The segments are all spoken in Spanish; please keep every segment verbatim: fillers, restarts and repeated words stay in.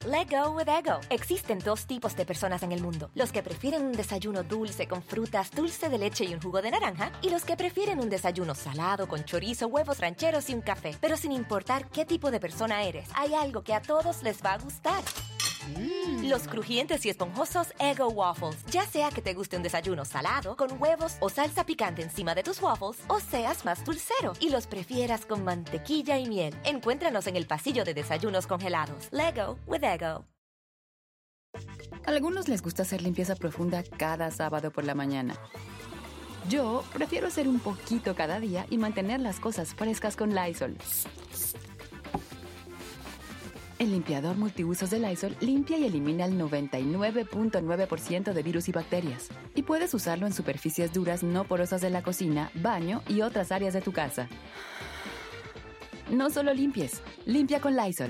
Let go with Ego. Existen dos tipos de personas en el mundo. Los que prefieren un desayuno dulce con frutas, dulce de leche y un jugo de naranja. Y los que prefieren un desayuno salado con chorizo, huevos rancheros y un café. Pero sin importar qué tipo de persona eres, hay algo que a todos les va a gustar. Mm. Los crujientes y esponjosos Eggo Waffles. Ya sea que te guste un desayuno salado, con huevos o salsa picante encima de tus waffles, o seas más dulcero y los prefieras con mantequilla y miel. Encuéntranos en el pasillo de desayunos congelados. Lego with Eggo. A algunos les gusta hacer limpieza profunda cada sábado por la mañana. Yo prefiero hacer un poquito cada día y mantener las cosas frescas con Lysol. El limpiador multiusos de Lysol limpia y elimina el noventa y nueve punto nueve por ciento de virus y bacterias. Y puedes usarlo en superficies duras no porosas de la cocina, baño y otras áreas de tu casa. No solo limpies, limpia con Lysol.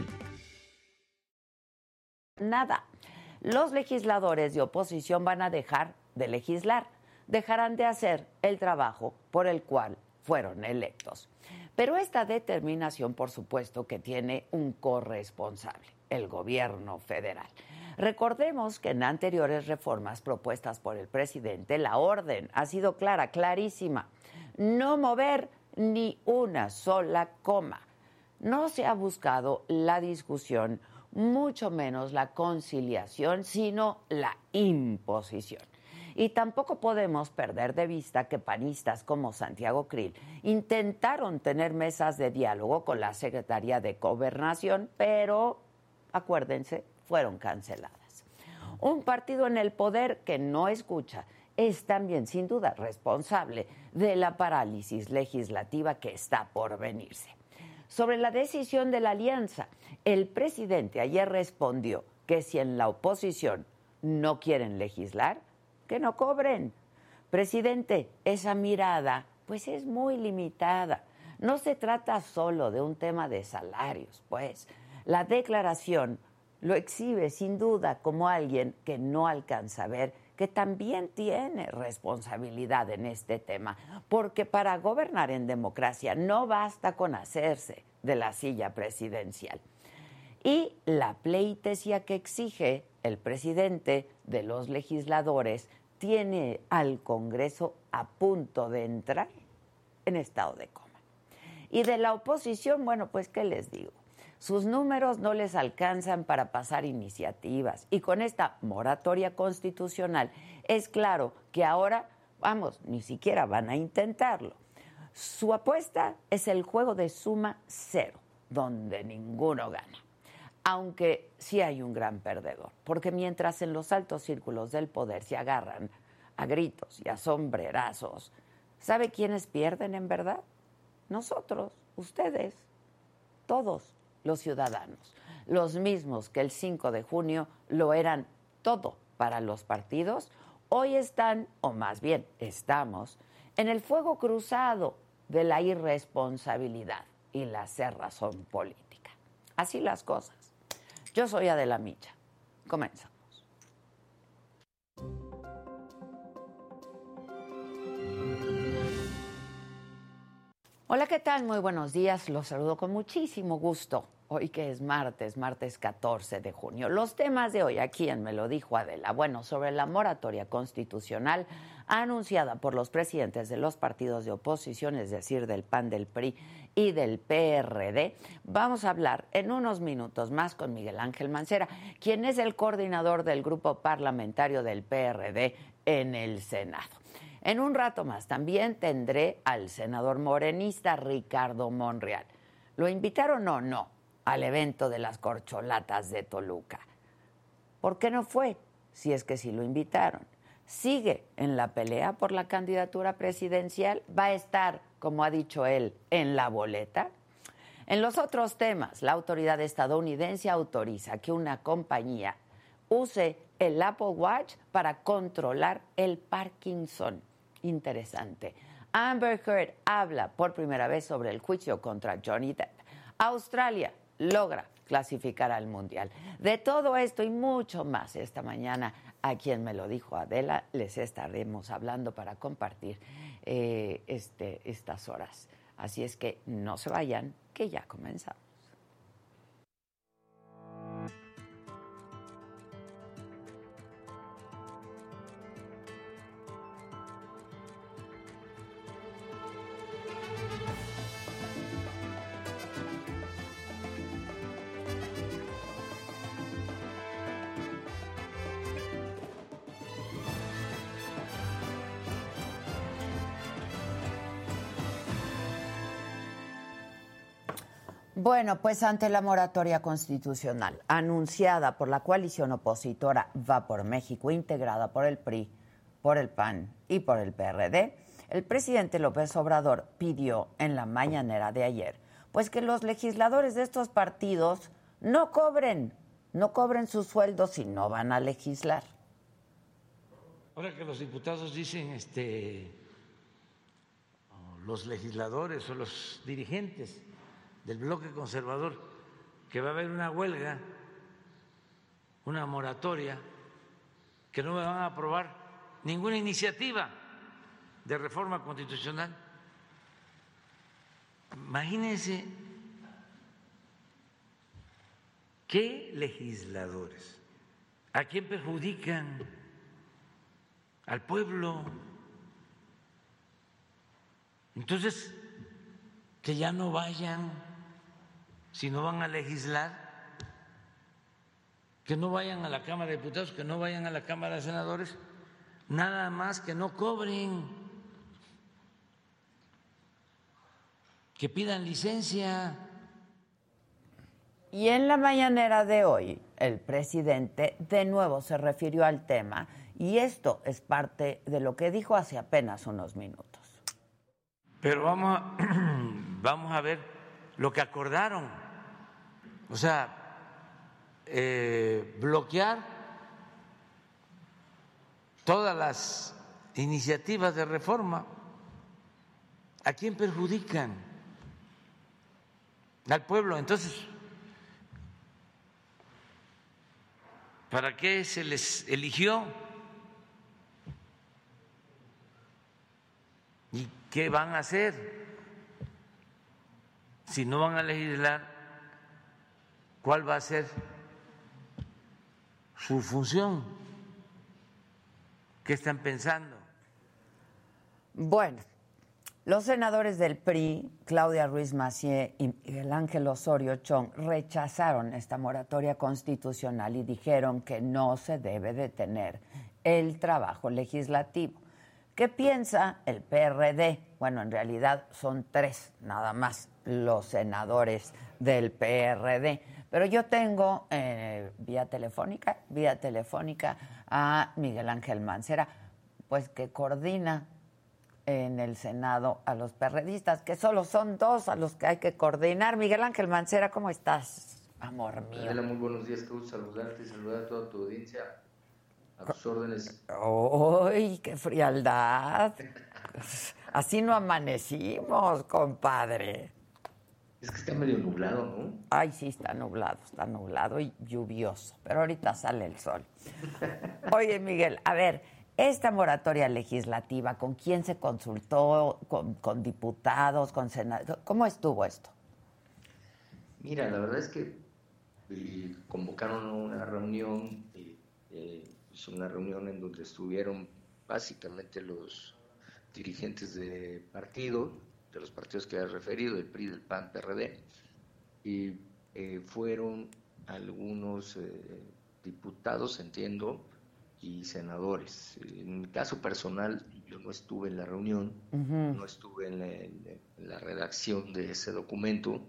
Nada. Los legisladores de oposición van a dejar de legislar. Dejarán de hacer el trabajo por el cual fueron electos. Pero esta determinación, por supuesto, que tiene un corresponsable, el gobierno federal. Recordemos que en anteriores reformas propuestas por el presidente, la orden ha sido clara, clarísima. No mover ni una sola coma. No se ha buscado la discusión, mucho menos la conciliación, sino la imposición. Y tampoco podemos perder de vista que panistas como Santiago Krill intentaron tener mesas de diálogo con la Secretaría de Gobernación, pero, acuérdense, fueron canceladas. Un partido en el poder que no escucha es también, sin duda, responsable de la parálisis legislativa que está por venirse. Sobre la decisión de la alianza, el presidente ayer respondió que si en la oposición no quieren legislar, que no cobren. Presidente, esa mirada pues es muy limitada. No se trata solo de un tema de salarios, pues. La declaración lo exhibe sin duda como alguien que no alcanza a ver que también tiene responsabilidad en este tema, porque para gobernar en democracia no basta con hacerse de la silla presidencial. Y la pleitesía que exige el presidente de los legisladores tiene al Congreso a punto de entrar en estado de coma. Y de la oposición, bueno, pues, ¿qué les digo? Sus números no les alcanzan para pasar iniciativas. Y con esta moratoria constitucional es claro que ahora, vamos, ni siquiera van a intentarlo. Su apuesta es el juego de suma cero, donde ninguno gana. Aunque sí hay un gran perdedor, porque mientras en los altos círculos del poder se agarran a gritos y a sombrerazos, ¿sabe quiénes pierden en verdad? Nosotros, ustedes, todos los ciudadanos, los mismos que el cinco de junio lo eran todo para los partidos, hoy están, o más bien estamos, en el fuego cruzado de la irresponsabilidad y la cerrazón política. Así las cosas. Yo soy Adela Micha. Comenzamos. Hola, ¿qué tal? Muy buenos días. Los saludo con muchísimo gusto. Hoy que es martes, martes catorce de junio. Los temas de hoy aquí en Me lo dijo Adela. Bueno, sobre la moratoria constitucional anunciada por los presidentes de los partidos de oposición, es decir, del P A N, del P R I y del P R D. Vamos a hablar en unos minutos más con Miguel Ángel Mancera, quien es el coordinador del grupo parlamentario del P R D en el Senado. En un rato más también tendré al senador morenista Ricardo Monreal. ¿Lo invitaron o no al evento de las corcholatas de Toluca? ¿Por qué no fue? Si es que sí lo invitaron. Sigue en la pelea por la candidatura presidencial, va a estar, como ha dicho él, en la boleta. En los otros temas, la autoridad estadounidense autoriza que una compañía use el Apple Watch para controlar el Parkinson. Interesante. Amber Heard habla por primera vez sobre el juicio contra Johnny Depp. Australia logra clasificar al Mundial. De todo esto y mucho más esta mañana, a quien me lo dijo Adela, les estaremos hablando para compartir eh, este, estas horas. Así es que no se vayan, que ya comenzamos. Bueno, pues ante la moratoria constitucional anunciada por la coalición opositora Va por México, integrada por el P R I, por el P A N y por el P R D, el presidente López Obrador pidió en la mañanera de ayer, pues que los legisladores de estos partidos no cobren, no cobren sus sueldos y no van a legislar. Ahora que los diputados dicen, este, los legisladores o los dirigentes del bloque conservador, que va a haber una huelga, una moratoria, que no me van a aprobar ninguna iniciativa de reforma constitucional. Imagínense qué legisladores, a quién perjudican, al pueblo. Entonces, que ya no vayan. Si no van a legislar, que no vayan a la Cámara de Diputados, que no vayan a la Cámara de Senadores, nada más que no cobren, que pidan licencia. Y en la mañanera de hoy, el presidente de nuevo se refirió al tema y esto es parte de lo que dijo hace apenas unos minutos. Pero vamos a, vamos a ver lo que acordaron. O sea, eh, bloquear todas las iniciativas de reforma. ¿A quién perjudican? Al pueblo. Entonces, ¿para qué se les eligió? ¿Y qué van a hacer? Si no van a legislar, ¿cuál va a ser su función? ¿Qué están pensando? Bueno, los senadores del P R I, Claudia Ruiz Massieu y Miguel Ángel Osorio Chong, rechazaron esta moratoria constitucional y dijeron que no se debe detener el trabajo legislativo. ¿Qué piensa el P R D? Bueno, en realidad son tres nada más los senadores del P R D. Pero yo tengo eh, vía telefónica, vía telefónica a Miguel Ángel Mancera, pues que coordina en el Senado a los perredistas, que solo son dos a los que hay que coordinar. Miguel Ángel Mancera, ¿cómo estás, amor mío? Adela, muy buenos días, qué gusto saludarte y saludar a toda tu audiencia. A tus órdenes. ¡Uy, qué frialdad! Así no amanecimos, compadre. Es que está medio nublado, ¿no? Ay, sí, está nublado, está nublado y lluvioso, pero ahorita sale el sol. Oye, Miguel, a ver, esta moratoria legislativa, ¿con quién se consultó? ¿Con, con diputados, con senadores? ¿Cómo estuvo esto? Mira, la verdad es que eh, convocaron una reunión, eh, eh, es una reunión en donde estuvieron básicamente los dirigentes de partido, de los partidos que has referido, del P R I, del P A N, P R D, y eh, fueron algunos eh, diputados, entiendo, y senadores. En mi caso personal, yo no estuve en la reunión, uh-huh. no estuve en la, en la redacción de ese documento,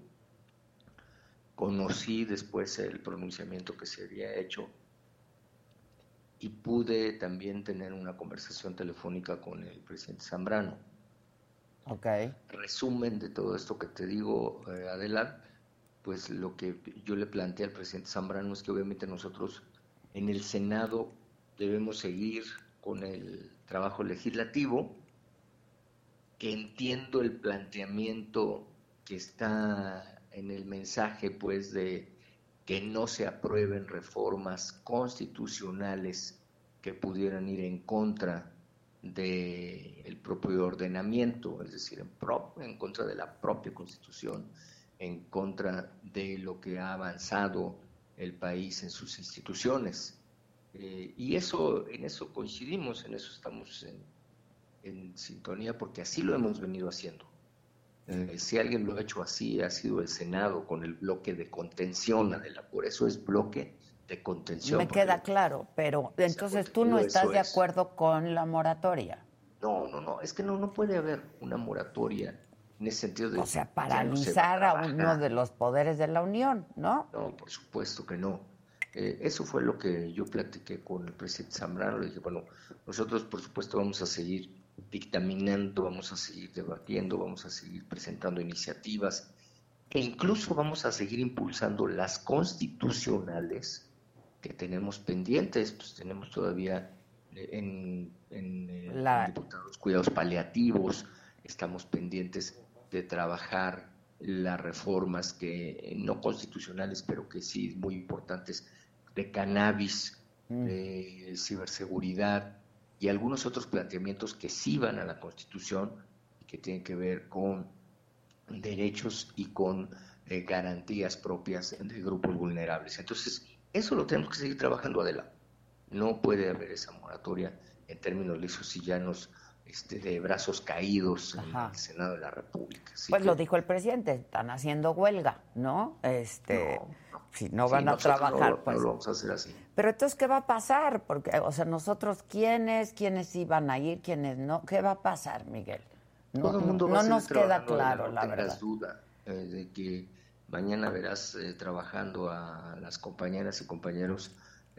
conocí después el pronunciamiento que se había hecho y pude también tener una conversación telefónica con el presidente Zambrano. Okay. Resumen de todo esto que te digo, eh, Adela, pues lo que yo le planteé al presidente Zambrano es que obviamente nosotros en el Senado debemos seguir con el trabajo legislativo, que entiendo el planteamiento que está en el mensaje, pues, de que no se aprueben reformas constitucionales que pudieran ir en contra del propio ordenamiento, es decir, en, pro, en contra de la propia Constitución, en contra de lo que ha avanzado el país en sus instituciones. Eh, y eso, en eso coincidimos, en eso estamos en, en sintonía, porque así lo hemos venido haciendo. Eh, si alguien lo ha hecho así, ha sido el Senado con el bloque de contención, Adela, por eso es bloque de contención. Me queda claro, pero entonces tú no estás de acuerdo con la moratoria. No, no, no, es que no, no puede haber una moratoria en ese sentido de... O sea, paralizar no a, a uno de los poderes de la Unión, ¿no? No, por supuesto que no. Eh, eso fue lo que yo platiqué con el presidente Zambrano. Le dije, bueno, nosotros por supuesto vamos a seguir dictaminando, vamos a seguir debatiendo, vamos a seguir presentando iniciativas e incluso vamos a seguir impulsando las constitucionales que tenemos pendientes. Pues tenemos todavía en, en, en, La... en diputados cuidados paliativos, estamos pendientes de trabajar las reformas que no constitucionales, pero que sí muy importantes, de cannabis, mm. de ciberseguridad y algunos otros planteamientos que sí van a la Constitución y que tienen que ver con derechos y con eh, garantías propias de grupos vulnerables. Entonces, eso lo tenemos que seguir trabajando adelante. No puede haber esa moratoria en términos lisos y llanos, Este, de brazos caídos Ajá. en el Senado de la República. Así pues que... lo dijo el presidente, están haciendo huelga, ¿no? Este, no, no. Si no van sí, a trabajar, no, pues... no lo vamos a hacer así. Pero entonces, ¿qué va a pasar? Porque, o sea, nosotros, ¿quiénes? ¿Quiénes iban a ir? ¿Quiénes no? ¿Qué va a pasar, Miguel? No, Todo el mundo no, va no a nos queda claro, no la verdad. verdad. duda eh, de que mañana verás eh, trabajando a las compañeras y compañeros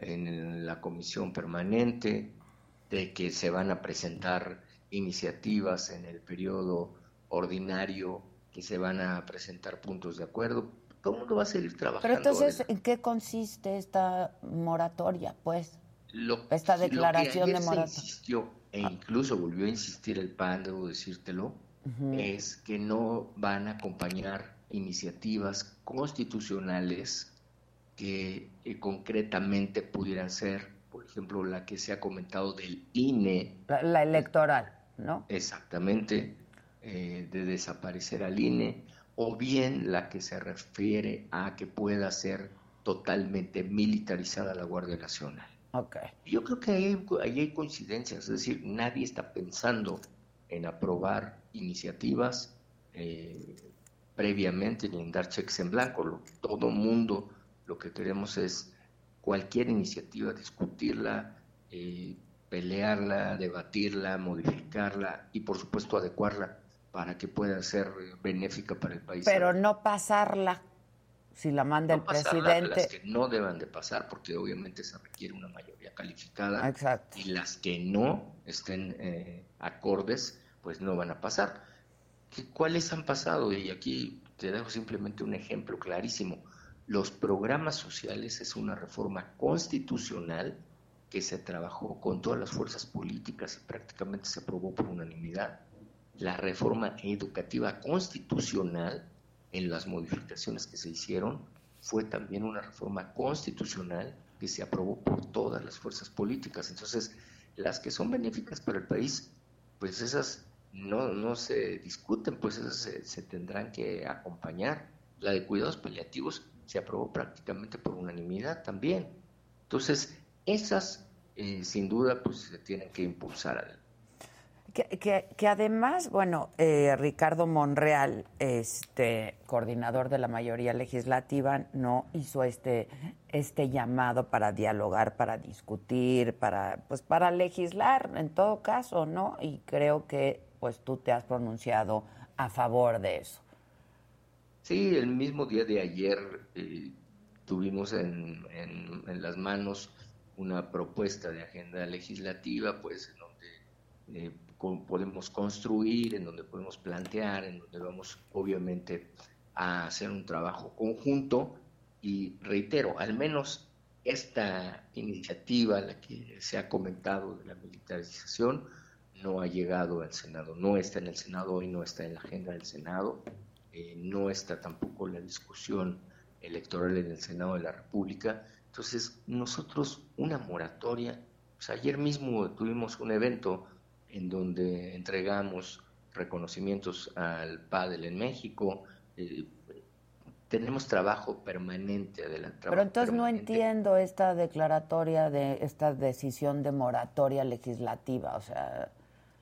en la comisión permanente, de que se van a presentar iniciativas en el periodo ordinario, que se van a presentar puntos de acuerdo. Todo el mundo va a seguir trabajando. Pero entonces, ¿en qué consiste esta moratoria, pues? Lo, esta declaración lo que ayer de moratoria. Se insistió, e incluso volvió a insistir el P A N, debo decírtelo, uh-huh. es que no van a acompañar iniciativas constitucionales que eh, concretamente pudieran ser, por ejemplo, la que se ha comentado del I N E. La, la electoral, ¿no? Exactamente, eh, de desaparecer al I N E, o bien la que se refiere a que pueda ser totalmente militarizada la Guardia Nacional. Okay. Yo creo que ahí hay, ahí hay coincidencias, es decir, nadie está pensando en aprobar iniciativas eh, previamente ni en dar cheques en blanco. Lo, todo mundo lo que queremos es cualquier iniciativa, discutirla, eh, pelearla, debatirla, modificarla y por supuesto adecuarla para que pueda ser benéfica para el país. Pero no pasarla, si la manda no el presidente. Las que no deban de pasar, porque obviamente se requiere una mayoría calificada. Exacto. Y las que no estén eh, acordes, pues no van a pasar. ¿Cuáles han pasado? Y aquí te dejo simplemente un ejemplo clarísimo. Los programas sociales es una reforma constitucional que se trabajó con todas las fuerzas políticas y prácticamente se aprobó por unanimidad. La reforma educativa constitucional, en las modificaciones que se hicieron, fue también una reforma constitucional que se aprobó por todas las fuerzas políticas. Entonces, las que son benéficas para el país, pues esas no, no se discuten, pues esas se, se tendrán que acompañar. La de cuidados paliativos se aprobó prácticamente por unanimidad también. Entonces, esas, eh, sin duda, pues se tienen que impulsar adelante. Que, que, que además, bueno, eh, Ricardo Monreal, este coordinador de la mayoría legislativa, no hizo este este llamado para dialogar, para discutir, para pues para legislar, en todo caso, ¿no? Y creo que pues tú te has pronunciado a favor de eso. Sí, el mismo día de ayer eh, tuvimos en, en, en las manos una propuesta de agenda legislativa, pues en donde eh, podemos construir, en donde podemos plantear, en donde vamos obviamente a hacer un trabajo conjunto y reitero, al menos esta iniciativa, la que se ha comentado de la militarización, no ha llegado al Senado, no está en el Senado hoy, no está en la agenda del Senado, eh, no está tampoco la discusión electoral en el Senado de la República. Entonces nosotros una moratoria, pues ayer mismo tuvimos un evento en donde entregamos reconocimientos al Padel en México, eh, tenemos trabajo permanente adelante. Pero entonces permanente. No entiendo esta declaratoria, de esta decisión de moratoria legislativa, o sea...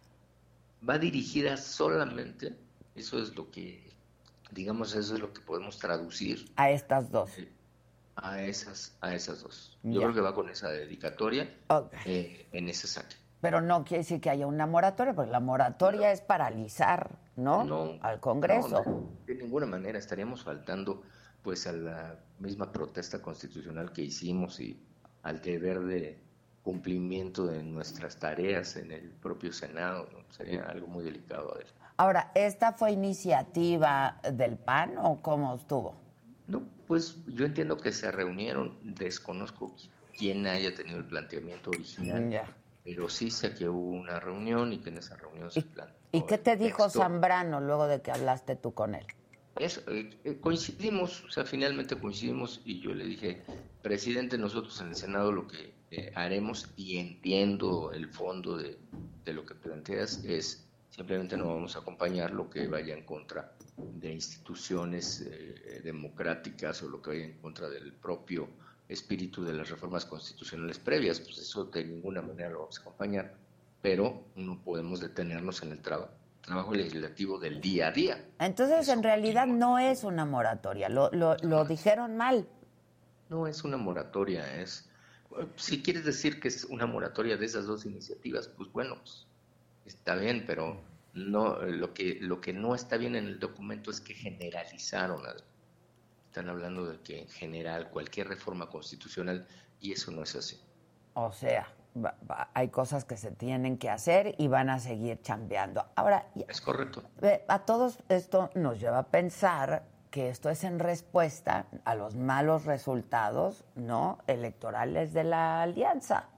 Va dirigida solamente, eso es lo que, digamos, eso es lo que podemos traducir. A estas dos. Eh, a esas, a esas dos. Ya. Yo creo que va con esa dedicatoria okay. eh, en ese saque. Pero no quiere decir que haya una moratoria, porque la moratoria no. es paralizar, ¿no? No, al Congreso. No, no, de ninguna manera estaríamos faltando pues a la misma protesta constitucional que hicimos y al deber de cumplimiento de nuestras tareas en el propio Senado, ¿no? Sería algo muy delicado a eso. Ahora, ¿esta fue iniciativa del P A N o cómo estuvo? No, pues yo entiendo que se reunieron, desconozco quién haya tenido el planteamiento original, yeah. pero sí sé que hubo una reunión y que en esa reunión se planteó. ¿Y qué te dijo texto. Zambrano luego de que hablaste tú con él? Eso, eh, coincidimos, o sea, finalmente coincidimos y yo le dije, presidente, nosotros en el Senado lo que eh, haremos, y entiendo el fondo de, de lo que planteas, es simplemente no vamos a acompañar lo que vaya en contra de instituciones eh, democráticas o lo que vaya en contra del propio espíritu de las reformas constitucionales previas, pues eso de ninguna manera lo vamos a acompañar, pero no podemos detenernos en el trabajo. trabajo legislativo del día a día. Entonces, Eso en realidad continúa. No es una moratoria, lo, lo, lo dijeron mal. No es una moratoria, es... Si quieres decir que es una moratoria de esas dos iniciativas, pues bueno, pues, está bien, pero no lo que lo que no está bien en el documento es que generalizaron. Están hablando de que en general cualquier reforma constitucional, y eso no es así. O sea... Va, va, hay cosas que se tienen que hacer y van a seguir chambeando. Ahora, es correcto. A todos esto nos lleva a pensar que esto es en respuesta a los malos resultados, ¿no?, electorales de la alianza.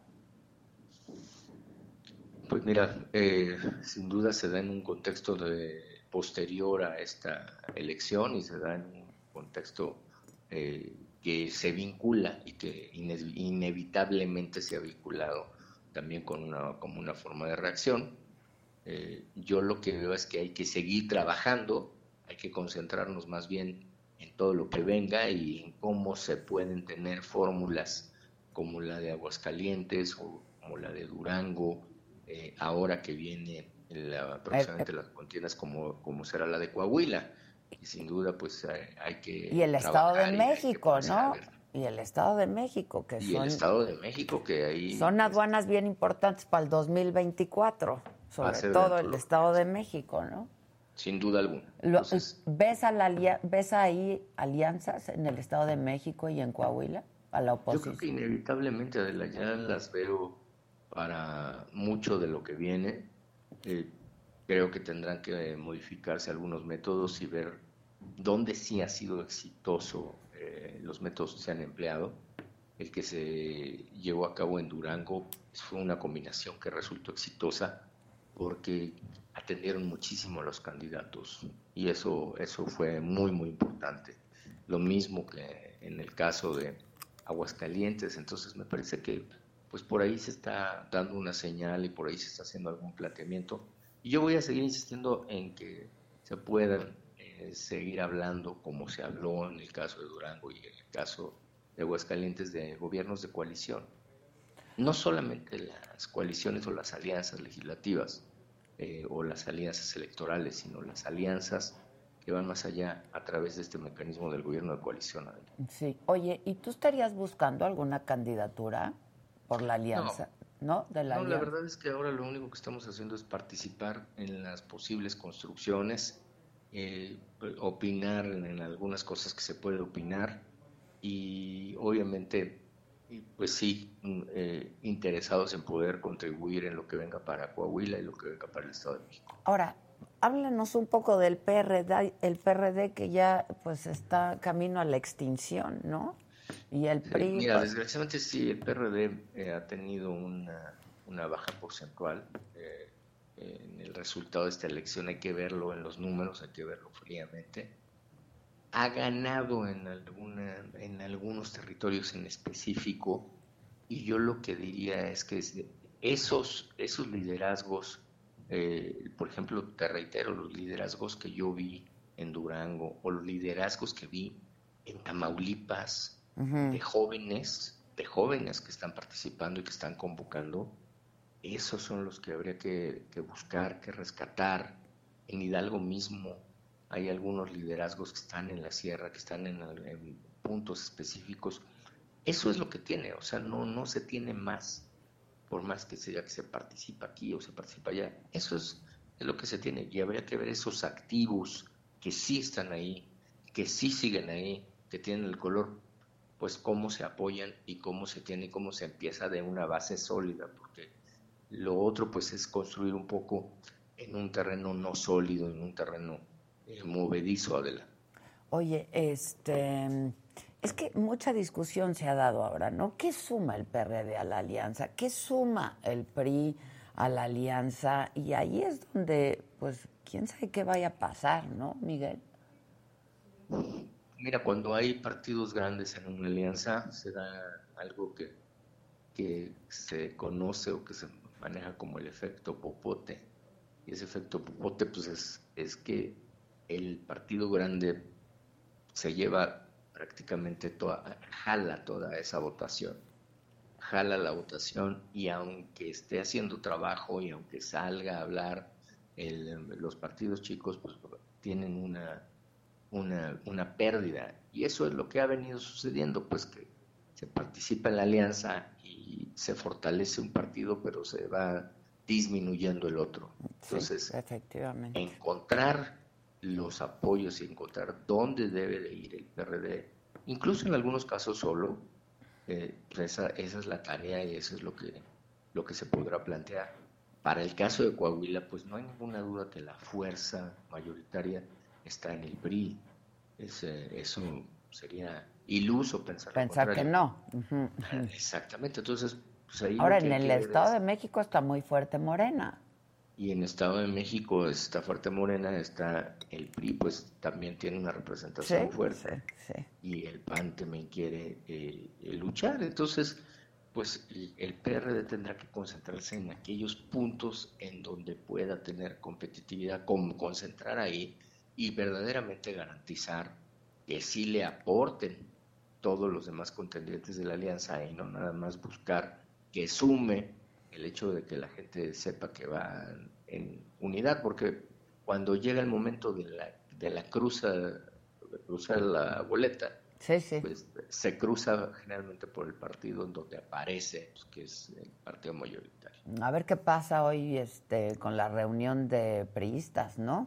Pues mira, eh, sin duda se da en un contexto de posterior a esta elección y se da en un contexto eh, que se vincula y que ine- inevitablemente se ha vinculado también con una, como una forma de reacción. Eh, yo lo que veo es que hay que seguir trabajando, hay que concentrarnos más bien en todo lo que venga y en cómo se pueden tener fórmulas como la de Aguascalientes o como la de Durango, eh, ahora que viene la, próximamente las contiendas como, como será la de Coahuila. Y sin duda, pues hay, hay que. Y el Estado de México, ¿no? Y el Estado de México, que y son. el Estado de México, que ahí. Son aduanas bien importantes para el dos mil veinticuatro, sobre todo el Estado de México, ¿no? Sin duda alguna. Lo, Entonces, ¿ves, a la, ¿Ves ahí alianzas en el Estado de México y en Coahuila a la oposición? Yo creo que inevitablemente, Adela, ya las veo para mucho de lo que viene. Eh, Creo que tendrán que modificarse algunos métodos y ver dónde sí ha sido exitoso eh, los métodos que se han empleado. El que se llevó a cabo en Durango fue una combinación que resultó exitosa porque atendieron muchísimo a los candidatos y eso, eso fue muy, muy importante. Lo mismo que en el caso de Aguascalientes, entonces me parece que pues por ahí se está dando una señal y por ahí se está haciendo algún planteamiento. Y yo voy a seguir insistiendo en que se puedan eh, seguir hablando como se habló en el caso de Durango y en el caso de Aguascalientes de gobiernos de coalición. No solamente las coaliciones o las alianzas legislativas eh, o las alianzas electorales, sino las alianzas que van más allá a través de este mecanismo del gobierno de coalición. Sí. Oye, ¿y tú estarías buscando alguna candidatura por la alianza? No. ¿No? De la, no, la verdad es que ahora lo único que estamos haciendo es participar en las posibles construcciones, eh, opinar en, en algunas cosas que se puede opinar y obviamente, pues sí, eh, interesados en poder contribuir en lo que venga para Coahuila y lo que venga para el Estado de México. Ahora, háblanos un poco del P R D, el P R D que ya pues está camino a la extinción, ¿no? Y el P R I, sí, mira, desgraciadamente sí, el P R D eh, ha tenido una, una baja porcentual eh, en el resultado de esta elección. Hay que verlo en los números, hay que verlo fríamente. Ha ganado en, alguna, en algunos territorios en específico y yo lo que diría es que esos, esos liderazgos, eh, por ejemplo, te reitero, los liderazgos que yo vi en Durango o los liderazgos que vi en Tamaulipas, de jóvenes, de jóvenes que están participando y que están convocando, esos son los que habría que, que buscar, que rescatar. En Hidalgo mismo hay algunos liderazgos que están en la sierra, que están en, en puntos específicos. Eso es lo que tiene, o sea, no, no se tiene más. por más que sea que se participa aquí o se participa allá. Eso es, es lo que se tiene, y habría que ver esos activos que sí están ahí, que sí siguen ahí, que tienen el color, pues cómo se apoyan y cómo se tiene y cómo se empieza de una base sólida, porque lo otro pues es construir un poco en un terreno no sólido, en un terreno eh, movedizo, Adela. Oye, este, es que mucha discusión se ha dado ahora, ¿no? ¿Qué suma el P R D a la alianza? ¿Qué suma el P R I a la alianza? Y ahí es donde, pues, quién sabe qué vaya a pasar, ¿no, Miguel? Mira, cuando hay partidos grandes en una alianza, se da algo que, que se conoce o que se maneja como el efecto popote. Y ese efecto popote, pues, es, es que el partido grande se lleva prácticamente toda, jala toda esa votación, jala la votación, y aunque esté haciendo trabajo y aunque salga a hablar, el, los partidos chicos pues tienen una, una, una pérdida, y eso es lo que ha venido sucediendo, pues que se participa en la alianza y se fortalece un partido, pero se va disminuyendo el otro. Entonces, sí, efectivamente, encontrar los apoyos y encontrar dónde debe de ir el P R D, incluso en algunos casos solo, eh, esa, esa es la tarea y eso es lo que, lo que se podrá plantear. Para el caso de Coahuila, pues no hay ninguna duda que la fuerza mayoritaria está en el P R I. Es, eh, eso sería iluso pensar pensar que no. Uh-huh. Exactamente, entonces pues ahí ahora en el Estado es... de México está muy fuerte Morena. Y en Estado de México está fuerte Morena, está el P R I, pues también tiene una representación sí, fuerte. Sí, sí. Y el P A N también quiere eh, luchar. Entonces, pues el, el P R D tendrá que concentrarse en aquellos puntos en donde pueda tener competitividad, como concentrar ahí y verdaderamente garantizar que sí le aporten todos los demás contendientes de la alianza y no nada más buscar que sume el hecho de que la gente sepa que va en unidad, porque cuando llega el momento de la, de la cruza, de cruzar la boleta, sí, sí. pues se cruza generalmente por el partido en donde aparece, pues, que es el partido mayoritario. A ver qué pasa hoy este, con la reunión de priistas, ¿no?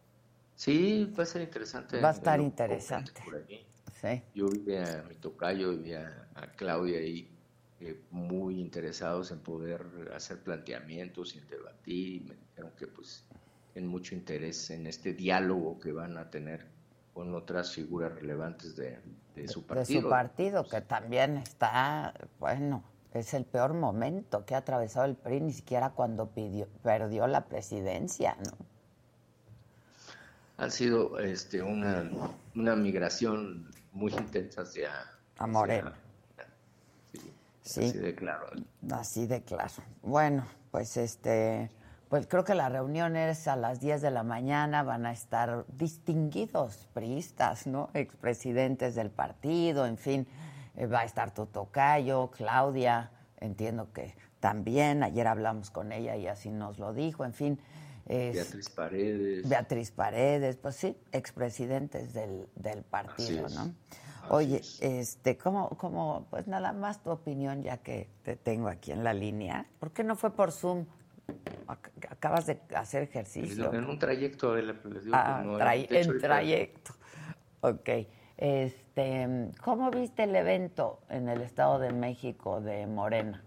Sí, va a ser interesante. Va a estar interesante. Por allí. Sí. Yo vi a mi tocayo, vi a, a Claudia ahí, Eh, muy interesados en poder hacer planteamientos y en debatir, y me dijeron que pues tienen mucho interés en este diálogo que van a tener con otras figuras relevantes de, de su partido. De su partido, que también está, bueno, es el peor momento que ha atravesado el P R I, ni siquiera cuando pidió, perdió la presidencia, ¿no? Ha sido este, una, una migración muy intensa hacia... A Morena. Hacia, Sí, así de claro. Así de claro. Bueno, pues este, pues creo que la reunión es a las diez de la mañana, van a estar distinguidos priistas, ¿no? Expresidentes del partido, en fin, eh, va a estar tu tocayo, Claudia, entiendo que también, ayer hablamos con ella y así nos lo dijo, en fin. Es, Beatriz Paredes. Beatriz Paredes, pues sí, expresidentes del, del partido, ¿no? Oye, este, ¿cómo, cómo, pues nada más tu opinión, ya que te tengo aquí en la línea? ¿Por qué no fue por Zoom? Acabas de hacer ejercicio. En un trayecto, les digo ah, que no, tra en trayecto. Ok. Este, ¿cómo viste el evento en el Estado de México de Morena?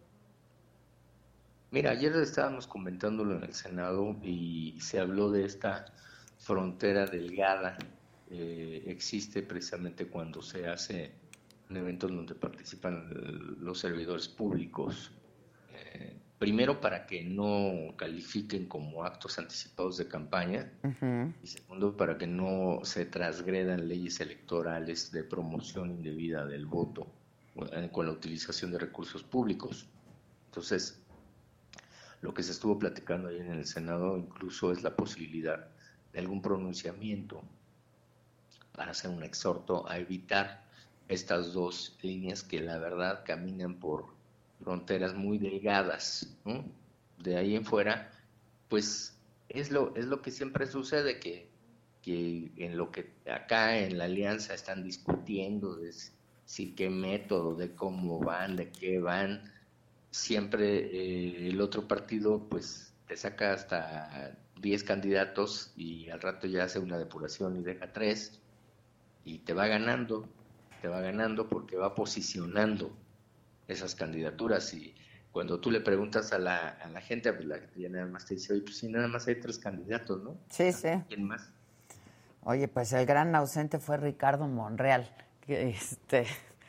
Mira, ayer estábamos comentándolo en el Senado y se habló de esta frontera delgada. Eh, existe precisamente cuando se hace un evento en donde participan los servidores públicos, eh, primero para que no califiquen como actos anticipados de campaña, uh-huh. y segundo para que no se transgredan leyes electorales de promoción indebida del voto eh, con la utilización de recursos públicos. Entonces, lo que se estuvo platicando ahí en el Senado incluso es la posibilidad de algún pronunciamiento para hacer un exhorto a evitar estas dos líneas que la verdad caminan por fronteras muy delgadas, ¿no? De ahí en fuera, pues es lo, es lo que siempre sucede, que, que en lo que acá en la alianza están discutiendo de si qué método, de cómo van, de qué van, siempre eh, el otro partido pues te saca hasta diez candidatos y al rato ya hace una depuración y deja tres y te va ganando, te va ganando porque va posicionando esas candidaturas. Y cuando tú le preguntas a la, a la gente, pues la gente ya nada más te dice, oye, pues sí, nada más hay tres candidatos, ¿no? Sí, sí. ¿Quién más? Oye, pues el gran ausente fue Ricardo Monreal, que este,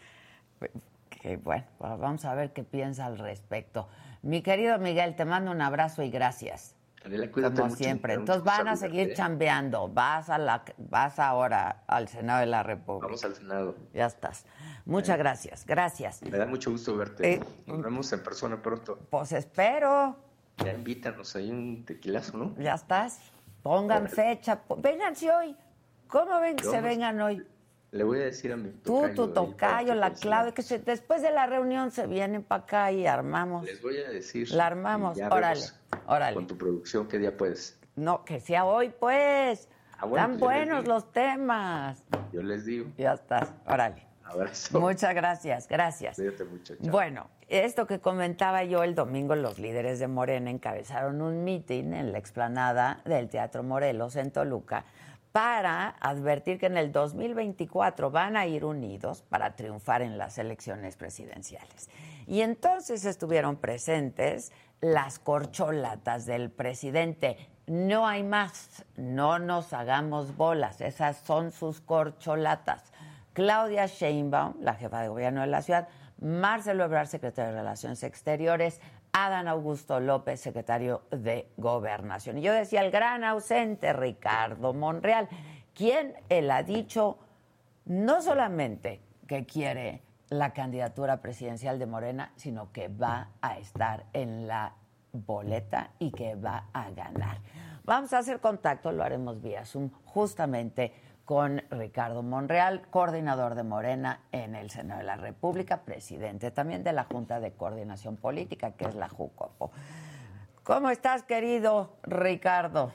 que bueno, vamos a ver qué piensa al respecto. Mi querido Miguel, te mando un abrazo y gracias. Adela, cuídate como mucho, siempre. mucho Entonces van a saludarte, seguir ¿eh? chambeando. Vas a la, vas ahora al Senado de la República. Vamos al Senado. Ya estás. Muchas Eh, gracias, gracias. Me da mucho gusto verte. Eh, Nos vemos en persona pronto. Pues espero. Ya invítanos ahí un tequilazo, ¿no? Ya estás. Pongan fecha. Vénganse hoy. ¿Cómo ven que Yo se vamos. vengan hoy? Le voy a decir a mi Tú, tocayo. tu ahí para tocayo, que la te Claudia, enseñe. que se, después de la reunión se vienen para acá y armamos. Les voy a decir. La armamos. y ya Órale, vemos órale. Con tu producción, ¿qué día puedes? No, que sea hoy, pues. Ah, bueno, Tan pues yo les buenos digo. los temas. Yo les digo. Ya estás. Órale. Abrazo. Muchas gracias, gracias. Cuídate mucho. Chao. Bueno, esto que comentaba yo el domingo, los líderes de Morena encabezaron un mitin en la explanada del Teatro Morelos en Toluca para advertir que en el dos mil veinticuatro van a ir unidos para triunfar en las elecciones presidenciales. Y entonces estuvieron presentes las corcholatas del presidente. No hay más, no nos hagamos bolas, esas son sus corcholatas. Claudia Sheinbaum, la jefa de gobierno de la ciudad, Marcelo Ebrard, secretario de Relaciones Exteriores, Adán Augusto López, secretario de Gobernación. Y yo decía, el gran ausente, Ricardo Monreal, quien él ha dicho no solamente que quiere la candidatura presidencial de Morena, sino que va a estar en la boleta y que va a ganar. Vamos a hacer contacto, lo haremos vía Zoom, justamente con Ricardo Monreal, coordinador de Morena en el Senado de la República, presidente también de la Junta de Coordinación Política, que es la JUCOPO. ¿Cómo estás, querido Ricardo?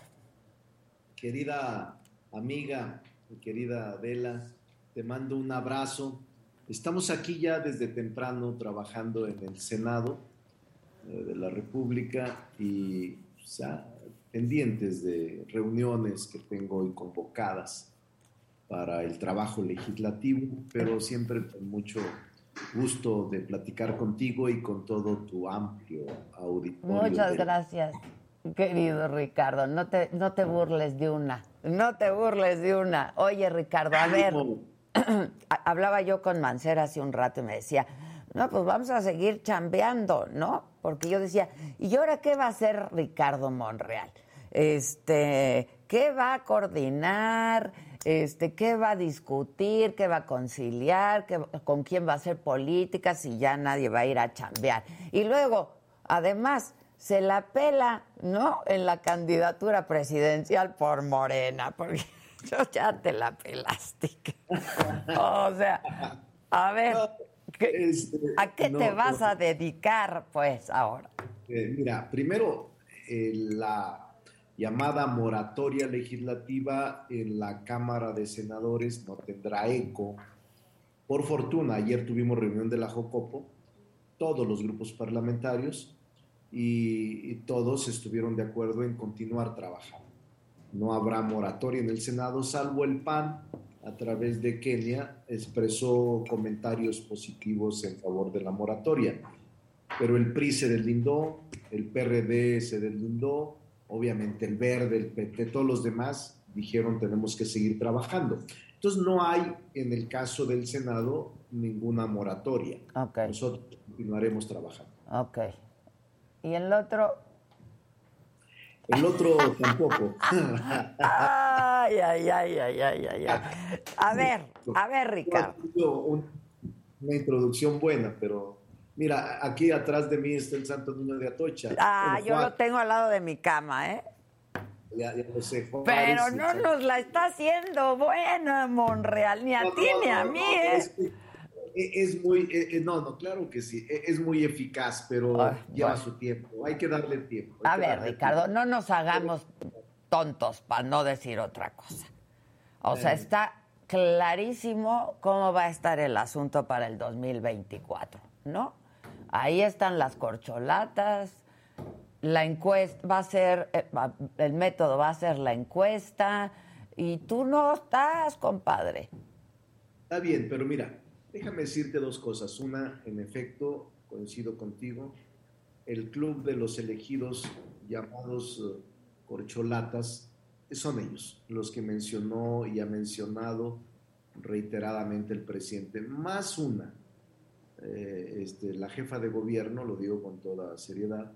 Querida amiga, mi querida Adela, te mando un abrazo. Estamos aquí ya desde temprano trabajando en el Senado eh, de la República y o sea, pendientes de reuniones que tengo hoy convocadas para el trabajo legislativo, pero siempre con mucho gusto de platicar contigo y con todo tu amplio auditorio. Muchas de... gracias, querido Ricardo. No te, no te burles de una, no te burles de una. Oye, Ricardo, a ver, hablaba yo con Mancera hace un rato y me decía, no, pues vamos a seguir chambeando, ¿no? Porque yo decía, ¿y ahora qué va a hacer Ricardo Monreal? Este, ¿qué va a coordinar? Este, ¿qué va a discutir? ¿Qué va a conciliar? ¿Qué, ¿Con quién va a hacer política si ya nadie va a ir a chambear? Y luego, además, se la pela, ¿no? En la candidatura presidencial por Morena, porque yo ya te la pelaste. O sea, a ver, ¿qué, Este, ¿a qué no, te vas no. a dedicar, pues, ahora? Eh, mira, primero, eh, la llamada moratoria legislativa en la Cámara de Senadores no tendrá eco. Por fortuna, ayer tuvimos reunión de la JOCOPO, todos los grupos parlamentarios, y, y todos estuvieron de acuerdo en continuar trabajando. No habrá moratoria en el Senado, salvo el P A N, a través de Kenia, expresó comentarios positivos en favor de la moratoria. Pero el P R I se deslindó, el P R D se deslindó, obviamente el Verde, el P T, todos los demás dijeron tenemos que seguir trabajando. Entonces no hay, en el caso del Senado, ninguna moratoria. Okay. Nosotros continuaremos trabajando. Ok. ¿Y el otro? El otro tampoco. Ay, ay, ay, ay, ay, ay, ay. A ver, a ver, Ricardo. Una introducción buena, pero mira, aquí atrás de mí está el Santo Niño de Atocha. Ah, Bueno, yo Juan, lo tengo al lado de mi cama, ¿eh? Ya, ya lo sé, Juan Pero Juárez, no el nos la está haciendo buena, Monreal, ni a No, ti no, ni a no, mí, no, ¿eh? Es, que es muy, eh, no, no, claro que sí, es muy eficaz, pero Ay, lleva bueno. su tiempo, hay que darle tiempo. hay A que ver, darle Ricardo, tiempo. no nos hagamos tontos para no decir otra cosa. O sea, Eh. está clarísimo cómo va a estar el asunto para el dos mil veinticuatro, ¿no? Ahí están las corcholatas. La encuesta va a ser, el método va a ser la encuesta. Y tú no estás, compadre. Está bien, pero mira, déjame decirte dos cosas. Una, en efecto, coincido contigo. El club de los elegidos llamados uh, corcholatas son ellos, los que mencionó y ha mencionado reiteradamente el presidente. Más una, eh, este, la jefa de gobierno, lo digo con toda seriedad,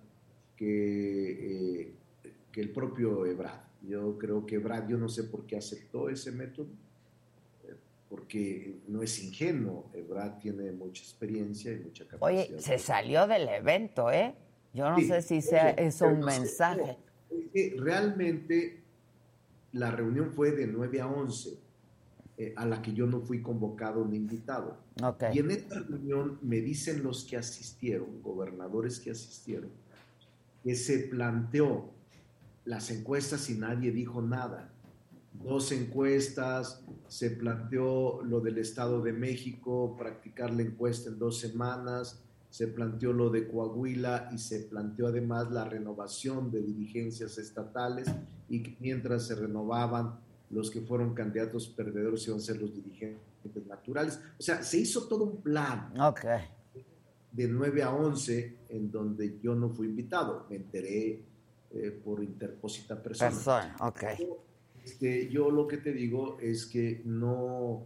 que, eh, que el propio Ebrard. Yo creo que Ebrard, yo no sé por qué aceptó ese método, eh, porque no es ingenuo. Ebrard tiene mucha experiencia y mucha capacidad. Oye, se salió del evento, ¿eh? Yo no sí, sé si sea oye, eso un no mensaje. Sé, es que realmente la reunión fue de nueve a once, eh, a la que yo no fui convocado ni invitado. Okay. Y en esta reunión me dicen los que asistieron, gobernadores que asistieron, que se planteó las encuestas y nadie dijo nada. Dos encuestas, se planteó lo del Estado de México, practicar la encuesta en dos semanas, se planteó lo de Coahuila y se planteó además la renovación de dirigencias estatales y que mientras se renovaban los que fueron candidatos perdedores iban a ser los dirigentes naturales. O sea, se hizo todo un plan. Okay. De nueve a once en donde yo no fui invitado. Me enteré eh, por interpósita persona. Persona, ok. Este, yo lo que te digo es que no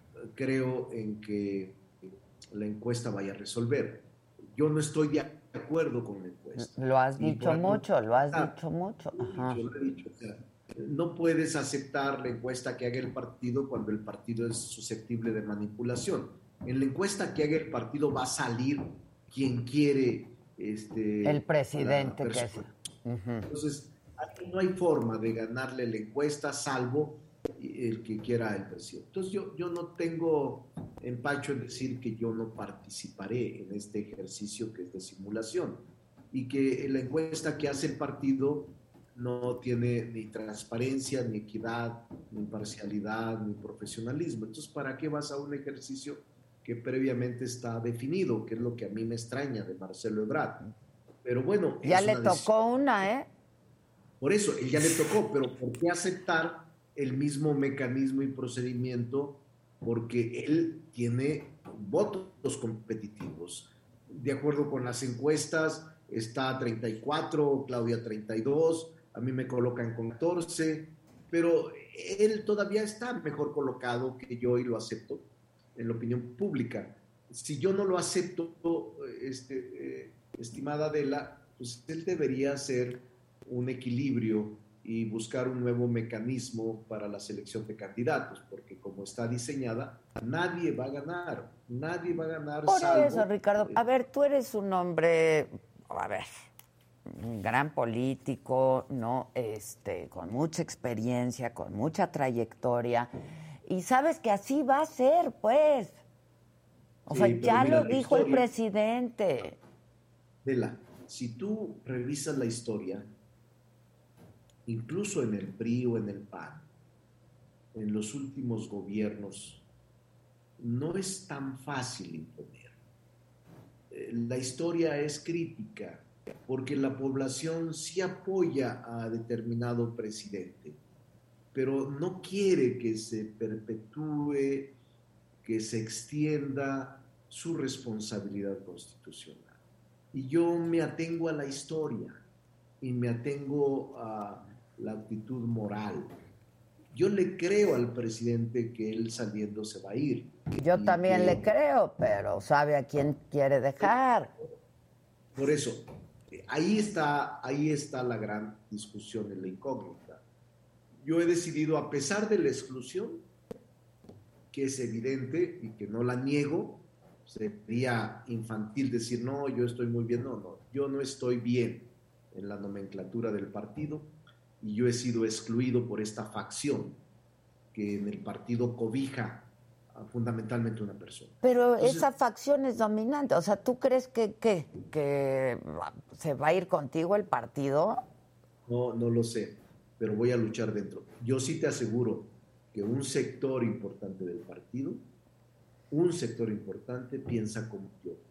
creo en que la encuesta vaya a resolver. Yo no estoy de acuerdo con la encuesta. Lo has y dicho mucho, lo has ah, dicho mucho. Ajá. Yo lo he dicho. O sea, no puedes aceptar la encuesta que haga el partido cuando el partido es susceptible de manipulación. En la encuesta que haga el partido va a salir quien quiere este, el presidente que es. Uh-huh. Entonces, aquí no hay forma de ganarle la encuesta salvo el que quiera el presidente. Entonces yo, yo no tengo empacho en decir que yo no participaré en este ejercicio que es de simulación y que la encuesta que hace el partido no tiene ni transparencia, ni equidad, ni imparcialidad, ni profesionalismo. Entonces, ¿para qué vas a un ejercicio que previamente está definido? Que es lo que a mí me extraña de Marcelo Ebrard. Pero bueno... Ya le tocó decisión. una, ¿eh? Por eso, él ya le tocó, pero ¿por qué aceptar el mismo mecanismo y procedimiento? Porque él tiene votos competitivos. De acuerdo con las encuestas, está treinta y cuatro, Claudia treinta y dos, a mí me colocan con catorce, pero él todavía está mejor colocado que yo y lo acepto en la opinión pública. Si yo no lo acepto, este, eh, estimada Adela, pues él debería hacer un equilibrio y buscar un nuevo mecanismo para la selección de candidatos, porque como está diseñada, nadie va a ganar, nadie va a ganar. Por salvo, eso, Ricardo, a ver, tú eres un hombre, a ver, un gran político, ¿no? Este, con mucha experiencia, con mucha trayectoria, y sabes que así va a ser, pues. O sí, sea, ya mira, lo dijo historia, el presidente. Vela, si tú revisas la historia, incluso en el P R I o en el P A N, en los últimos gobiernos, no es tan fácil imponer. La historia es crítica, porque la población sí apoya a determinado presidente, pero no quiere que se perpetúe, que se extienda su responsabilidad constitucional. Y yo me atengo a la historia y me atengo a la actitud moral. Yo le creo al presidente que él saliendo se va a ir. Yo también que... le creo, pero sabe a quién quiere dejar. Por eso, ahí está, ahí está la gran discusión en la incógnita. Yo he decidido, a pesar de la exclusión, que es evidente y que no la niego, sería infantil decir, no, yo estoy muy bien. No, no, yo no estoy bien en la nomenclatura del partido y yo he sido excluido por esta facción que en el partido cobija a fundamentalmente una persona. Pero Entonces, esa facción es dominante, o sea, ¿tú crees que, que, que se va a ir contigo el partido? No, no lo sé, pero voy a luchar dentro. Yo sí te aseguro que un sector importante del partido, un sector importante piensa como yo,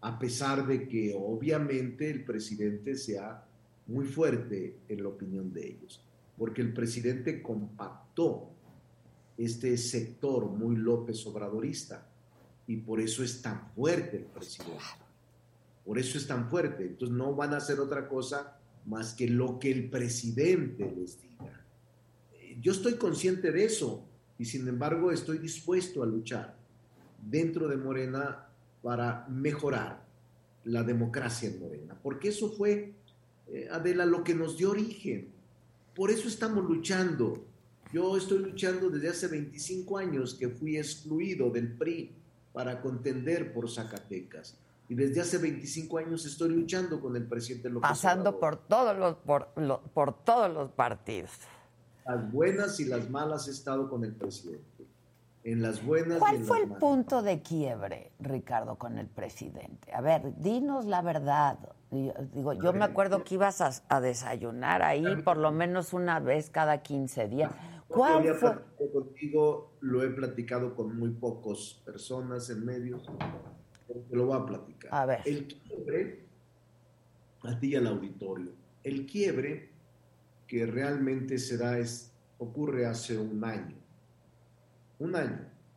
a pesar de que obviamente el presidente sea muy fuerte en la opinión de ellos, porque el presidente compactó este sector muy López Obradorista y por eso es tan fuerte el presidente, por eso es tan fuerte. Entonces no van a hacer otra cosa más que lo que el presidente les diga. Yo estoy consciente de eso y sin embargo estoy dispuesto a luchar dentro de Morena para mejorar la democracia en Morena, porque eso fue, eh, Adela, lo que nos dio origen. Por eso estamos luchando. Yo estoy luchando desde hace veinticinco años que fui excluido del P R I para contender por Zacatecas. Y desde hace veinticinco años estoy luchando con el presidente López Pasando Obrador. por todos los por, lo, por todos los partidos. Las buenas y las malas he estado con el presidente. En las buenas ¿Cuál y en fue las el malas. punto de quiebre, Ricardo, con el presidente? A ver, dinos la verdad. Digo, yo me acuerdo que ibas a, a desayunar ahí por lo menos una vez cada quince días. ¿Cuál había fue? platicado contigo, lo he platicado con muy pocas personas en medios, te lo voy a platicar. A ver. El quiebre, a ti y al auditorio, el quiebre que realmente se da es, ocurre hace un año, un año,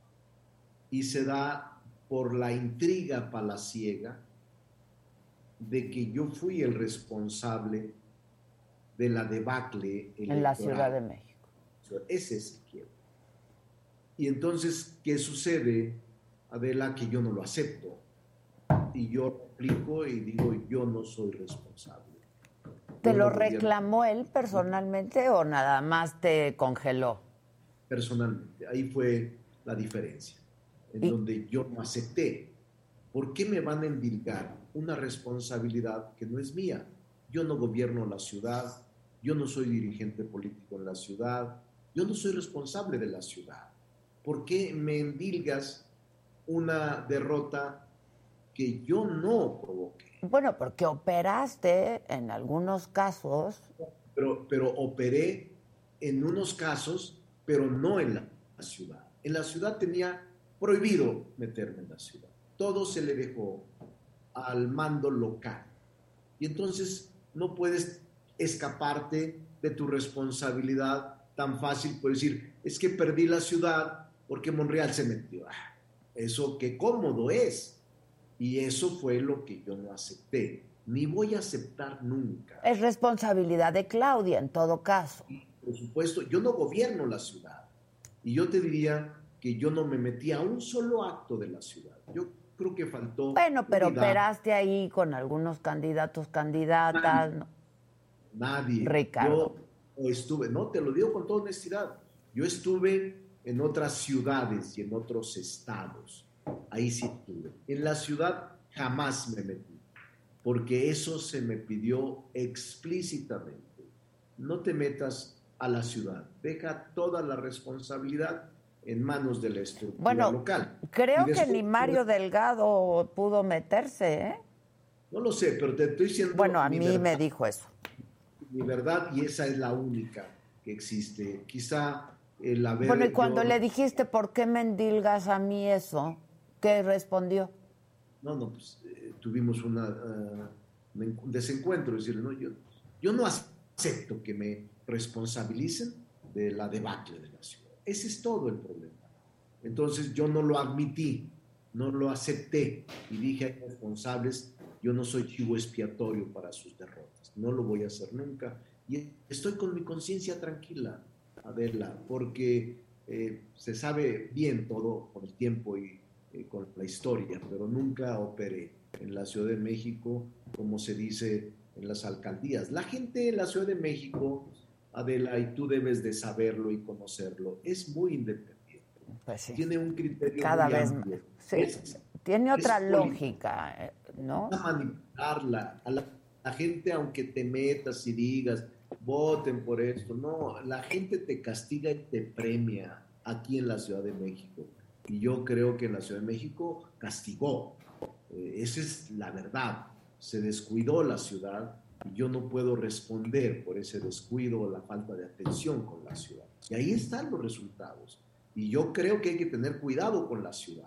y se da por la intriga palaciega de que yo fui el responsable de la debacle electoral En la Ciudad de México. Ese es el quiebre. Y entonces, ¿qué sucede, Adela? Que yo no lo acepto. Y yo replico y digo, yo no soy responsable. ¿Te Yo lo no gobierno. reclamó él personalmente o nada más te congeló? Personalmente, ahí fue la diferencia, en ¿Y? donde yo no acepté. ¿Por qué me van a endilgar una responsabilidad que no es mía? Yo no gobierno la ciudad, yo no soy dirigente político en la ciudad, yo no soy responsable de la ciudad. ¿Por qué me endilgas una derrota que yo no provoqué? Bueno, porque operaste en algunos casos. Pero, pero operé en unos casos, pero no en la ciudad. En la ciudad tenía prohibido meterme en la ciudad. Todo se le dejó al mando local. Y entonces no puedes escaparte de tu responsabilidad tan fácil por decir, es que perdí la ciudad porque Monreal se metió. Ah, eso qué cómodo es. Y eso fue lo que yo no acepté, ni voy a aceptar nunca. Es responsabilidad de Claudia en todo caso. Y, por supuesto, yo no gobierno la ciudad. Y yo te diría que yo no me metí a un solo acto de la ciudad. Yo creo que faltó... Bueno, pero unidad. operaste ahí con algunos candidatos, candidatas. Nadie. ¿no? Nadie. Ricardo. Yo estuve, no, te lo digo con toda honestidad, yo estuve en otras ciudades y en otros estados, ahí sí estuve. En la ciudad jamás me metí, porque eso se me pidió explícitamente. No te metas a la ciudad, deja toda la responsabilidad en manos de la estructura Bueno, local. creo Y después, que ni Mario Delgado pudo meterse, ¿eh? No lo sé, pero te estoy diciendo... Bueno, a mi mí verdad. me dijo eso. Mi verdad, y esa es la única que existe. Quizá el haber... Bueno, y cuando yo- le dijiste, ¿por qué me endilgas a mí eso? ¿Qué respondió? No, no, pues eh, tuvimos una, uh, un desencuentro. Es decir, no, yo, yo no acepto que me responsabilicen de la debacle de la ciudad. Ese es todo el problema. Entonces yo no lo admití, no lo acepté y dije, hay responsables, yo no soy chivo expiatorio para sus derrotas. No lo voy a hacer nunca. Y estoy con mi conciencia tranquila, Adela, porque eh, se sabe bien todo con el tiempo y eh, con la historia, pero nunca operé en la Ciudad de México, como se dice en las alcaldías. La gente en la Ciudad de México, Adela, y tú debes de saberlo y conocerlo, es muy independiente. Pues sí. Tiene un criterio Cada muy vez amplio. más. Sí, Es- tiene otra es lógica, eh, ¿no? a manipularla, a la, la gente, aunque te metas y digas, voten por esto, no, la gente te castiga y te premia aquí en la Ciudad de México. Y yo creo que en la Ciudad de México castigó. Eh, esa es la verdad. Se descuidó la ciudad y yo no puedo responder por ese descuido o la falta de atención con la ciudad. Y ahí están los resultados. Y yo creo que hay que tener cuidado con la ciudad.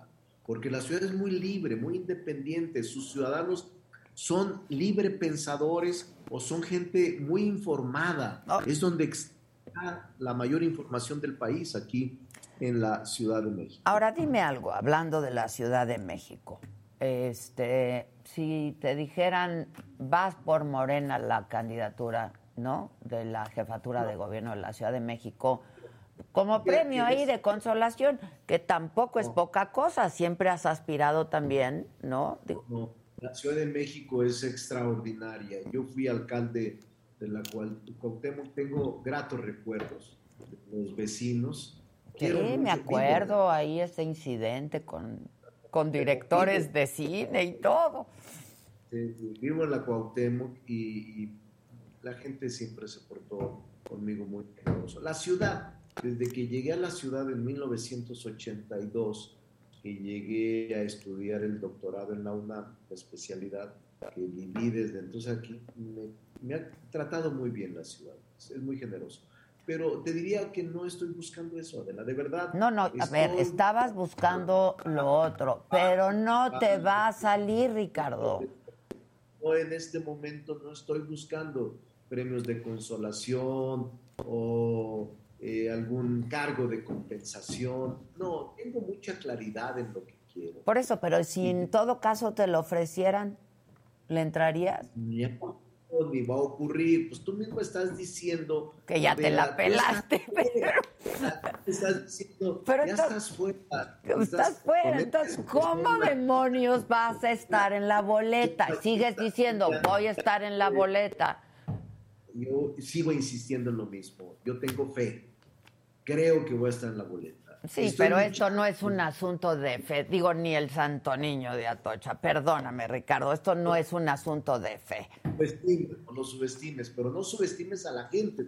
porque la ciudad es muy libre, muy independiente, sus ciudadanos son libre pensadores o son gente muy informada. Oh. Es donde está la mayor información del país, aquí en la Ciudad de México. Ahora dime algo, hablando de la Ciudad de México. Este, si te dijeran, vas por Morena la candidatura, ¿no?, de la jefatura de gobierno de la Ciudad de México, como premio ahí de consolación, que tampoco es poca cosa, siempre has aspirado también, ¿no? Digo, no, la Ciudad de México es extraordinaria. Yo fui alcalde de la cual tengo gratos recuerdos de los vecinos. Sí, me acuerdo vivo, ahí ese incidente con, con directores vivo, de cine y todo. Vivo en la Cuauhtémoc y, y la gente siempre se portó conmigo muy generoso. La ciudad, desde que llegué a la ciudad en mil novecientos ochenta y dos, que llegué a estudiar el doctorado en la UNAM, la especialidad que viví desde entonces aquí, me, me ha tratado muy bien la ciudad, es muy generoso. Pero te diría que no estoy buscando eso, Adela, de verdad. No, no, estoy... a ver, estabas buscando lo otro, pero no te va a salir, Ricardo. No, en este momento no estoy buscando premios de consolación o eh, algún cargo de compensación. No, tengo mucha claridad en lo que quiero. Por eso, pero si en todo caso te lo ofrecieran, ¿le entrarías? No, no, ni va a ocurrir. Pues tú mismo estás diciendo... Que ya te la pelaste. Pero... Estás diciendo, pero ya entonces, estás fuera. Estás, estás fuera. Entonces, ¿cómo demonios vas a estar en la boleta? Sigues diciendo, voy a estar en la boleta. Yo sigo insistiendo en lo mismo. Yo tengo fe. Creo que voy a estar en la boleta. Sí, Estoy pero esto mucho... no es un asunto de fe. Digo, ni el Santo Niño de Atocha. Perdóname, Ricardo. Esto no es un asunto de fe. Subestimes, no lo subestimes, pero no subestimes a la gente.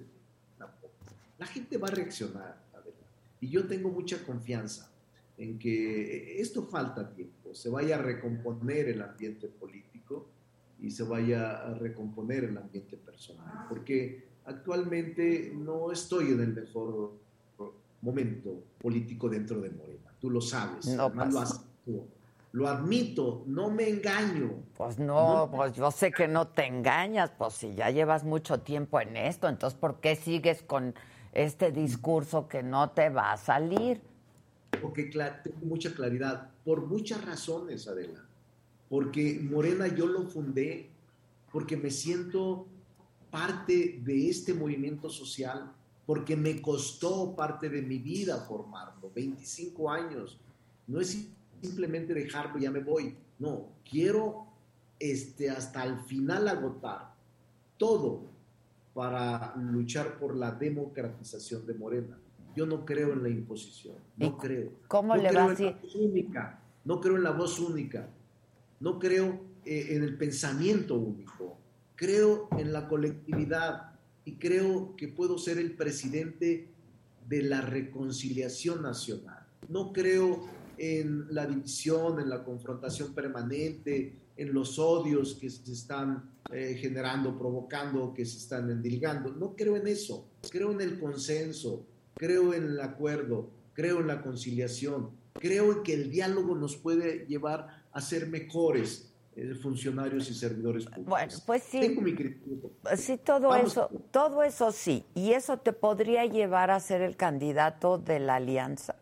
La gente va a reaccionar. Y yo tengo mucha confianza en que esto falta tiempo. Se vaya a recomponer el ambiente político y se vaya a recomponer el ambiente personal, porque actualmente no estoy en el mejor momento político dentro de Morena, tú lo sabes, no además lo, has, lo admito, no me engaño. Pues no, no, pues yo sé que no te engañas, pues si ya llevas mucho tiempo en esto, entonces ¿por qué sigues con este discurso que no te va a salir? Porque tengo mucha claridad, por muchas razones, Adela. Porque Morena yo lo fundé porque me siento parte de este movimiento social, porque me costó parte de mi vida formarlo, veinticinco años. No es simplemente dejarlo y ya me voy. No, quiero este, hasta el final agotar todo para luchar por la democratización de Morena. Yo no creo en la imposición, no creo. ¿Cómo no le creo va a decir? Única, no creo en la voz única. No creo eh, en el pensamiento único, creo en la colectividad y creo que puedo ser el presidente de la reconciliación nacional. No creo en la división, en la confrontación permanente, en los odios que se están eh, generando, provocando, que se están endilgando. No creo en eso, creo en el consenso, creo en el acuerdo, creo en la conciliación, creo en que el diálogo nos puede llevar a ser mejores eh, funcionarios y servidores públicos. Bueno, pues sí. Tengo mi criterio. Sí, todo Vamos. eso, todo eso sí. ¿Y eso te podría llevar a ser el candidato de la alianza?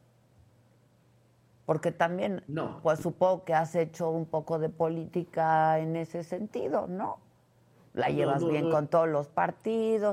Porque también, no. pues supongo que has hecho un poco de política en ese sentido, ¿no? La llevas no, no, bien no. con todos los partidos.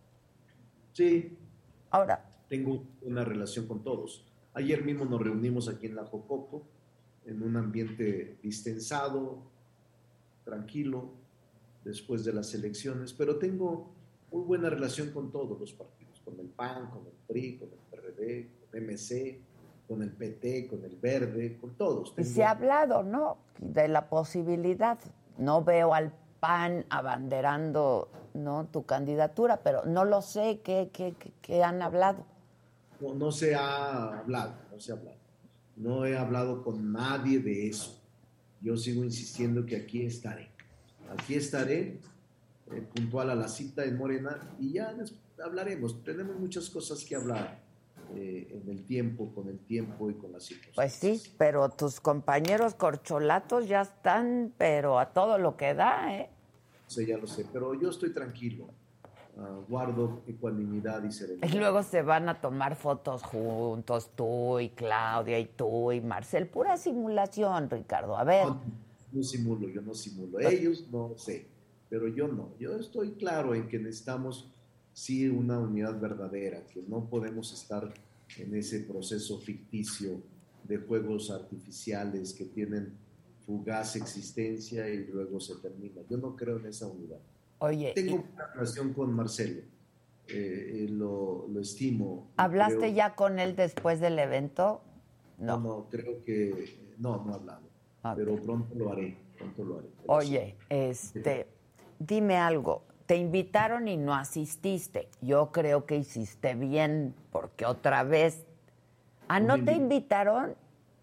Sí. Ahora. Tengo una relación con todos. Ayer mismo nos reunimos aquí en la Jocopo, en un ambiente distensado, tranquilo, después de las elecciones, pero tengo muy buena relación con todos los partidos, con el P A N, con el P R I, con el P R D, con M C, con el P T, con el Verde, con todos. Tengo... Y se ha hablado, ¿no?, de la posibilidad. No veo al P A N abanderando, ¿no?, tu candidatura, pero no lo sé, ¿qué, qué, qué, qué han hablado? No, no se ha hablado, no se ha hablado. No he hablado con nadie de eso. Yo sigo insistiendo que aquí estaré. Aquí estaré, eh, puntual a la cita en Morena, y ya hablaremos. Tenemos muchas cosas que hablar eh, en el tiempo, con el tiempo y con las circunstancias. Pues sí, pero tus compañeros corcholatos ya están, pero a todo lo que da, ¿eh? Sí, ya lo sé, pero yo estoy tranquilo. Uh, guardo ecuanimidad y serenidad. Y luego se van a tomar fotos juntos, tú y Claudia y tú y Marcel. Pura simulación, Ricardo. A ver. No, no simulo, yo no simulo. Ellos no sé, pero yo no. Yo estoy claro en que necesitamos, sí, una unidad verdadera, que no podemos estar en ese proceso ficticio de juegos artificiales que tienen fugaz existencia y luego se termina. Yo no creo en esa unidad. Oye, tengo y... una relación con Marcelo, eh, lo, lo estimo. ¿Hablaste creo... ya con él después del evento? No, no, no creo que no, no he hablado, okay. Pero pronto lo haré, pronto lo haré. Oye, sí. este, dime algo. Te invitaron y no asististe. Yo creo que hiciste bien, porque otra vez. ¿Ah, no, no te invitaron?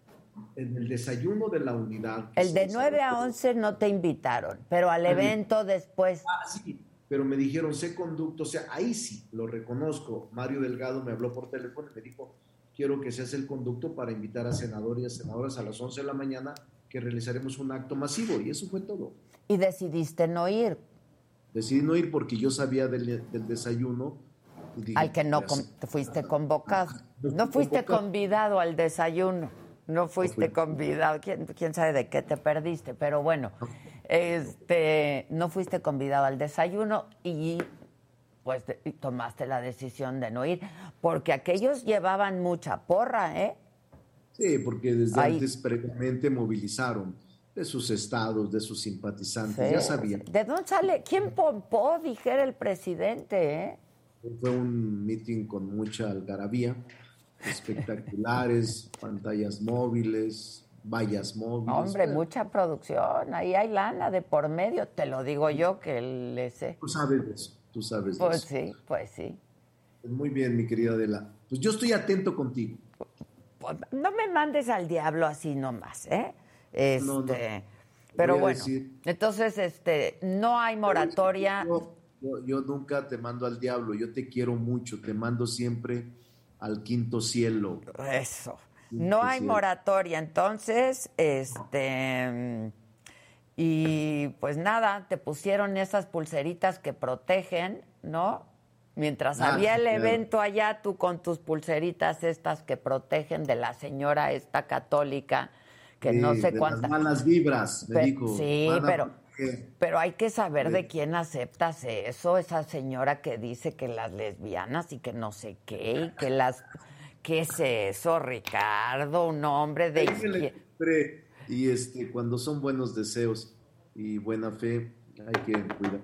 En el desayuno de la unidad. El de nueve a once no te invitaron, pero al evento después. Ah, sí, pero me dijeron, sé conducto, o sea, ahí sí, lo reconozco. Mario Delgado me habló por teléfono y me dijo, quiero que seas el conducto para invitar a senadores y a senadoras a las once de la mañana, que realizaremos un acto masivo, y eso fue todo. ¿Y decidiste no ir? Decidí no ir porque yo sabía del, del desayuno. Y dije, al que no con, te fuiste convocado. No fuiste convocado. Convidado al desayuno. No fuiste convidado, ¿Quién, quién sabe de qué te perdiste, pero bueno, este, no fuiste convidado al desayuno y pues tomaste la decisión de no ir, porque aquellos llevaban mucha porra, ¿eh? Sí, porque desde Ahí. antes previamente movilizaron de sus estados, de sus simpatizantes, sí, ya sabían. ¿De dónde sale? ¿Quién pompó? Dijera el presidente, ¿eh? Fue un meeting con mucha algarabía. Espectaculares, pantallas móviles, vallas móviles. Hombre, pero... mucha producción, ahí hay lana de por medio, te lo digo yo que le sé. Tú sabes de eso, tú sabes de pues eso. Pues sí, pues sí. Muy bien, mi querida Adela. Pues yo estoy atento contigo. Pues no me mandes al diablo así nomás, ¿eh? Este, no, no. Pero bueno, decir... entonces, este, no hay moratoria. Yo, yo, yo nunca te mando al diablo, yo te quiero mucho, te mando siempre al quinto cielo. Eso. No hay moratoria, entonces, este, y pues nada, te pusieron esas pulseritas que protegen, ¿no? Mientras ah, había el claro. evento allá, tú con tus pulseritas estas que protegen de la señora esta católica, que sí, no sé de cuántas. Las malas vibras, me pero, dijo. Sí, pero, ¿qué? pero hay que saber sí. de quién aceptas eso, esa señora que dice que las lesbianas y que no sé qué, y que las... ¿Qué es eso, Ricardo? Un hombre de izquierda. Y este, cuando son buenos deseos y buena fe, hay que cuidar.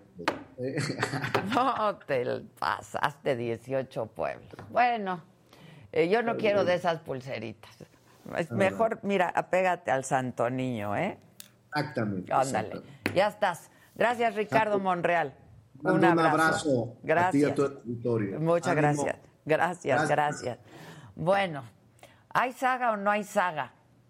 No, te pasaste dieciocho pueblos. Bueno, eh, yo no Ay, quiero de esas pulseritas. Es ah, mejor, mira, apégate al Santo Niño, ¿eh? Exactamente. Ándale, exactamente. Ya estás. Gracias, Ricardo Monreal. Un abrazo. Un abrazo. Gracias. A ti y a tu auditorio. Muchas Ánimo. gracias. Gracias, gracias. gracias. Bueno, ¿hay saga o no hay saga?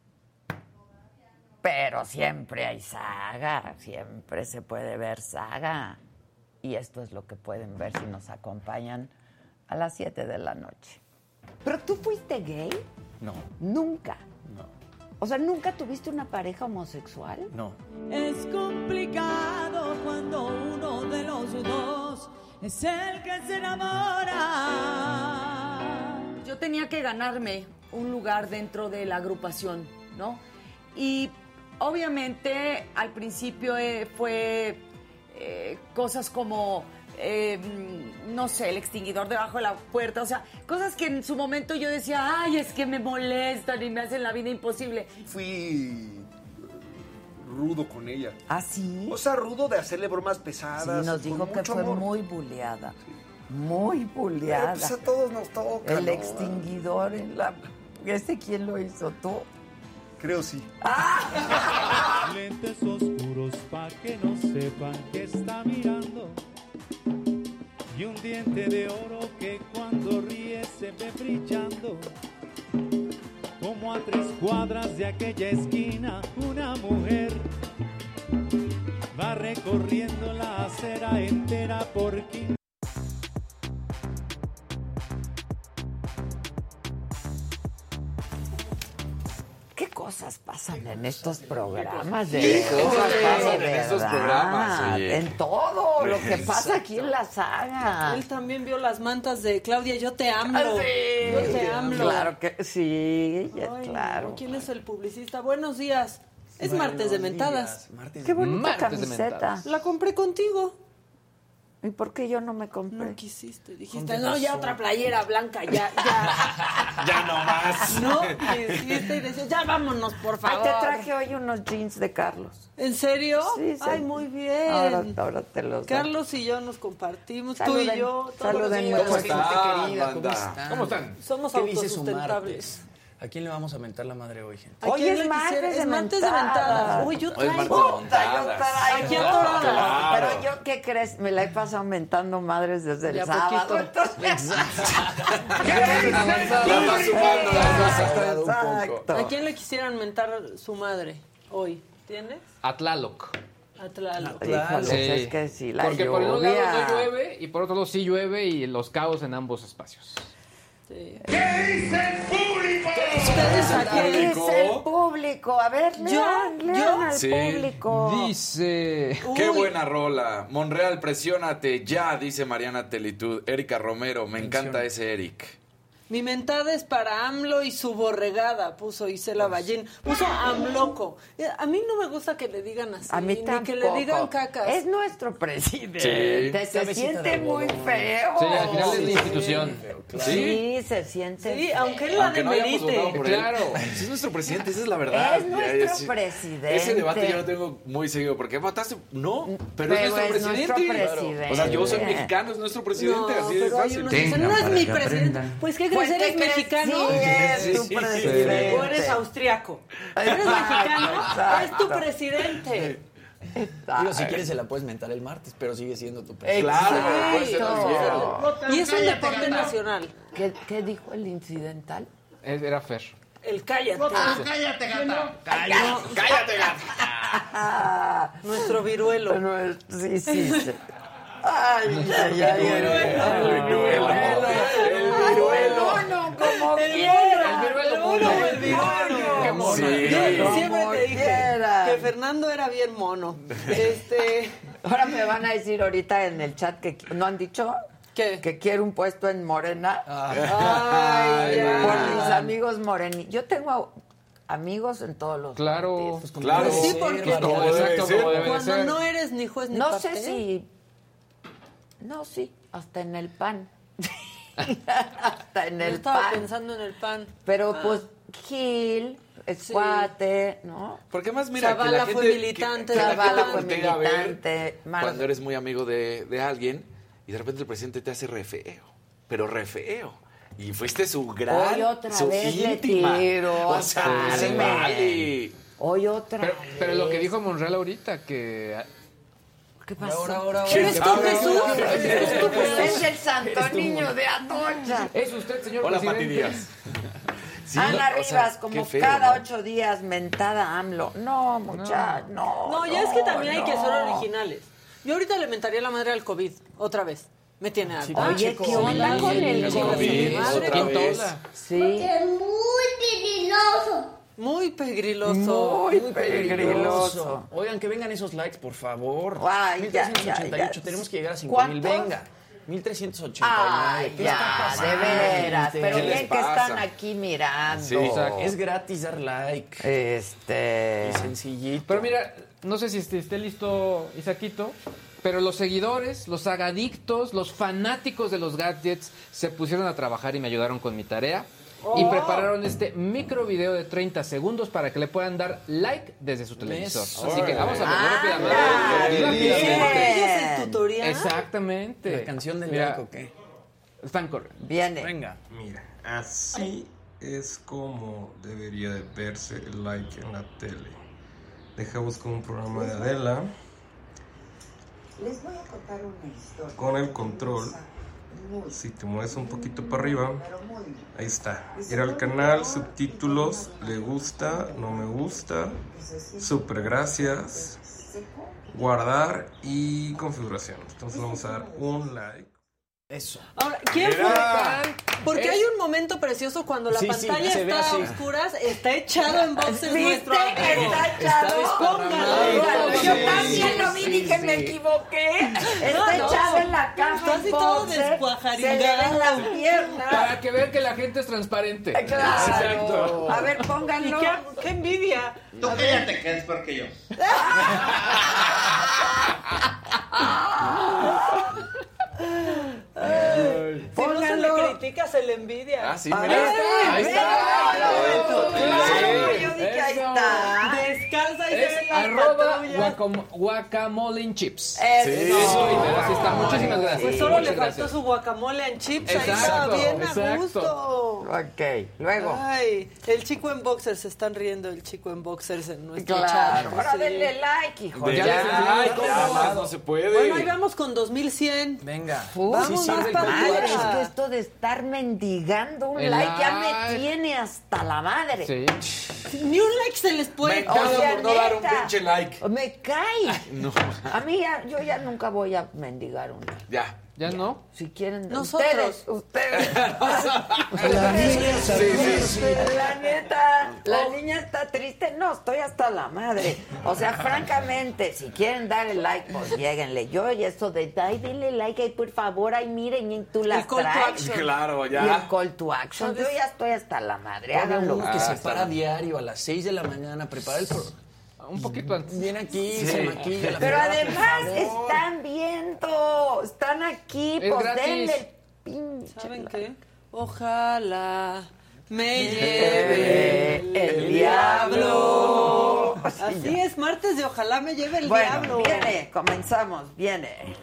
Pero siempre hay saga, siempre se puede ver saga. Y esto es lo que pueden ver si nos acompañan a las siete de la noche. ¿Pero tú fuiste gay? No. ¿Nunca? No. O sea, ¿nunca tuviste una pareja homosexual? No. Es complicado cuando uno de los dos es el que se enamora. Yo tenía que ganarme un lugar dentro de la agrupación, ¿no? Y obviamente al principio eh, fue eh, cosas como, eh, no sé, el extinguidor debajo de la puerta, o sea, cosas que en su momento yo decía, ay, es que me molestan y me hacen la vida imposible. Fui rudo con ella. ¿Ah, sí? O sea, rudo de hacerle bromas pesadas. Sí, nos dijo que fue amor. muy buleada. Sí. Muy buleada. Pero pues a todos nos toca. El ¿no? extinguidor en la... ¿Ese quién lo hizo? ¿Tú? Creo sí. ¡Ah! Lentes oscuros pa' que no sepan que está mirando. Y un diente de oro que cuando ríe se ve brillando. Como a tres cuadras de aquella esquina, una mujer va recorriendo la acera entera por quince. cosas pasan en estos programas. De ¿Qué cosas pasan de en estos verdad, programas? Oye. En todo lo que pasa aquí en la saga. Él también vio las mantas de Claudia, yo te amo. Ah, sí. Yo te amo. Claro que sí, Ay, claro. no, ¿quién es el publicista? Buenos días. Es Buenos martes de mentadas. Qué bonita camiseta. La compré contigo. ¿Y por qué yo no me compré? No quisiste, dijiste, no, ya otra playera blanca, ya, ya. Ya no más. No quisiste y decías, ya vámonos, por favor. Ay, te traje hoy unos jeans de Carlos. ¿En serio? Sí, sí. Ay, muy bien. Ahora, ahora te los doy. Carlos y yo nos compartimos, Saluden, tú y yo. saluden, todos los días. ¿Cómo están, querida? ¿Cómo banda? están? ¿Cómo están? Somos ¿Qué dice su autosustentables. martes? ¿A quién le vamos a mentar la madre hoy, gente? ¿A Hoy quién es le martes quisiera? de Es martes de mentadas. mentadas. Uy, yo Hoy es traigo. martes de Puta, yo mentadas. traigo. Aquí atorada. Claro. Pero yo, ¿qué crees? Me la he pasado mentando madres desde el De a sábado. poquito. Entonces, La vas sumando, la vas sumando un poco. exacto. ¿A quién le quisieran mentar su madre hoy? ¿Tienes? A Tlaloc. A Tlaloc. Híjoles, Sí. es que sí, la Porque por un lluvia. lado no llueve y por otro lado sí llueve y los caos en ambos espacios. Sí. ¿Qué dice el público? ¿Ustedes a ¿Qué quién? dice el público? A ver, lean, Yo, lean yo. al Sí. público. Dice... Qué Uy. buena rola. Monreal, presiónate ya, dice Mariana Telitud. Erika Romero, me encanta ese Eric. Mi mentada es para AMLO y su borregada, puso Isela Ballín. Puso AMLoco. Eh, A mí no me gusta que le digan así. A mí ni tampoco. que le digan cacas. Es nuestro presidente. Sí. Se Cabecita siente de muy algodón. feo. Sí, al final es la Sí. institución. Sí, se siente Sí, feo. aunque él la Aunque no hayamos votado demerite. por él. Claro. Si es nuestro presidente, esa es la verdad. Es Ya, nuestro ya, sí. presidente. Ese debate yo lo tengo muy seguido. ¿Por qué votaste? No, pero, Pero es nuestro es nuestro presidente. presidente. O sea, yo soy mexicano, es nuestro presidente, No, así de pero hay fácil. unos que dicen, no es mi presidente. Pues, ¿qué crees? Pues, ¿qué ¿Eres crees? mexicano? Sí, es tu Sí. presidente. ¿O eres austriaco? ¿Eres Exacto, mexicano? Es tu exacto. presidente. Digo, si quieres se la puedes mentar el martes, pero sigue siendo tu presidente. Claro, puede ser Exacto. también. Y es un deporte nacional. ¿Qué, qué dijo el incidental? Era Fer. El cállate. Cállate, gata. Cállate, gata. Nuestro viruelo. Bueno, es- sí, sí. sí. Ay, ay, ay. El viruelo. El viruelo. Mono, como quiera. El viruelo mono. El viruelo. Qué mono. Sí. Yo siempre Como te dije quiera. que Fernando era bien mono. Este, Ahora me van a decir ahorita en el chat que no han dicho ¿qué? que quiere un puesto en Morena. Ay, ya. Por mis amigos moreni. Yo tengo amigos en todos los Claro. partidos. Claro. Pues sí, porque Pues como Como debe exacto, ser. como debe de cuando ser. no eres ni juez ni No parte. sé si... No, sí, hasta en el pan. hasta en Yo el estaba pan. pensando en el pan. Pero Ah. pues Gil, Escuate, ¿no? Porque más mira que Zavala la fue gente, militante que, que la de gente Zavala fue voltea a ver militante, Mar- cuando eres muy amigo de, de alguien y de repente el presidente te hace re feo, pero re feo. Y fuiste su gran, Hoy otra su vez le íntima. tiro O a sea, no se Carmen. vale. Hoy otra Pero, vez. pero lo que dijo Monreal ahorita, que... ¿Qué pasó? Ahora, ahora, ahora. ¿Eres tú, Jesús? ¿Eres tú, Jesús? Es el santo niño de Atocha. Es usted, señor Hola, presidente. Pati Díaz. Sí, Ana o sea, Rivas, como qué feo, cada ¿no? ocho días, mentada AMLO. No, muchacha, no. No, ya es que también hay que ser no. originales. Yo ahorita le mentaría la madre al COVID, otra vez. Me tiene harta. Oye, ¿qué onda con el Sí, COVID? madre, otra con vez. toda. Sí. Muy pegriloso. Muy peligroso. Oigan, que vengan esos likes, por favor. Ay, ya, mil trescientos ochenta y ocho, ya, ya. tenemos que llegar a cinco mil. ¿Cuántos? Venga. mil trescientos ochenta y nueve. Ay, ¿Qué está ya, pasando, de veras. gente? Pero ¿Qué les bien que pasa? están aquí mirando. Sí. Exacto. Es gratis dar like. Este. Y sencillito. Pero mira, no sé si esté, esté listo Isaquito, pero los seguidores, los agadictos, los fanáticos de los gadgets se pusieron a trabajar y me ayudaron con mi tarea. Y prepararon este micro video de treinta segundos para que le puedan dar like desde su televisor. Eso. Así que vamos a verlo Ah, rápidamente. ya. Rápidamente. ¿Ellos el tutorial? Exactamente. ¿La canción del Mira, like o qué? están corriendo. Viene. Venga. Mira, así es como debería de verse el like en la tele. Deja buscar un programa de Adela Les voy a contar una historia. con el control. Si te mueves un poquito para arriba, ahí está. Ir al canal, subtítulos, le gusta, no me gusta, super gracias, guardar y configuración. Entonces vamos a dar un like. Eso. Ahora, ¿quién fue? Mira. Porque Es- hay un momento precioso cuando la Sí, sí, pantalla se ve está así. a oscuras, está echado en boxes ¿Viste? nuestro amigo. Está echado. Está desparramado. Yo Sí, también lo vi, sí, dije, sí. me equivoqué. Está No, no, echado en la cama. está así en todo boxer, Se le descuajaringado. ven las piernas. Para que vean que la gente es transparente. Claro. Exacto. A ver, pónganlo. ¿Qué, qué envidia? Tú cállate, que es peor que yo. Si no se le critica, se le envidia. Ah, sí, A mira. ver, Ahí mira, está. claro, Sí. yo dije, ahí Eso. está. Descalza y se Es ven las arroba patrullas. guacam- guacamole en chips. Eso. Sí, eso, Twitter, así está. Muchísimas gracias. Pues solo Muchas le faltó gracias. su guacamole en chips. Ahí Exacto, estaba bien a exacto. gusto. Ok, luego. Ay, el chico en boxers, se están riendo el chico en boxers en nuestro Claro, chat. ahora Sí. denle like, hijo. De- Ya. Ay, ¿cómo más? No se puede. Bueno, ahí vamos con dos mil cien. Venga. Vamos Sí, sí, más del para call to Madre, arriba. es que esto de estar mendigando un El like ya like. me tiene hasta la madre. Sí. Ni un like se les puede. Me cago O sea, por no dar un neta. pinche like. Me cae. No. A mí ya, yo ya nunca voy a mendigar un like. Ya. ¿Ya no? Si quieren, Nosotros. ustedes, ustedes. La niña Sí, sí. La neta, la niña está triste. No, estoy hasta la madre. O sea, francamente, si quieren dar el like, pues lléguenle. Yo y eso de, ay, denle like, ay, por favor, ay, miren, y tú las El call to traes. action. Claro, Y el ya. call to action. Yo ya estoy hasta la madre. Háganlo. Uno que Ah, se está para bien. diario a las seis de la mañana, prepara el pro- Un poquito antes. Viene aquí, Sí. se maquilla. la Pero fregada, por además favor. están viendo, están aquí, Es pues gratis. denle el pinche. ¿Saben like. qué? Ojalá me lleve lleve el diablo. Así es, martes de ojalá me lleve el Bueno, diablo. viene, comenzamos, viene.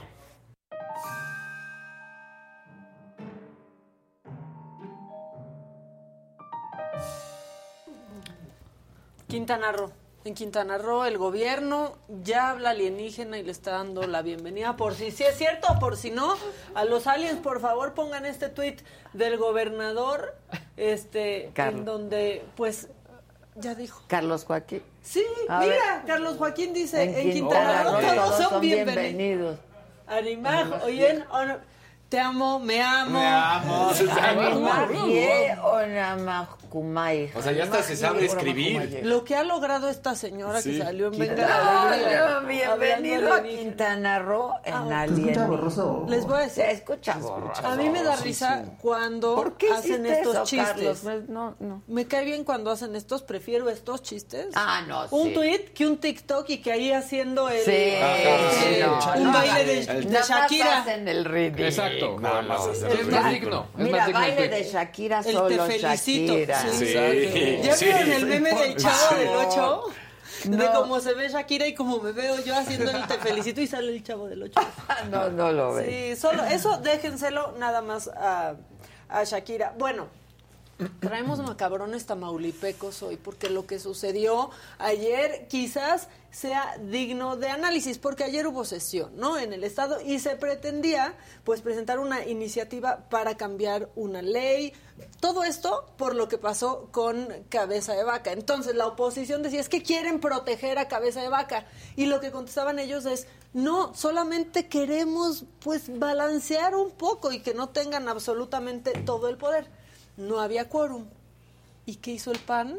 Quintana Roo. En Quintana Roo el gobierno ya habla alienígena y le está dando la bienvenida por si sí es cierto o por si no. A los aliens, por favor, pongan este tuit del gobernador, este, Carlos. en donde, pues, ya dijo. Carlos Joaquín. Sí, A mira, ver. Carlos Joaquín dice, en, En Quintana Roo Roo todos son bienvenidos. bienvenidos. Animaj, oyen, on- te amo, me amo. Me amo. Animaje onamakumai. O sea, ya hasta se sabe escribir. Lo que ha logrado esta señora Sí. que salió en Venga la Alegría, No, bienvenido hablando a alienígena. Quintana Roo en Ah, Alien. Les voy a decir, Se escucha borroso. a mí me da risa cuando ¿Por qué hacen hiciste estos eso, chistes. Carlos? No, no. Me cae bien cuando hacen estos, prefiero estos chistes. Ah, no, Un sí. tweet que un TikTok y que ahí haciendo el... Sí, el- no, un no, baile de, nada de más Shakira. hacen el ridículo. Exacto. Nada más hacer Es más ridículo. digno. Es Mira, más digno baile el de tweet. Shakira El solo te felicito. Shakira. Sí. Sí. ¿Ya Sí. vieron el meme del Chavo del Ocho? De No. cómo se ve Shakira y cómo me veo yo haciendo el te felicito y sale el Chavo del Ocho. No, no lo ves. Sí, solo eso déjenselo nada más a, a Shakira. Bueno, traemos macabrones tamaulipecos hoy porque lo que sucedió ayer quizás sea digno de análisis porque ayer hubo sesión, ¿no? En el estado y se pretendía pues presentar una iniciativa para cambiar una ley. Todo esto por lo que pasó con Cabeza de Vaca. Entonces la oposición decía es que quieren proteger a Cabeza de Vaca y lo que contestaban ellos es no, solamente queremos pues balancear un poco y que no tengan absolutamente todo el poder. No había quórum. ¿Y qué hizo el P A N?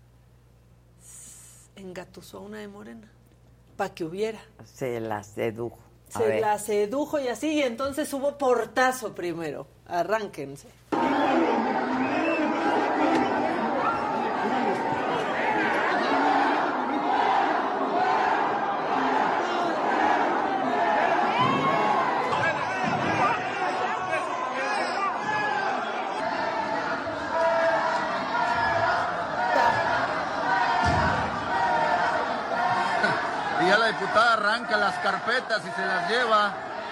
Engatusó a una de Morena para que hubiera. Se la sedujo. A Se ver. la sedujo y así, y entonces hubo portazo primero. Arránquense. Y ya la diputada arranca las carpetas y se las lleva.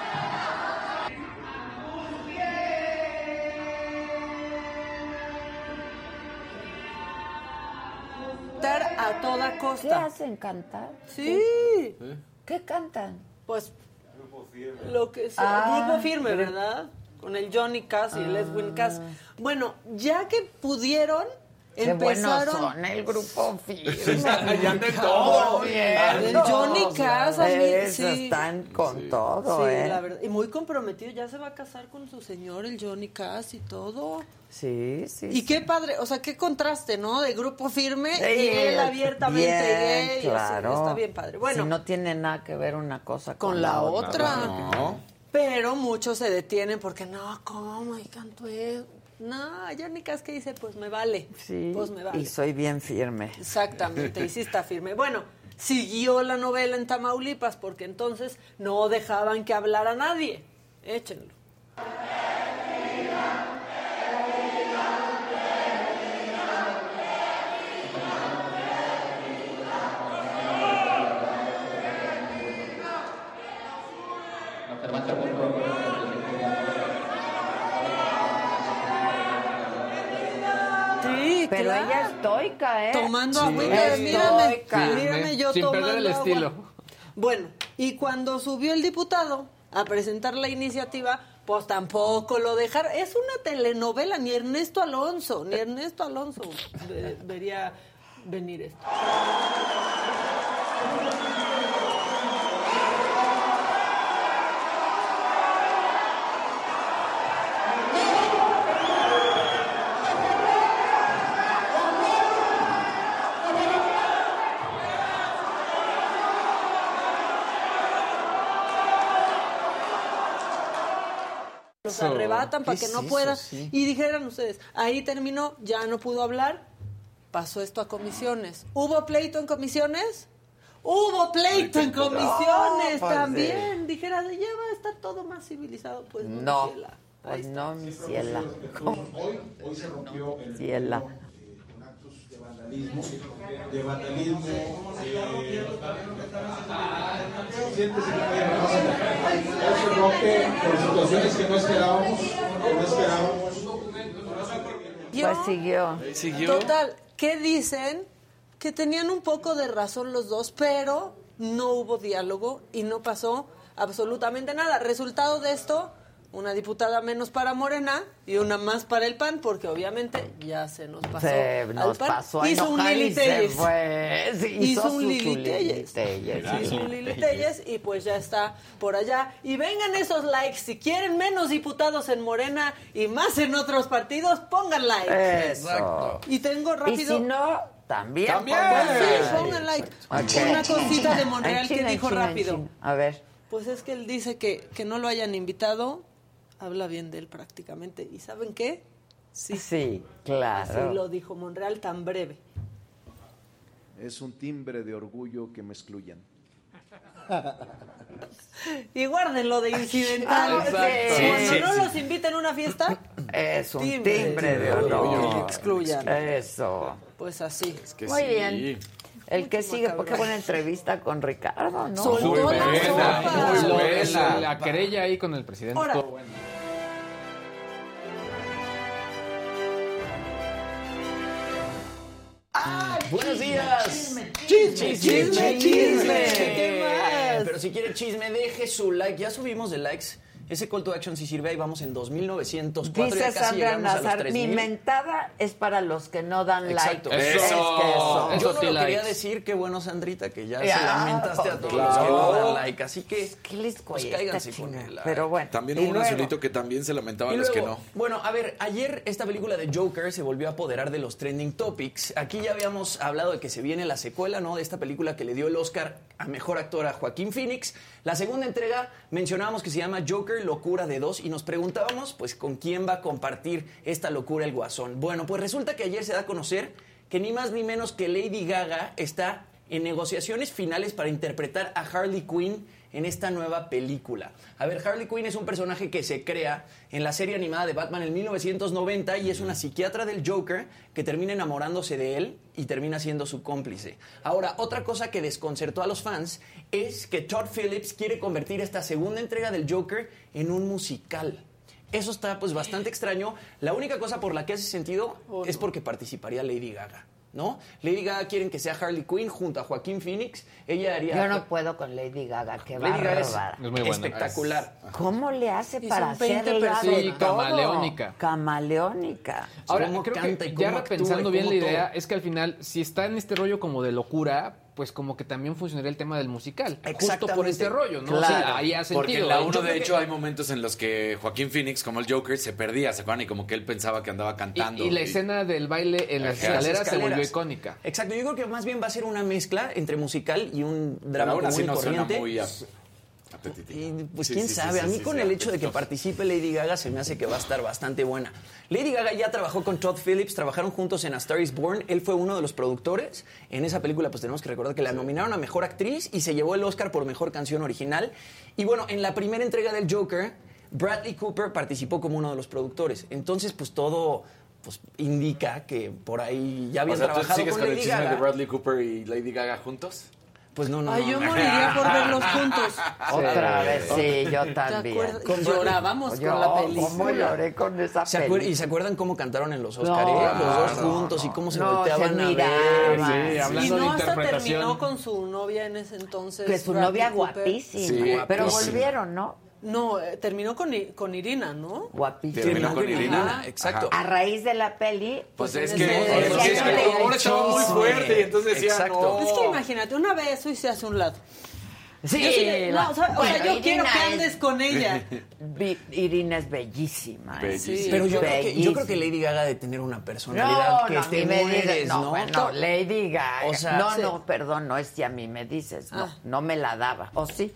Cantar a toda ¿Qué costa. hacen cantar? Sí. ¿Qué cantan? Pues lo que sea. Ah, Grupo Firme, grupo- ¿verdad? Con el Johnny Cass y el Edwin Cass. Bueno, ya que pudieron, Qué empezaron... buenos son el grupo firme. Sí, ya anda en todo. El Johnny Cass, a mí, Esos sí. están con sí. todo, sí, ¿eh? la verdad. Y muy comprometido, ya se va a casar con su señor, el Johnny Cass y todo. Sí, sí. Y sí. qué padre, o sea, qué contraste, ¿no? De grupo firme sí, y él abiertamente bien, gay. Claro. Así, está bien padre. Bueno, si no tiene nada que ver una cosa con, con la, la otra. No. Pero muchos se detienen porque no, ¿cómo? Y cantó eso. No, Johnny Cass que dice, pues me vale. Sí, pues me vale. Y soy bien firme. Exactamente, y sí está firme. Bueno, siguió la novela en Tamaulipas porque entonces no dejaban que hablara nadie. Échenlo. Sí, pero claro. ella es estoica, ¿eh? Tomando sí. agüita, mírame, Sí, mírame yo sin tomando perder el agua. estilo. Bueno, y cuando subió el diputado a presentar la iniciativa, pues tampoco lo dejaron. Es una telenovela, ni Ernesto Alonso, ni Ernesto Alonso ve- vería venir esto. Los arrebatan para que no es pueda. eso? Sí. Y dijeran ustedes, ahí terminó, ya no pudo hablar, pasó esto a comisiones. ¿Hubo pleito en comisiones? ¡Hubo pleito en comisiones! No, pues, también. sí. Dijera, ya va a estar todo más civilizado. Pues no, No, Ciela. pues no, mi ciela. ¿Cómo? Hoy, hoy se rompió el Ciela. eh, con actos de vandalismo, de vandalismo, eh, siéntese que hoy se rompe por situaciones que no esperábamos, que no esperábamos. Pues siguió. Siguió. Total, ¿qué dicen? Que tenían un poco de razón los dos, pero no hubo diálogo y no pasó absolutamente nada. Resultado de esto, una diputada menos para Morena y una más para el P A N, porque obviamente ya se nos pasó Se al nos P A N. pasó a hizo un enojar y Lili se Telles. fue. Sí, hizo, hizo un su- Lili su Telles. Lili Telles, Hizo sí. un Lili Telles y pues ya está por allá. Y vengan esos likes. Si quieren menos diputados en Morena y más en otros partidos, pongan like. Eso. Y tengo rápido... Y si no, también. También. pongan Sí, like. pongan like. Ok. Una cosita de En Monreal China, que en dijo China, en rápido. China. A ver. Pues es que él dice que, que no lo hayan invitado, habla bien de él prácticamente. ¿Y saben qué? Sí, Sí, claro. así lo dijo Monreal tan breve. Es un timbre de orgullo que me excluyan. Y guárdenlo de incidental. Ah, Cuando sí, sí, no sí. los inviten a una fiesta, Es un Timbre. timbre, de Timbre. honor. Que excluyan. Eso. pues así. Que Muy sí. bien. El que Mucho sigue, macabro. qué buena entrevista con Ricardo, ¿no? Soltó Muy la buena, sopa. muy Lo- buena. La querella ahí con el presidente. Ahora, estuvo buena. Buenos días. Chisme, chisme, chisme. ¿Qué más? Pero si quiere chisme, deje su like. Ya subimos de likes. Ese call to action sí sirve. Ahí vamos en dos mil novecientos cuatro. Dice Ya casi Sandra llegamos a los Nazar, tres mi mil. mentada es para los que no dan Exacto. like. Eso. Es que eso. Yo no sí lo likes. quería decir, qué bueno, Sandrita, que ya, Ya, se lamentaste a todos claro. los que no dan like. Así que, ¿Qué les pues cuesta, cáiganse con chinga? el like. Pero bueno. También y hubo un luego- azulito que también se lamentaba a Y los que luego, no. bueno, a ver, ayer esta película de Joker se volvió a apoderar de los trending topics. Aquí ya habíamos hablado de que se viene la secuela, ¿no? De esta película que le dio el Oscar a Mejor Actor a Joaquín Phoenix. La segunda entrega mencionábamos que se llama Joker, Locura de Dos, y nos preguntábamos, pues, ¿con quién va a compartir esta locura el Guasón? Bueno, pues resulta que ayer se da a conocer que ni más ni menos que Lady Gaga está en negociaciones finales para interpretar a Harley Quinn en esta nueva película. A ver, Harley Quinn es un personaje que se crea en la serie animada de Batman en mil novecientos noventa y es una psiquiatra del Joker que termina enamorándose de él y termina siendo su cómplice. Ahora, otra cosa que desconcertó a los fans es que Todd Phillips quiere convertir esta segunda entrega del Joker en un musical. Eso está pues bastante extraño. La única cosa por la que hace sentido Oh, no. es porque participaría Lady Gaga. ¿no? Lady Gaga quieren que sea Harley Quinn junto a Joaquín Phoenix. Ella haría... Yo no puedo con Lady Gaga, que Lady Gaga es, bárbara. Es muy buena. espectacular. ¿Cómo le hace Y para son veinte hacerla de personas. todo? Camaleónica. Camaleónica. Ahora, cómo creo canta y que cómo ya actúa repensando y bien cómo la idea, todo. es que al final, si está en este rollo como de locura, pues como que también funcionaría el tema del musical. Justo por Exactamente. este rollo, ¿no? Claro, O sea, ahí hace porque sentido. en la Yo uno, creo de que- hecho, hay momentos en los que Joaquín Phoenix, como el Joker, se perdía, ¿se acuerdan? Y como que él pensaba que andaba cantando. Y, y la escena del baile en las Ajá. escaleras, se volvió escaleras. icónica. Exacto, yo creo que más bien va a ser una mezcla entre musical y un Pero drama ahora común sí y no suena corriente. muy a- apetitivo. Y, pues Sí, quién sí, sí, sabe, sí, a mí sí, con sí, el hecho de que apetitoso. participe Lady Gaga se me hace que va a estar bastante buena. Lady Gaga ya trabajó con Todd Phillips, trabajaron juntos en A Star is Born, él fue uno de los productores. En esa película pues tenemos que recordar que la nominaron a Mejor Actriz y se llevó el Oscar por Mejor Canción Original. Y bueno, en la primera entrega del Joker, Bradley Cooper participó como uno de los productores. Entonces pues todo pues indica que por ahí ya habían O sea, ¿tú trabajado sigues con con el Lady chisme Gaga. de Bradley Cooper y Lady Gaga juntos? Pues no, no, Ay, no, yo no. moriría por verlos juntos. Otra Sí. vez, sí, yo también. acuerdas? Con- Llorábamos Yo, con la película. ¿cómo lloré con esa ¿Se acuer- película? ¿Y se acuerdan cómo cantaron en los Oscars? No, eh? Los dos no, juntos y cómo se no, volteaban se a ver. miraban. Sí, Y hablando de no hasta interpretación. terminó con su novia en ese entonces. Que su Bradley novia Cooper. guapísima. Sí, pero guapísima. volvieron, ¿no? No, eh, terminó con, I- con Irina, ¿no? Guapísima. Terminó con Irina, Irina. exacto. A raíz de la peli. Pues es en que, ese- es en que ese- el rumor estaba muy chisme. fuerte y entonces decía, Exacto. no. Es que imagínate, una vez y se hace a un lado. Sí, Yo sí le- la- no, o sea, o sea, bueno, yo quiero Irina que es- andes con ella. Vi- Irina es bellísima. ¿eh? Bellísima. Sí. Pero yo creo, que, yo Bellísima. creo que Lady Gaga ha de tener una personalidad No, que no, a te mí me mueres, dices, no, ¿no? bueno, Lady Gaga. O sea, no, sí. no, perdón, no es si a mí me dices, no, Ah. no me la daba, ¿o sí?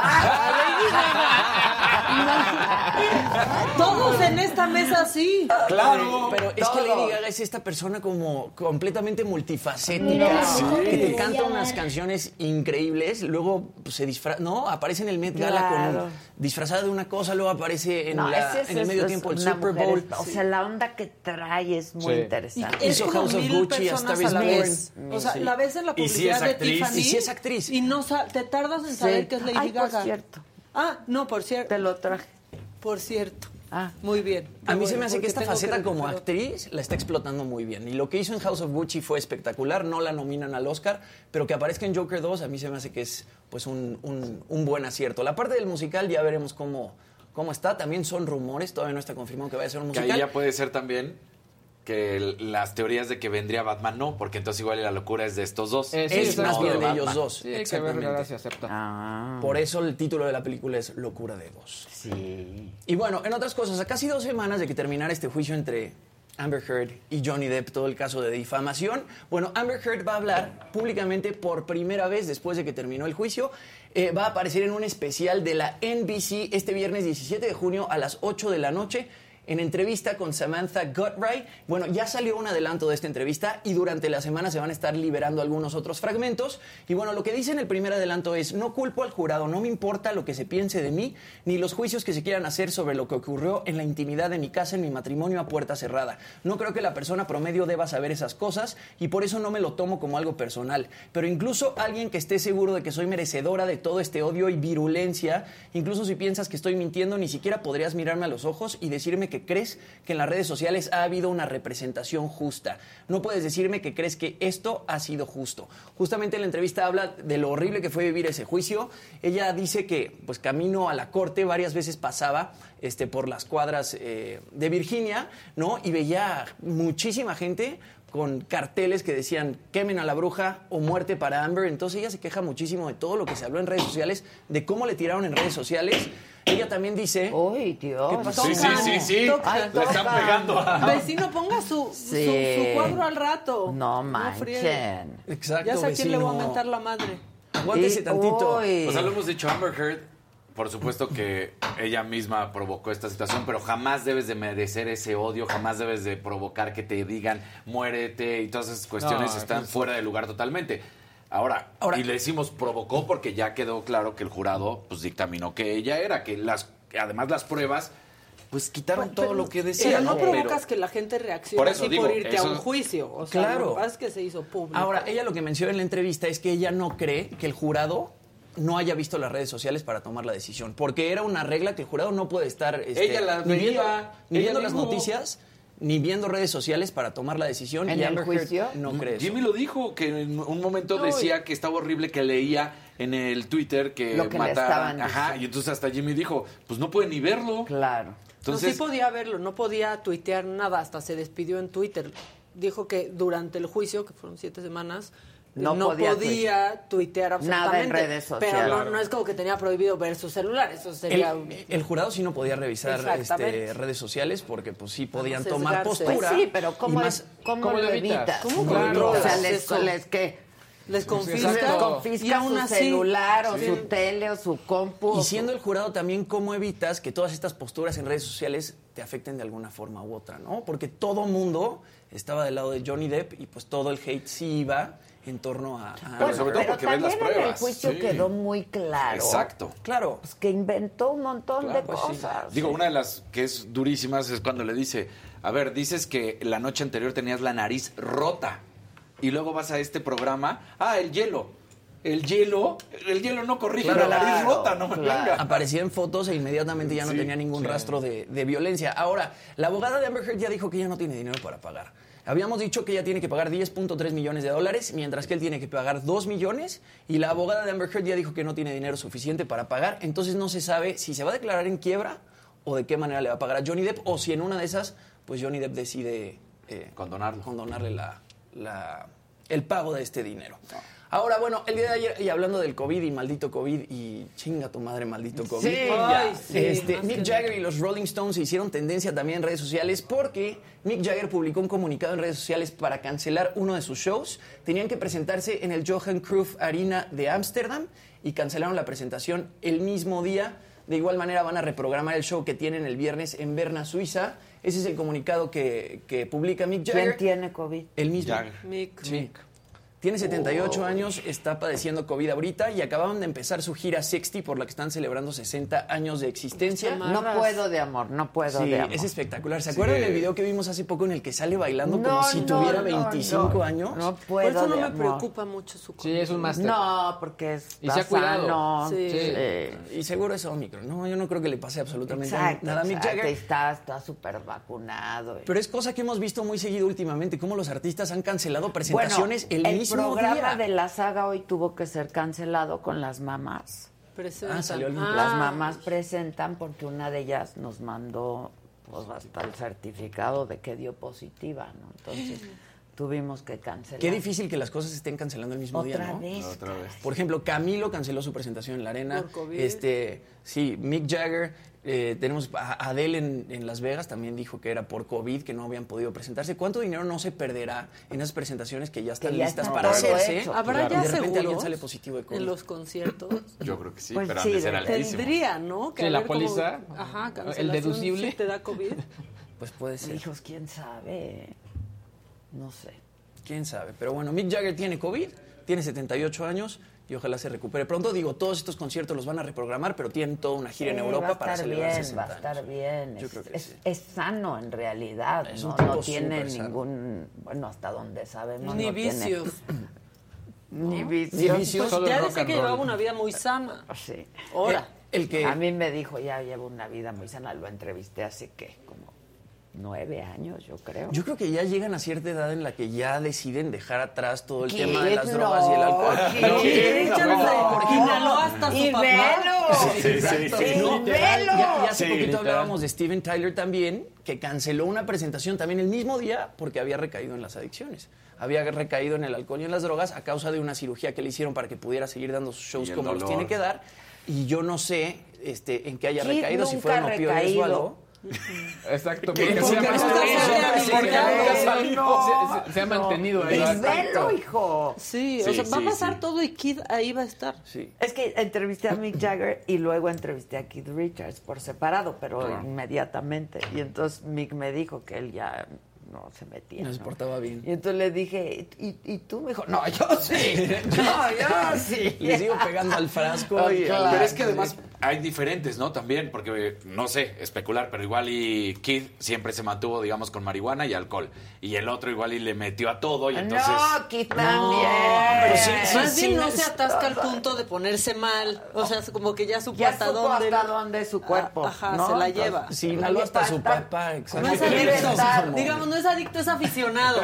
¡Ah, Todos en esta mesa sí. Claro, pero es que Todo. Lady Gaga es esta persona como completamente multifacética, Sí. que te canta unas canciones increíbles, luego pues, se disfraza, no, aparece en el Met Gala Claro. con disfrazada de una cosa, luego aparece en, No, la- ese es- en el es- medio es tiempo del una Super mujer Bowl. es- O sea, la onda que trae es muy Sí. interesante. Es Hizo como House of mil Gucci, A personas Star is a la Born. vez. O sea, Sí. la ves en la Y sí publicidad es de actriz. Tiffany. Y sí es actriz. Y no sa- te tardas en saber Sí. que es Lady Ay, Gaga. por cierto, Ah, no, por cierto. te lo traje. Por cierto. Ah. Muy bien. A mí Qué se me bueno, hace que porque esta tengo faceta que como recuperar. actriz la está explotando muy bien. Y lo que hizo en House of Gucci fue espectacular. No la nominan al Oscar, pero que aparezca en Joker dos a mí se me hace que es pues un, un- un buen acierto. La parte del musical ya veremos cómo, cómo está. También son rumores, todavía no está confirmado que vaya a ser un Que musical. ahí ya puede ser también que el- las teorías de que vendría Batman no, porque entonces igual la locura es de estos dos. Eh, sí, es exacto. más bien de Batman. ellos dos. Sí, hay que ver exactamente. ahora si acepta. Ah, Por eso el título de la película es Locura de dos. sí. Y bueno, en otras cosas, a casi dos semanas de que terminara este juicio entre Amber Heard y Johnny Depp, todo el caso de difamación, bueno, Amber Heard va a hablar públicamente por primera vez después de que terminó el juicio. Eh, va a aparecer en un especial de la N B C este viernes diecisiete de junio a las ocho de la noche. En entrevista con Samantha Gottwright. Bueno, ya salió un adelanto de esta entrevista y durante la semana se van a estar liberando algunos otros fragmentos. Y bueno, lo que dice en el primer adelanto es: no culpo al jurado, no me importa lo que se piense de mí, ni los juicios que se quieran hacer sobre lo que ocurrió en la intimidad de mi casa, en mi matrimonio a puerta cerrada. No creo que la persona promedio deba saber esas cosas y por eso no me lo tomo como algo personal. Pero incluso alguien que esté seguro de que soy merecedora de todo este odio y virulencia, incluso si piensas que estoy mintiendo, ni siquiera podrías mirarme a los ojos y decirme que crees que en las redes sociales ha habido una representación justa. No puedes decirme que crees que esto ha sido justo. Justamente en la entrevista habla de lo horrible que fue vivir ese juicio. Ella dice que, pues, camino a la corte varias veces pasaba este, por las cuadras eh, de Virginia, ¿no? Y veía muchísima gente con carteles que decían quemen a la bruja o muerte para Amber. Entonces ella se queja muchísimo de todo lo que se habló en redes sociales, de cómo le tiraron en redes sociales. Ella también dice... ¡Uy, Dios! ¿Qué pasó? Sí, sí, sí, sí. Toca. Le están pegando a... Vecino, ponga su, Sí. su, su cuadro al rato. No friegue. manchen. Exacto, Ya sé a quién le voy a vecino. mentar la madre. Aguántese Y- tantito. uy. O sea, lo hemos dicho, Amber Heard, por supuesto que ella misma provocó esta situación, pero jamás debes de merecer ese odio, jamás debes de provocar que te digan muérete y todas esas cuestiones No, están pues- fuera de lugar totalmente. Ahora, Ahora- y le decimos provocó porque ya quedó claro que el jurado pues dictaminó que ella era, que las que además las pruebas pues quitaron todo lo que decía. Pero no Pero- provocas que la gente reaccione Por eso así digo, por irte eso- a un juicio. O sea, Claro. lo que pasa es que se hizo público. Ahora, ella lo que menciona en la entrevista es que ella no cree que el jurado no haya visto las redes sociales para tomar la decisión, porque era una regla que el jurado no puede estar este, Ella la ni viendo, veía, ni ella viendo las dijo. noticias ni viendo redes sociales para tomar la decisión. ¿En y el Amber juicio? Heard no cree eso. Jimmy lo dijo, que en un momento No, decía que estaba horrible, que leía en el Twitter que, Lo que le mataran. estaban Ajá, diciendo. y entonces hasta Jimmy dijo, pues no puede ni verlo. Claro. Entonces, no, sí podía verlo, no podía tuitear nada, hasta se despidió en Twitter. Dijo que durante el juicio, que fueron siete semanas, No no, podía podía, tuitear absolutamente. Nada en redes sociales. Pero no, Claro. no es como que tenía prohibido ver su celular, eso sería... El, el jurado sí no podía revisar Exactamente. este, redes sociales porque pues sí podían Vamos a tomar sesgarse. postura. Pues sí, pero ¿cómo, y es, cómo, ¿cómo lo lo evitas? evitas? ¿Cómo Lo controlas evitas? O sea, les, eso? les que Les confisca, les Exacto. confisca y aún su así- celular o Sí. su tele o su compu. Y siendo el jurado también, ¿cómo evitas que todas estas posturas en redes sociales te afecten de alguna forma u otra, ¿no? Porque todo mundo estaba del lado de Johnny Depp y pues todo el hate sí iba en torno a... a Bueno, sobre todo pero porque ven las también en el pruebas. juicio Sí. quedó muy claro. Exacto. Claro. Pues que inventó un montón Claro, de pues sí. cosas. Digo, una de las que es durísimas es cuando le dice, a ver, dices que la noche anterior tenías la nariz rota y luego vas a este programa, ah, el hielo. El hielo, el hielo no corrige Claro, la nariz claro, rota, no me claro. venga. Aparecía en fotos e inmediatamente ya no Sí, tenía ningún sí. rastro de, de violencia. Ahora, la abogada de Amber Heard ya dijo que ella no tiene dinero para pagar. Habíamos dicho que ella tiene que pagar diez punto tres millones de dólares, mientras que él tiene que pagar dos millones, y la abogada de Amber Heard ya dijo que no tiene dinero suficiente para pagar, entonces no se sabe si se va a declarar en quiebra o de qué manera le va a pagar a Johnny Depp, o si en una de esas, pues Johnny Depp decide eh, Condonarlo. condonarle la, la- el pago de este dinero. Ahora, bueno, el día de ayer, y hablando del COVID y maldito COVID y chinga tu madre, maldito COVID. Sí, ay, sí, este, más Mick que Jagger y los Rolling Stones se hicieron tendencia también en redes sociales porque Mick Jagger publicó un comunicado en redes sociales para cancelar uno de sus shows. Tenían que presentarse en el Johan Cruyff Arena de Ámsterdam y cancelaron la presentación el mismo día. De igual manera van a reprogramar el show que tienen el viernes en Berna, Suiza. Ese es el comunicado que, que publica Mick Jagger. ¿Quién tiene COVID? El mismo. Jagger. Mick. Sí. Tiene setenta y ocho años, está padeciendo COVID ahorita y acababan de empezar su gira sesenta por la que están celebrando sesenta años de existencia. No puedo de amor, no puedo Sí, de amor. es espectacular. ¿Se acuerdan del video que vimos hace poco en el que sale bailando No, como si no, tuviera no, veinticinco no. años? No Por puedo eso no de me amor. preocupa mucho su Sí, es un máster. No, porque es Y se ha cuidado. sano. Sí. Sí. Y seguro es Omicron. No, yo no creo que le pase absolutamente Exacto, nada a Mick exacto, Jagger. Está, está súper vacunado. Pero es cosa que hemos visto muy seguido últimamente, cómo los artistas han cancelado presentaciones Bueno, el mismo programa día. de la saga hoy tuvo que ser cancelado con las mamás. Presentan. Ah, salió el- Las mamás presentan porque una de ellas nos mandó pues hasta el certificado de que dio positiva, ¿no? Entonces tuvimos que cancelar. Qué difícil que las cosas se estén cancelando el mismo Otra día, ¿no? vez. Otra vez. Por ejemplo, Camilo canceló su presentación en la arena. Por COVID. Este, sí, Mick Jagger. eh, tenemos a Adele en, en Las Vegas, también dijo que era por COVID, que no habían podido presentarse. ¿Cuánto dinero no se perderá en esas presentaciones que ya están Que ya listas está para todo hacerse? hecho. ¿Habrá Y ya de repente alguien seguros sale positivo de COVID. en los conciertos? Yo creo que sí, Pues pero sí, han de ser de- altísimos. Tendría, ¿no? Que Sí, la haber como- póliza, Ajá, el cancelación deducible. si te da COVID. Pues puede ser. Hijos, quién sabe. No sé. Quién sabe. Pero bueno, Mick Jagger tiene COVID, tiene setenta y ocho años y ojalá se recupere pronto. Digo, todos estos conciertos los van a reprogramar, pero tienen toda una gira en Sí, Europa va a para estar celebrar bien, sesenta va a estar años. bien. Yo Es, creo que es- sí. es sano en realidad. Es no, un tipo no tiene súper sano. ningún, bueno, hasta donde sabemos. Ni no tiene- vicios. Ni ¿no? vicios. Ni vicios. Pues Solo ya rock decía and que roll. llevaba una vida muy sana. Sí. Ahora. El que... A mí me dijo, ya llevo una vida muy sana. Lo entrevisté hace, ¿qué? Como nueve años, yo creo. Yo creo que ya llegan a cierta edad en la que ya deciden dejar atrás todo el ¿Qué? tema de las No, drogas y el alcohol. ¿qué? No, ¿Qué? no, Échanos de- no, porque inhaló hasta su ¡Y papá. velo! Sí, sí, Exacto. sí. No, ¡Y literal, velo! ya, ya hace Sí, poquito literal. hablábamos de Steven Tyler también, que canceló una presentación también el mismo día porque había recaído en las adicciones. Había recaído en el alcohol y en las drogas a causa de una cirugía que le hicieron para que pudiera seguir dando sus shows Y el como los dolor. tiene que dar. Y yo no sé este, en qué haya Kid recaído, si nunca fueron ha opioides o recaído. algo. Exacto, ¿Qué? porque Porque se, no ha, está se- porque se- nunca se- salió. se- se ha mantenido ahí. ¡Y Exacto. velo, hijo! Sí, Sí, o sea, va a sí, pasar sí. todo y Kid ahí va a estar. Sí. Es que entrevisté a Mick Jagger y luego entrevisté a Keith Richards por separado, pero Claro. inmediatamente. Y entonces Mick me dijo que él ya no se metía. No se ¿no? portaba bien. Y entonces le dije, ¿y, y tú? Me dijo, no, yo sí. No, yo sí. Le sigo pegando al frasco. y- Claro. Pero es que además hay diferentes, ¿no? También, porque, no sé, especular, pero igual y Kid siempre se mantuvo, digamos, con marihuana y alcohol. Y el otro igual y le metió a todo y entonces... No, Kid también. Pero sí, sí, Más sí, bien no es- se atasca al punto de ponerse mal. O sea, como que ya supo Ya hasta supo dónde. hasta dónde su cuerpo. Ajá, ¿no? se la Entonces, lleva. Sí, ahí inhaló hasta está, su está- papá. No es Quiere adicto. estar. Digamos, no es adicto, es aficionado.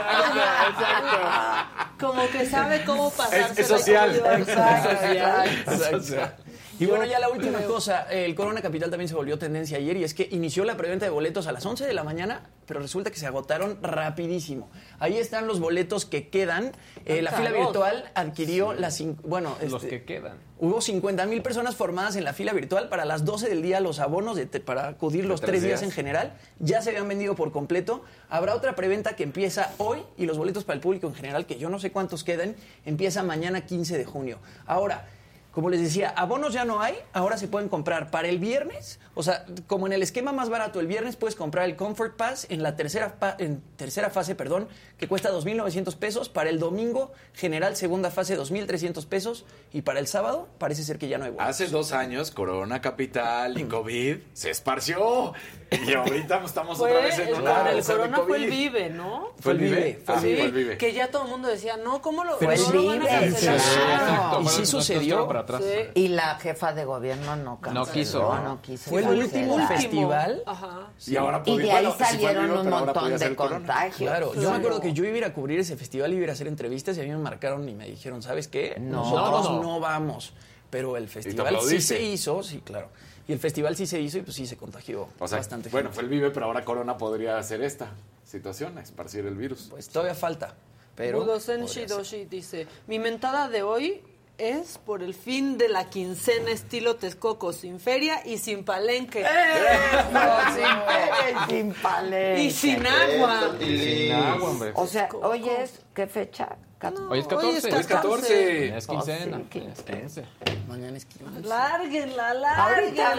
Como que sabe cómo pasarse. Es- es social. Exacto, Exacto. Y bueno, ya la última cosa, el Corona Capital también se volvió tendencia ayer y es que inició la preventa de boletos a las once de la mañana, pero resulta que se agotaron rapidísimo. Ahí están los boletos que quedan. Eh, la fila Caros. virtual adquirió las... cin- Bueno, Los este, que quedan. hubo cincuenta mil personas formadas en la fila virtual para las doce del día. Los abonos de te- para acudir los tres tres días días. en general ya se habían vendido por completo. Habrá otra preventa que empieza hoy y los boletos para el público en general, que yo no sé cuántos quedan, empieza mañana quince de junio. Ahora, como les decía, abonos ya no hay, ahora se pueden comprar para el viernes, o sea, como en el esquema más barato, el viernes puedes comprar el Comfort Pass en la tercera, pa- en tercera fase, perdón, que cuesta dos mil novecientos pesos, para el domingo general segunda fase dos mil trescientos pesos y para el sábado parece ser que ya no hay boletos. Hace dos años, Corona Capital y COVID se esparció. Y ahorita estamos Fue, otra vez en el, una... el bolsa de Corona fue el COVID. Vive, ¿no? ¿Fue el Vive? Fue el Ah, Vive. fue el Vive. Que ya todo el mundo decía, no, ¿cómo lo, Fue el no lo van a Vive. cancelar? Sí, exacto. Y sí Bueno, sucedió. para atrás. Sí. Y la jefa de gobierno no canceló. No quiso. No quiso. Fue el último cancelar. festival. Ajá. Y ahora Y podía- de ahí bueno, sí fue el salieron Vive, un pero ahora montón podía ser de el Corona. contagios. Claro, yo me acuerdo que yo iba a ir a cubrir ese festival y iba a ir a hacer entrevistas y a mí me marcaron y me dijeron, ¿sabes qué? No. Nosotros No, no, no. vamos. Pero el festival sí aplaudiste. se hizo, sí, claro. Y el festival sí se hizo y pues sí se contagió O sea, bastante bueno, gente. fue el Vive, pero ahora Corona podría hacer esta situación, esparcir el virus. Pues todavía falta, pero... Budosen podría ser. Shidoshi dice, mi mentada de hoy es por el fin de la quincena estilo Texcoco, sin feria y sin palenque. Eso, sin feria y sin palenque. Y sin agua. Sin agua, hombre. O sea, hoy es, ¿qué fecha? Cat- Hoy es Hoy es catorce. Hoy es catorce. Es quincena. Oh, sí, Es quince. Mañana es quince. Lárguenla, Ahorita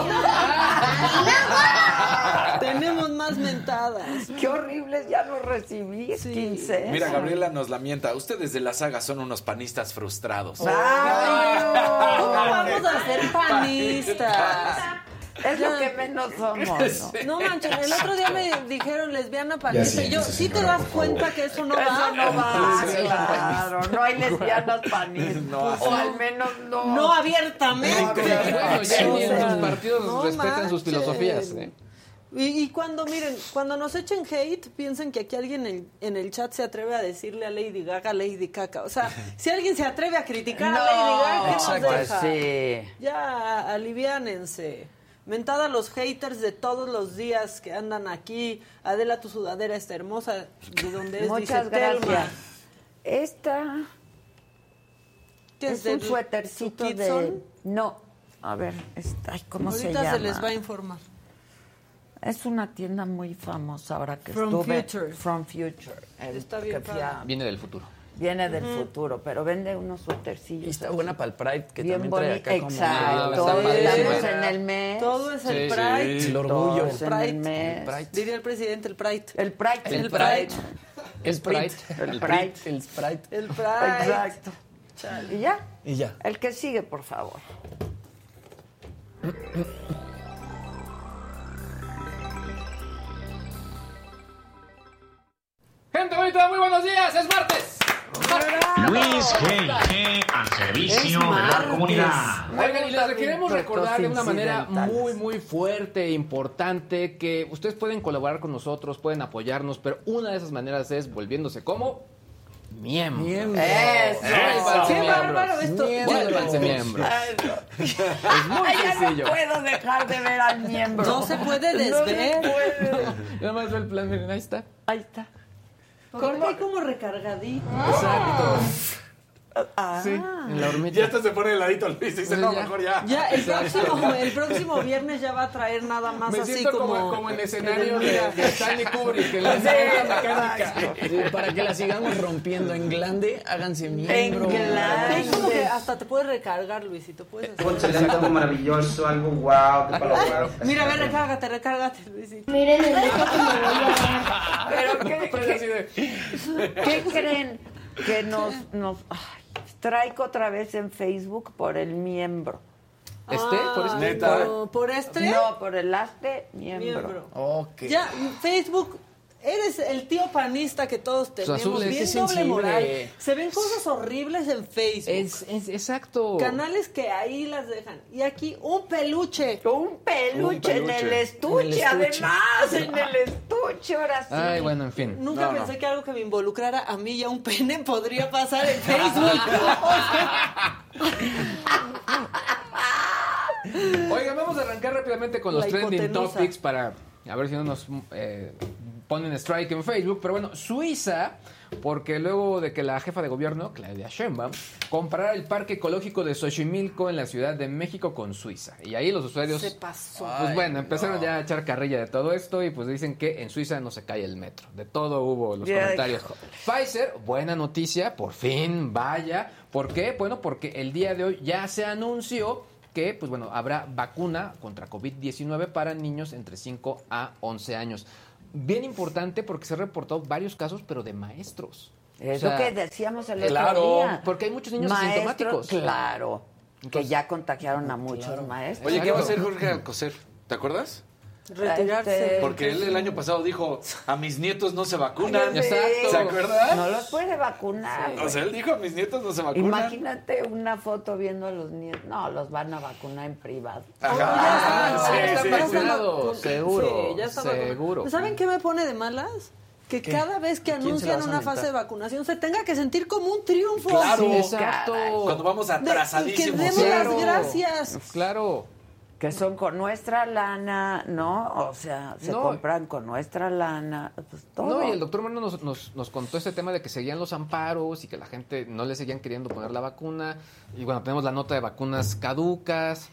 lárguenla. Tenemos más mentadas. Qué horribles, ya los recibí, es quince. Mira, Gabriela nos lamenta. Ustedes de la saga son unos panistas frustrados. Ay, no. ¿Cómo vamos a ser panistas? Es lo que menos somos, ¿no? No manches, el otro día me dijeron lesbiana panista Ya, y yo, sí, ¿sí te señora, das por cuenta favor. que eso no va? Eso no va, Sí, claro. No hay lesbianas panistas. O al menos no. No abiertamente. Bueno, ya ni en los partidos No respetan sus manches. filosofías. ¿eh? Y, y cuando, miren, cuando nos echen hate, piensen que aquí alguien en, en el chat se atreve a decirle a Lady Gaga, Lady Caca. O sea, si alguien se atreve a criticar a Lady Gaga, ¿qué nos exacto. deja? Sí. Ya, aliviánense. Mentada a los haters de todos los días que andan aquí. Adela, tu sudadera está hermosa. ¿De dónde es? Muchas Dice Telma. gracias. Esta ¿Qué es es un del- suétercito su de... Kitson? No, a ver, está, ay, ¿cómo se Ahorita llama? se les va a informar. Es una tienda muy famosa ahora que From estuve. Future. From Future. el Está bien que fui a- Viene del futuro. Viene del futuro, pero vende unos suétercillos. Y está buena para el Pride, que bien también trae bonito. acá como... Exacto, Está padre. estamos en el mes. Todo es el Sí, Pride. sí. El Todo orgullo. es en el mes. Pride. Diría el presidente, el Pride. El Pride. El El Pride. Pride. El Sprite. El Pride. El Sprite. El Pride. Exacto. Y ya. Y ya. El que sigue, por favor. Gente bonita, muy buenos días. Es martes. Luis G G al servicio de la comunidad. Oigan, y les queremos Minutos recordar de una manera incidentales. muy, muy fuerte e importante que ustedes pueden colaborar con nosotros, pueden apoyarnos, pero una de esas maneras es volviéndose como miembros. Miembro. Eso. Vuélvanse Qué bárbaro miembros. esto. Vuélvanse miembros. Es muy Ay, ya sencillo. no puedo dejar de ver al miembro. No se puede No se desver. puede. Nada más ve el plan, miren, ahí está. Ahí está. Porque hay como recargadito. Exacto. Ah. Sí, en la hormita. Ya hasta se pone heladito Luis y dice, Sí, no, ya. mejor ya. Ya, el Exacto. próximo, el próximo viernes ya va a traer nada más Me así siento como, como... como en escenario de, Mira. de Stanley Kubrick, en la escena mecánica. Sí, para que la sigamos rompiendo en glande, háganse miembro. Es como que hasta te puedes recargar, Luisito. Puedes hacer. Excelente, algo maravilloso, algo wow, qué palabra. Mira, ve, recárgate, recárgate, Luisito. Miren el beso que me voy a dar. Pero ¿qué, Pues qué- así de- qué creen que nos, nos ay, strike otra vez en Facebook por el miembro? ¿Este? ¿Por este? ¿Neta? ¿Por, por este? No, por el este miembro. Miembro. Ok. Ya, Facebook, eres el tío panista que todos tenemos. azul es- bien es doble sensible. moral. Se ven cosas horribles en Facebook. Es, es- exacto. Canales que ahí las dejan. Y aquí un peluche. Un peluche, Un peluche. en el estuche, En el estuche. además, en el estuche, ahora sí. Ay, bueno, en fin. Nunca No, pensé no. que algo que me involucrara a mí y a un pene podría pasar en Facebook. Oigan, vamos a arrancar rápidamente con los La trending hipotenusa. topics para a ver si no nos eh, ponen strike en Facebook. Pero bueno, Suiza, porque luego de que la jefa de gobierno, Claudia Sheinbaum, comprara el parque ecológico de Xochimilco en la Ciudad de México con Suiza. Y ahí los usuarios... Se pasó. Pues Ay, bueno, empezaron no. ya a echar carrilla de todo esto y pues dicen que en Suiza no se cae el metro. De todo hubo los Ya, comentarios. hijo. Pfizer, buena noticia, por fin, vaya. ¿Por qué? Bueno, porque el día de hoy ya se anunció que, pues bueno, habrá vacuna contra COVID diecinueve para niños entre cinco a once años. Bien importante porque se han reportado varios casos, pero de maestros. Es O sea, lo que decíamos el otro claro, día. porque hay muchos niños Maestros, asintomáticos. Claro, que Entonces, ya contagiaron a muchos maestros. Oye, ¿qué va a hacer Jorge Alcocer? ¿Te acuerdas? Retirarse. Este, Porque él el año pasado dijo, a mis nietos no se vacunan. Ya sé. ¿Se acuerdan? No los puede vacunar. O sea, él dijo, a mis nietos no se vacunan. Imagínate una foto viendo a los nietos. No, los van a vacunar en privado. Ajá. Ah, Sí, está sí, vacunado, Sí, seguro, ya está vacunado. seguro. ¿Saben qué me pone de malas? Que cada vez que ¿A quién se la anuncian vas a una mentar? fase de vacunación se tenga que sentir como un triunfo. Claro, Sí, exacto. Cuando vamos De- y que atrasadísimos. demos Claro. las gracias. Claro. Que son con nuestra lana, ¿no? O sea, se No. compran con nuestra lana, pues todo. No, y el doctor Moreno nos, nos, nos contó este tema de que seguían los amparos y que la gente no le seguían queriendo poner la vacuna. Y bueno, tenemos la nota de vacunas caducas.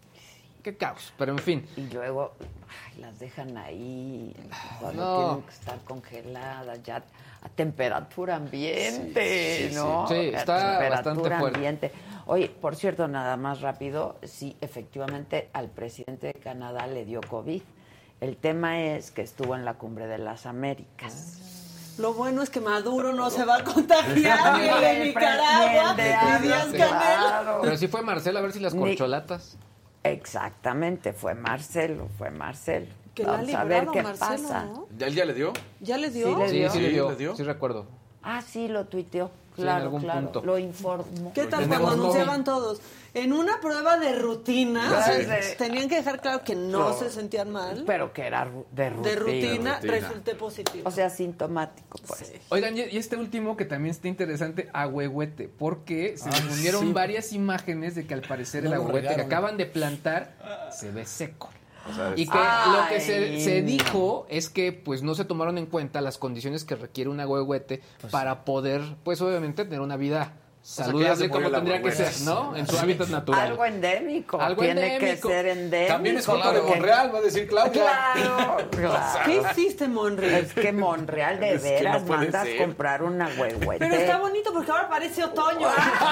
Qué caos, pero en fin. Y luego ay, las dejan ahí, cuando No. tienen que estar congeladas ya a temperatura ambiente, Sí, sí, ¿no? sí. Sí, A está temperatura bastante fuerte. ambiente. Oye, por cierto, nada más rápido, sí, efectivamente al presidente de Canadá le dio COVID. El tema es que estuvo en la Cumbre de las Américas. Lo bueno es que Maduro no se va a contagiar, ni el El de Nicaragua, presidente, ni Díaz sí, Canel. claro. Pero sí fue Marcelo, a ver si las Ni- corcholatas. Exactamente, fue Marcelo, fue Marcelo. Que la ha Vamos a ver librado qué Marcelo, pasa. ¿no? ¿Ya él ya le dio? ¿Ya le dio? Sí, le Sí, dio. sí le Sí, dio, le dio. sí recuerdo. Ah, sí, lo tuiteó. Sí, en Claro, algún claro. punto. Lo informó. ¿Qué tal Tenemos cuando móvil. anunciaban todos? En una prueba de rutina, Sí. tenían que dejar claro que no, No. se sentían mal. Pero que era ru- de rutina. de rutina, rutina. resulté positivo. O sea, sintomático, pues. Oigan, y y este último que también está interesante, agüehuete, porque se Ay, difundieron sí. varias imágenes de que al parecer No el lo agüehuete que regaron. acaban de plantar se ve seco. O sea, Y que Ay. lo que se, se dijo es que pues no se tomaron en cuenta las condiciones que requiere un agüehuete para poder, pues obviamente, tener una vida sea, que ya saludable se como murió el tendría que agüehuete. ser, ¿no? En su hábitat natural. Algo endémico. Algo Tiene endémico. que ser endémico. También es culpa de porque- Monreal, va a decir Claudia. Claro, claro. ¿Qué hiciste, Monreal? Es que Monreal de Es que veras no puede mandas ser. comprar una huehuete. Pero está bonito porque ahora parece otoño.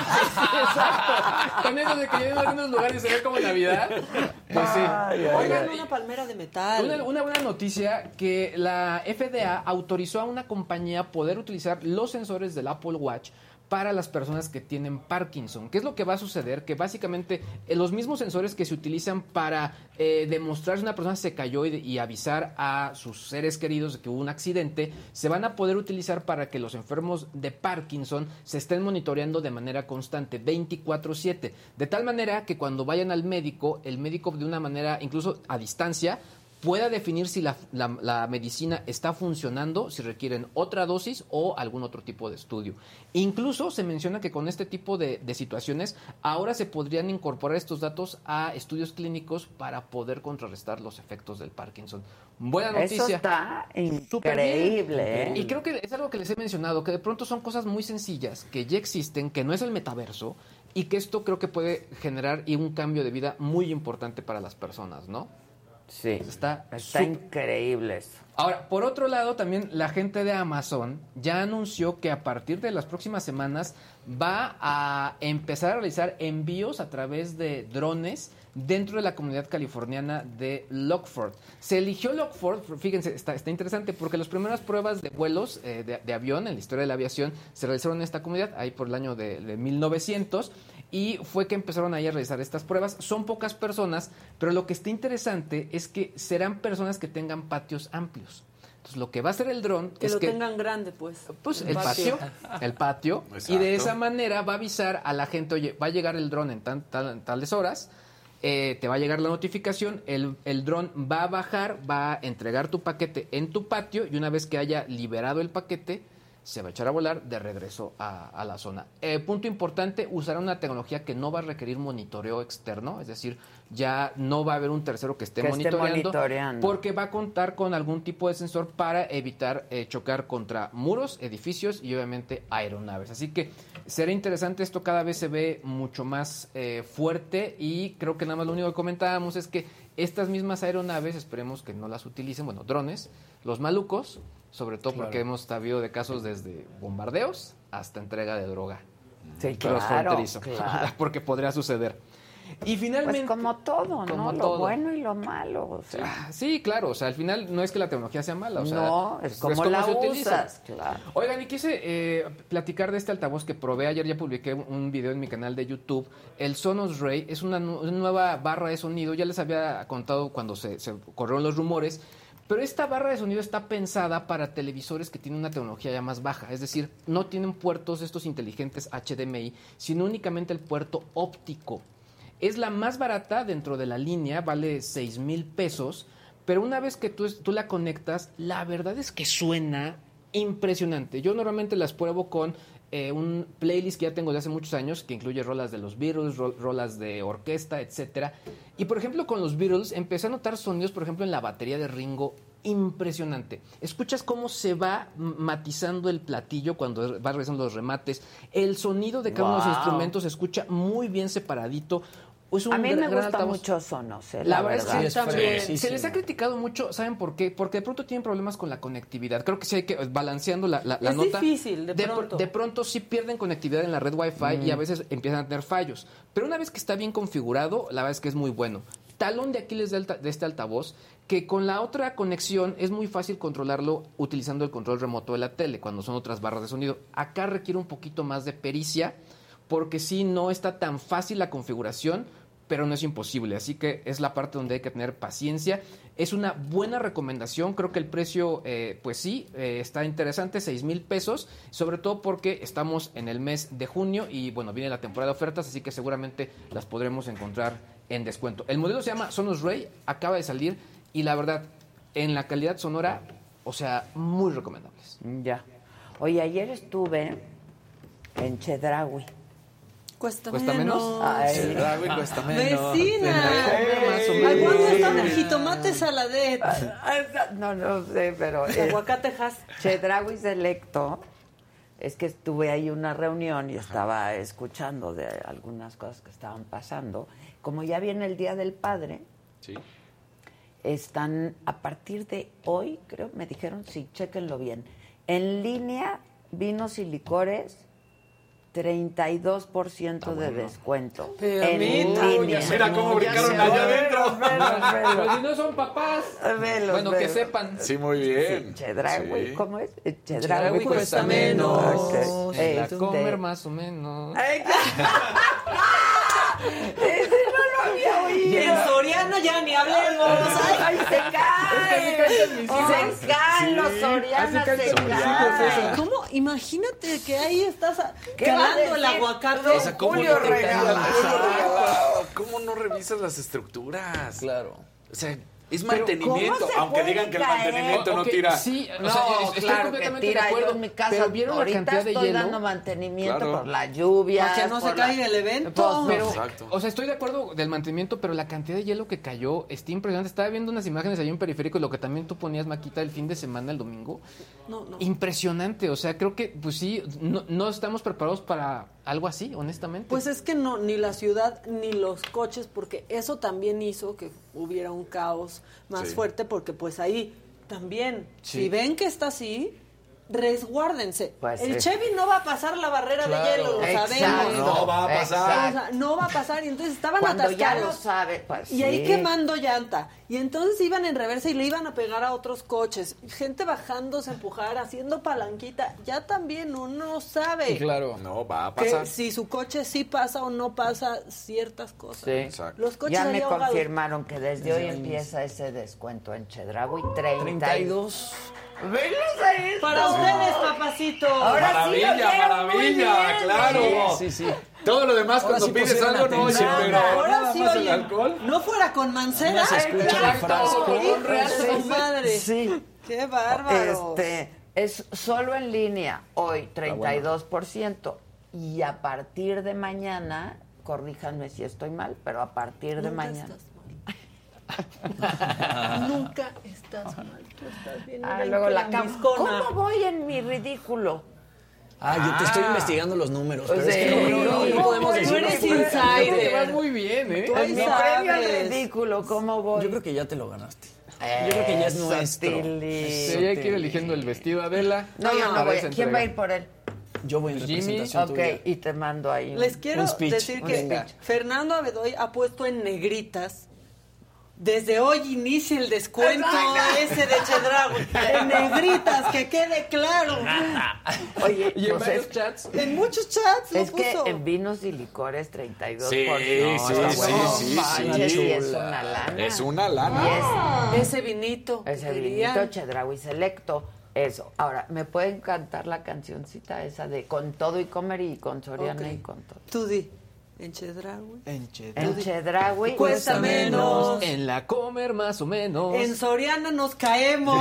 Exacto. También desde que yo en algunos lugares se ve como Navidad. Pues sí. Ay, ay, Oigan, Oigan, una palmera de metal. Una, una buena noticia que la F D A autorizó a una compañía poder utilizar los sensores del Apple Watch para las personas que tienen Parkinson. ¿Qué es lo que va a suceder? Que básicamente eh, los mismos sensores que se utilizan para eh, demostrar si una persona se cayó y, y avisar a sus seres queridos de que hubo un accidente, se van a poder utilizar para que los enfermos de Parkinson se estén monitoreando de manera constante, veinticuatro siete. De tal manera que cuando vayan al médico, el médico de una manera, incluso a distancia, pueda definir si la, la, la medicina está funcionando, si requieren otra dosis o algún otro tipo de estudio. Incluso se menciona que con este tipo de, de situaciones ahora se podrían incorporar estos datos a estudios clínicos para poder contrarrestar los efectos del Parkinson. Buena noticia. Eso está Súper bien. increíble, ¿eh? Y creo que es algo que les he mencionado, que de pronto son cosas muy sencillas, que ya existen, que no es el metaverso, y que esto creo que puede generar y un cambio de vida muy importante para las personas, ¿no? Sí, Está, está súper- increíble eso. Ahora, por otro lado, también la gente de Amazon ya anunció que a partir de las próximas semanas va a empezar a realizar envíos a través de drones dentro de la comunidad californiana de Lockford. Se eligió Lockford, fíjense, está, está interesante, porque las primeras pruebas de vuelos eh, de, de avión en la historia de la aviación se realizaron en esta comunidad, ahí por el año de, de mil novecientos, y fue que empezaron ahí a realizar estas pruebas. Son pocas personas, pero lo que está interesante es que serán personas que tengan patios amplios. Entonces, lo que va a hacer el dron que es lo que... tengan grande, pues. Pues el patio, el patio, y de esa manera va a avisar a la gente, oye, va a llegar el dron en, tan, tal, en tales horas, eh, te va a llegar la notificación, el, el dron va a bajar, va a entregar tu paquete en tu patio, y una vez que haya liberado el paquete, se va a echar a volar de regreso a, a la zona. Eh, punto importante, usará una tecnología que no va a requerir monitoreo externo, es decir, ya no va a haber un tercero que esté, que esté monitoreando, monitoreando, porque va a contar con algún tipo de sensor para evitar eh, chocar contra muros, edificios y obviamente aeronaves. Así que será interesante, esto cada vez se ve mucho más eh, fuerte, y creo que nada más lo único que comentábamos es que estas mismas aeronaves, esperemos que no las utilicen, bueno, drones, los malucos, sobre todo porque Claro. hemos sabido de casos desde bombardeos hasta entrega de droga. Sí, Cross-fronterizo, claro, claro. porque podría suceder. Y finalmente... Pues como todo, ¿no? como Lo todo. bueno y lo malo. O sea. Sí, claro, o sea, al final no es que la tecnología sea mala, o sea, No, es como la usas, claro. Oigan, y quise eh, platicar de este altavoz que probé ayer, ya publiqué un video en mi canal de YouTube. El Sonos Ray es una, nu- una nueva barra de sonido, ya les había contado cuando se, se corrieron los rumores, pero esta barra de sonido está pensada para televisores que tienen una tecnología ya más baja, es decir, no tienen puertos estos inteligentes H D M I, sino únicamente el puerto óptico. Es la más barata dentro de la línea, vale seis mil pesos, pero una vez que tú, tú la conectas, la verdad es que suena impresionante. Yo normalmente las pruebo con eh, un playlist que ya tengo de hace muchos años, que incluye rolas de los Beatles, ro- rolas de orquesta, etcétera. Y por ejemplo con los Beatles empecé a notar sonidos, por ejemplo en la batería de Ringo, impresionante. Escuchas cómo se va matizando el platillo cuando va realizando los remates. El sonido de cada uno de los Wow. instrumentos se escucha muy bien separadito. Es un A mí gran- me gran gusta altavoz. mucho Sonos, eh, La, la verdad verdad. es que Sí, es también fresísimo. se les ha criticado mucho, ¿saben por qué? Porque de pronto tienen problemas con la conectividad. Creo que sí hay que balanceando la, la, la Es nota. difícil, de pr- pronto. de pronto sí pierden conectividad en la red Wi-Fi Mm. y a veces empiezan a tener fallos. Pero una vez que está bien configurado, la verdad es que es muy bueno. Talón de Aquiles de, alta- de este altavoz, que con la otra conexión es muy fácil controlarlo utilizando el control remoto de la tele, cuando son otras barras de sonido. Acá requiere un poquito más de pericia, porque sí no está tan fácil la configuración, pero no es imposible, así que es la parte donde hay que tener paciencia. Es una buena recomendación, creo que el precio, eh, pues sí, eh, está interesante, seis mil pesos, sobre todo porque estamos en el mes de junio y bueno, viene la temporada de ofertas, así que seguramente las podremos encontrar en descuento. El modelo se llama Sonos Ray, acaba de salir y la verdad, en la calidad sonora, o sea, muy recomendables. Ya. Oye, ayer estuve en Chedraui. Cuesta, ¿Cuesta menos? Ay. Chedraui cuesta menos. Vecina. Ay, ¿cuándo están el jitomate saladet? No, no sé, pero... El aguacatejas. Chedraui Selecto. Es que estuve ahí en una reunión y estaba escuchando de algunas cosas que estaban pasando. Como ya viene el Día del Padre, Sí. están a partir de hoy, creo, me dijeron, sí, chéquenlo bien. En línea, vinos y licores, treinta y dos por ciento de descuento. Pero en mira, línea. Mira cómo brincaron Ya allá se- adentro. Velos, velos, Pero si no son papás, velos, bueno, que velos. sepan. Sí, muy bien. Sí, Chedraui, Sí. ¿cómo es? Chedraui Chedraui cuesta menos. Ok. En la Este- comer más o menos. Ay, ese no lo había oído. Y en Soriana ya ni hablemos. Ay, Ay, se caen. Se caen los Sorianas, Así se cantan mis caen. ¿Cómo? Imagínate que ahí estás a- ¿Qué va a calando el decir? aguacate. O sea, ¿cómo Julio no te regalado. regalado? ¿Cómo no revisas las estructuras? Claro. O sea, es Pero mantenimiento, ¿cómo se aunque puede digan que el caer? mantenimiento no Ok, tira. Sí, o No, sea, es- estoy claro que completamente tira. de acuerdo. Yo en mi casa pero vieron la ahorita cantidad de estoy hielo. dando mantenimiento Claro. por la lluvia. Para que no se caiga el evento. Pero, Exacto. o sea, estoy de acuerdo del mantenimiento, pero la cantidad de hielo que cayó está impresionante. Estaba viendo unas imágenes ahí en Periférico, lo que también tú ponías, Maquita, el fin de semana, el domingo. No, no. Impresionante, o sea, creo que, pues sí, no, no estamos preparados para algo así, honestamente. Pues es que no, ni la ciudad ni los coches, porque eso también hizo que hubiera un caos más Sí. fuerte, porque pues ahí también, Sí. si ven que está así, resguárdense. Pues el sí. Chevy no va a pasar la barrera Claro. de hielo, lo Exacto. sabemos. No va a pasar. O sea, no va a pasar. Y entonces estaban Cuando ya atascados. lo sabe, pues Y ahí sí. quemando llanta. Y entonces iban en reversa y le iban a pegar a otros coches. Gente bajándose a empujar, haciendo palanquita. Ya también uno sabe Claro. No, va a que pasar. si su coche sí pasa o no pasa ciertas cosas. Sí. Exacto. Los coches Ya ahí me ahogados. confirmaron que desde hoy Desde empieza ese descuento en Chedraui. treinta treinta y dos. ¡Venos a esto! Para ustedes, papacito. Ahora Maravilla, sí lo vieron maravilla, muy bien, claro. ¿eh? Sí, sí. Todo lo demás, Ahora cuando sí pides pusieron algo, no oye, atención. pero Ahora nada sí, más el oye, alcohol. no fuera con Mancera. No se escucha el Exacto. frasco. Hijo de su Sí. madre. Sí. Qué bárbaro. Este, es solo en línea, hoy treinta y dos por ciento. Y a partir de mañana, corríjanme si estoy mal, pero a partir de Nunca mañana. estás Nunca estás mal. Tú estás bien. Ah, ven luego que la cam- lambiscona. ¿Cómo voy en mi ridículo? Ah, yo te estoy Ah. investigando los números, pero Sí. es que no, no, no, no No, podemos tú decirlo. eres fuera. insider. Te va muy bien, ¿eh? Tú En mi sabes. premio al ridículo, ¿cómo voy? Yo creo que ya te lo ganaste. Yo creo que ya es Eso, nuestro. Tili. Sí, hay que ir eligiendo el vestido, Adela. No, yo no A voy. ver, se ¿Quién va a entrega. ir por él? Yo voy en Jimmy. representación Ok, tuya. y te mando ahí. un- Les quiero Un speech, decir un que speech. Fernando Abedoy ha puesto en negritas. Desde hoy inicia el descuento ese de Chedraui. En negritas, que quede claro. Oye, Y en pues varios es, chats. En muchos chats lo es que puso. en vinos y licores treinta y dos Sí, por ciento. sí, No, sí, bueno, sí, manches, sí. y es una lana. Es una lana. Y es Ese vinito. que ese querían. vinito Chedraui Selecto. Eso. Ahora, ¿me pueden cantar la cancioncita esa de Con todo y comer y con Soriana Ok. y con todo? Tú di. En Chedraui. En En Chedraui Cuesta menos. En la comer más o menos. En Soriana nos caemos.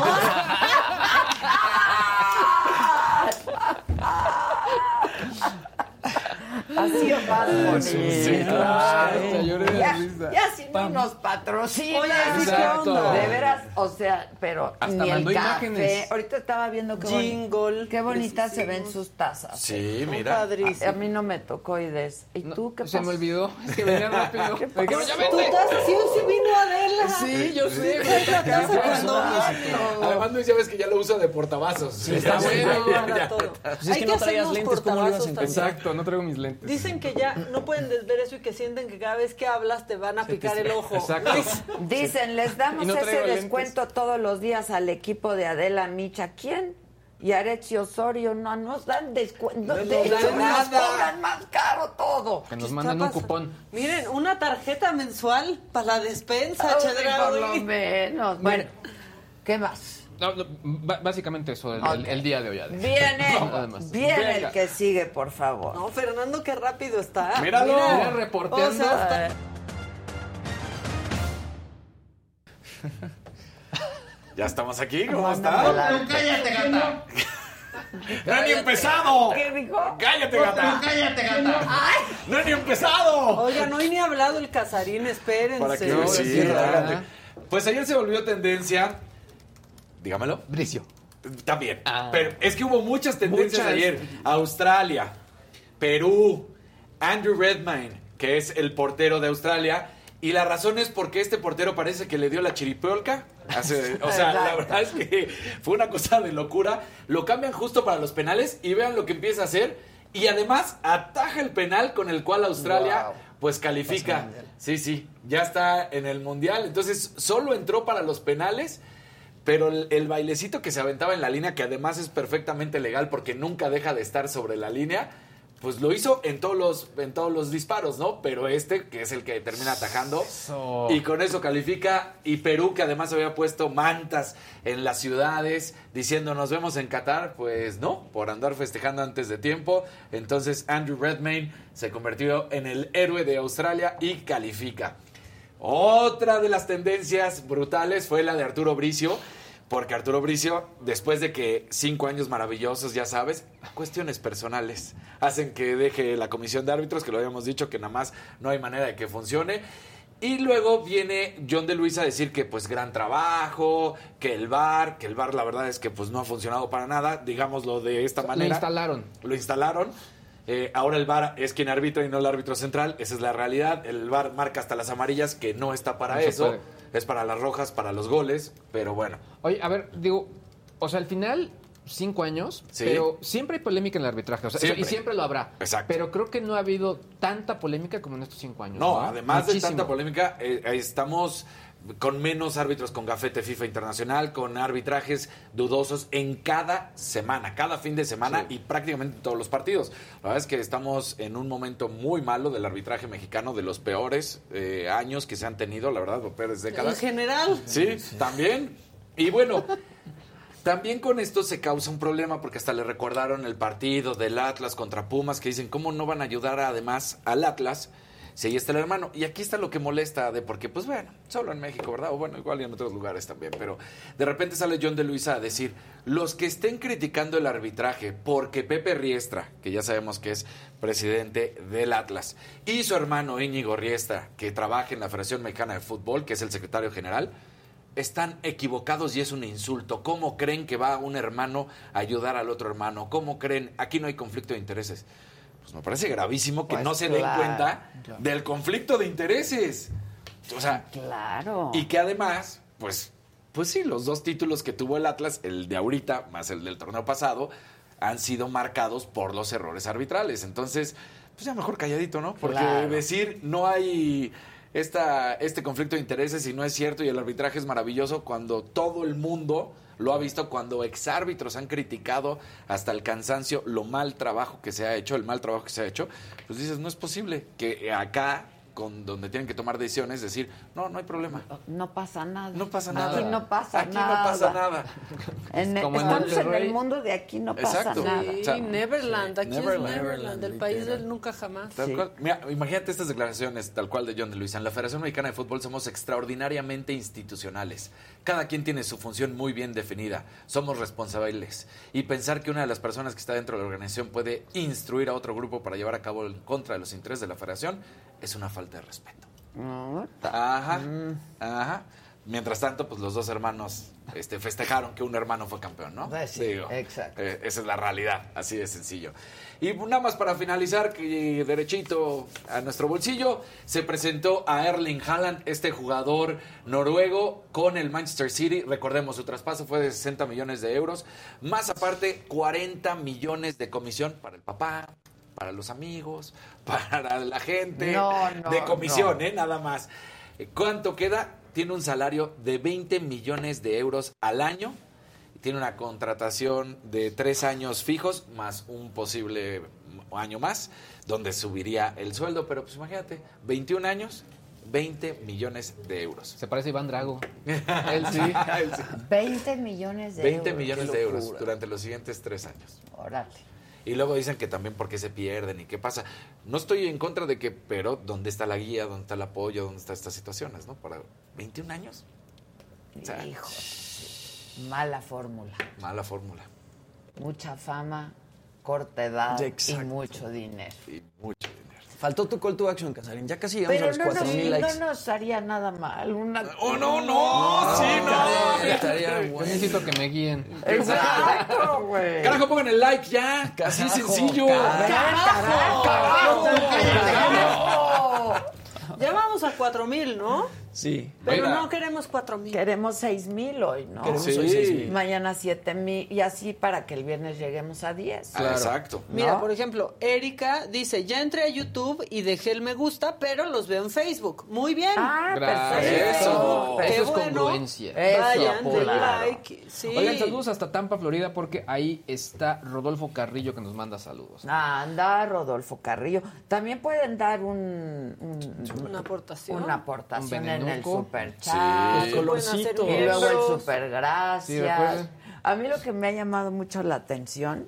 Así es más bonito. Sí, claro. Hasta lloré de Ya, risa. ya si no nos patrocinan. Oye, sí, ¿qué Exacto. onda? De veras, o sea, pero Hasta ni el mandó café. imágenes. Ahorita estaba viendo qué, boni- Jingle. qué bonitas Les se ven hicimos. sus tazas. Sí, Oh, mira. padrísimo. A mí no me tocó y des. ¿Y No, tú qué se pasó? me olvidó. Es que venía rápido. ¿Qué Me dijeron, pasó? "Ya Tu vete". taza sí, sí vino Adela. Sí, yo sé. Es la taza Por cuando eso. Además, Luis, ya ves que ya lo usa de portavasos. Sí, está bueno. para todo. Pues es Hay que no traías hacernos lentes, ¿cómo lo ibas a portavasos encontrar? también. Exacto, no traigo mis lentes. Dicen que ya no pueden desver eso y que sienten que cada vez que hablas te van a picar el ojo. Exacto. Luis, Dicen, les damos Y no ese traigo lentes. descuento todos los días al equipo de Adela Micha. ¿Quién? Y Arezzi Osorio no nos dan descuento. No de nos hecho, dan nos nada. cobran más caro todo. Que nos ¿qué manden está un pasando? cupón. Miren, una tarjeta mensual para la despensa, Ay, por lo Chedraui. menos. Bueno, ¿qué más? No, no, b- básicamente eso, el, el- Ok. el día de hoy. Adela. Viene, Nada más. viene Venga. el que sigue, por favor. No, Fernando, qué rápido está. Míralo. Mira, Mira, reporteando. o sea, está- Ya estamos aquí, ¿cómo Mándame está? la- Pero cállate, gata. ¡No han ni empezado! ¿Qué dijo? ¡Cállate, Pero gata! cállate, gata. ¡No han ni empezado! Oigan, hoy ni ha hablado el Casarín, espérense. Para que No, sí, sí, relájate. ah. Pues ayer se volvió tendencia. Dígamelo. Bricio. También. Ah. Pero es que hubo muchas tendencias Muchas. ayer. Australia, Perú, Andrew Redmayne, que es el portero de Australia. Y la razón es porque este portero parece que le dio la chiripiolca. Hace- o sea, la verdad es que fue una cosa de locura. Lo cambian justo para los penales y vean lo que empieza a hacer. Y además ataja el penal con el cual Australia Wow. pues califica. Sí, sí, ya está en el Mundial. Entonces solo entró para los penales. Pero el, el bailecito que se aventaba en la línea, que además es perfectamente legal porque nunca deja de estar sobre la línea, pues lo hizo en todos los, en todos los disparos, ¿no? Pero este, que es el que termina atajando, Eso. y con eso califica. Y Perú, que además había puesto mantas en las ciudades, diciendo nos vemos en Qatar, pues no, por andar festejando antes de tiempo. Entonces Andrew Redmayne se convirtió en el héroe de Australia y califica. Otra de las tendencias brutales fue la de Arturo Bricio, porque Arturo Bricio, después de que cinco años maravillosos, ya sabes, cuestiones personales hacen que deje la comisión de árbitros, que lo habíamos dicho que nada más no hay manera de que funcione. Y luego viene John de Luis a decir que pues gran trabajo, que el V A R, que el V A R la verdad es que pues no ha funcionado para nada, digámoslo de esta Lo manera. instalaron. Lo instalaron. Eh, ahora el V A R es quien arbitra y no el árbitro central. Esa es la realidad. El V A R marca hasta las amarillas, que no está para No se eso. puede. Es para las rojas, para los goles. Pero bueno. Oye, a ver, digo, o sea, al final cinco años, Sí. pero siempre hay polémica en el arbitraje, o sea, Siempre. y siempre lo habrá. Exacto. Pero creo que no ha habido tanta polémica como en estos cinco años. No, además Muchísimo. de tanta polémica, eh, estamos con menos árbitros con gafete FIFA Internacional, con arbitrajes dudosos en cada semana, cada fin de semana y prácticamente en todos los partidos. La verdad es que estamos en un momento muy malo del arbitraje mexicano, de los peores eh, años que se han tenido, la verdad, los peores décadas. En general. Sí, también. Y bueno, también con esto se causa un problema porque hasta le recordaron el partido del Atlas contra Pumas, que dicen, ¿cómo no van a ayudar además al Atlas si ahí está el hermano? Y aquí está lo que molesta, de porque, pues bueno, solo en México, ¿verdad? O bueno, igual y en otros lugares también, pero de repente sale John de Luisa a decir, los que estén criticando el arbitraje porque Pepe Riestra, que ya sabemos que es presidente del Atlas, y su hermano Íñigo Riestra, que trabaja en la Federación Mexicana de Fútbol, que es el secretario general, están equivocados y es un insulto. ¿Cómo creen que va un hermano a ayudar al otro hermano? ¿Cómo creen? Aquí no hay conflicto de intereses. Pues me parece gravísimo que Pues no se claro, den cuenta claro. del conflicto de intereses. O sea, claro. Y que además, pues, pues sí, los dos títulos que tuvo el Atlas, el de ahorita más el del torneo pasado, han sido marcados por los errores arbitrales. Entonces, pues ya mejor calladito, ¿no? Porque Claro. decir no hay esta, este conflicto de intereses y no es cierto y el arbitraje es maravilloso cuando todo el mundo lo ha visto, cuando exárbitros han criticado hasta el cansancio lo mal trabajo que se ha hecho, el mal trabajo que se ha hecho, pues dices, no es posible que acá, con donde tienen que tomar decisiones, decir, no, no hay problema. No pasa nada. No pasa nada. Aquí no pasa Aquí nada. no pasa nada. En, Como en estamos en Monterrey. el mundo de aquí no pasa Exacto. nada. Sí, O sea, Neverland, aquí Neverland. es Neverland, el país del nunca jamás. Tal cual. Mira, imagínate estas declaraciones tal cual de John de Luisa. En la Federación Mexicana de Fútbol somos extraordinariamente institucionales. Cada quien tiene su función muy bien definida. Somos responsables. Y pensar que una de las personas que está dentro de la organización puede instruir a otro grupo para llevar a cabo en contra de los intereses de la Federación es una falta de respeto. Ajá, ajá. Mientras tanto, pues los dos hermanos este, festejaron que un hermano fue campeón, ¿no? Pues sí, exacto. Eh, esa es la realidad, así de sencillo. Y nada más para finalizar, que derechito a nuestro bolsillo, se presentó a Erling Haaland, este jugador noruego con el Manchester City. Recordemos, su traspaso fue de sesenta millones de euros, más aparte cuarenta millones de comisión para el papá, para los amigos, para la gente, No, no, de comisión, no. ¿eh? Nada más. ¿Cuánto queda? Tiene un salario de veinte millones de euros al año. Tiene una contratación de tres años fijos, más un posible año más, donde subiría el sueldo. Pero pues imagínate, veintiún años, veinte millones de euros. Se parece a Iván Drago. Él sí. Él sí. veinte millones de veinte euros. millones Qué de euros locura. durante los siguientes tres años. Órale. Y luego dicen que también por qué se pierden y qué pasa. No estoy en contra de que, pero ¿dónde está la guía? ¿Dónde está el apoyo? ¿Dónde están estas situaciones? ¿No? Para veintiún años. O sea, Hijo, sí. Mala fórmula. mala fórmula. Mucha fama, corta edad Exacto. y mucho dinero. Y mucho dinero. Faltó tu call to action, Casarín. Ya casi llegamos a Pero los no cuatro nos, mil likes. no nos haría nada mal. Una... ¡Oh, no, no! ¡Sí, no! Estaría Yo bueno. necesito que me guíen. Exacto, güey. Carajo, pongan el like ya. Así sencillo. ¡Carajo! ¡Carajo! ¡Carajo! Ya vamos a cuatro mil, ¿no? Sí. Pero Oiga. no queremos cuatro mil. Queremos seis mil hoy, ¿no? Queremos Sí. hoy seis mil. Mañana siete mil y así para que el viernes lleguemos a diez. Ah, exacto. Mira, ¿no? por ejemplo, Erika dice, ya entré a YouTube y dejé el me gusta, pero los veo en Facebook. Muy bien. Ah, Gracias. perfecto. Eso. Qué Eso es bueno. congruencia. Eso, Vayan, denle claro. like. Sí. Oigan, saludos hasta Tampa, Florida, porque ahí está Rodolfo Carrillo que nos manda saludos. Anda, Rodolfo Carrillo. También pueden dar un, un- Una aportación. una aportación Un en el benenuco. super Sí. chat. Los colorcitos. Y luego el Miembros. super Sí, gracias. recuerden. A mí lo que me ha llamado mucho la atención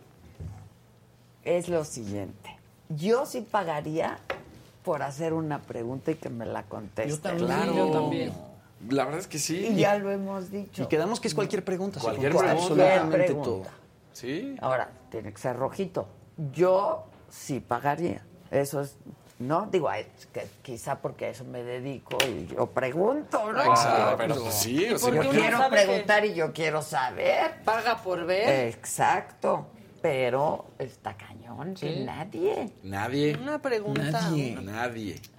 es lo siguiente. Yo sí pagaría por hacer una pregunta y que me la contesten. Yo también, Claro. yo también. La verdad es que sí. Y ya lo hemos dicho. Y quedamos que es cualquier pregunta. se Cualquier contesta pregunta. Absolutamente Pregunta. todo. Sí. Ahora, tiene que ser rojito. Yo sí pagaría. Eso es, ¿no? Digo, ay, que quizá porque a eso me dedico y yo pregunto, ¿no? Exacto, pero pues sí. O sea, Yo uno quiero sabe que- preguntar y yo quiero saber. Paga por ver. Exacto. Pero está cañón que Sí. nadie. nadie. Una pregunta. Nadie. Nadie.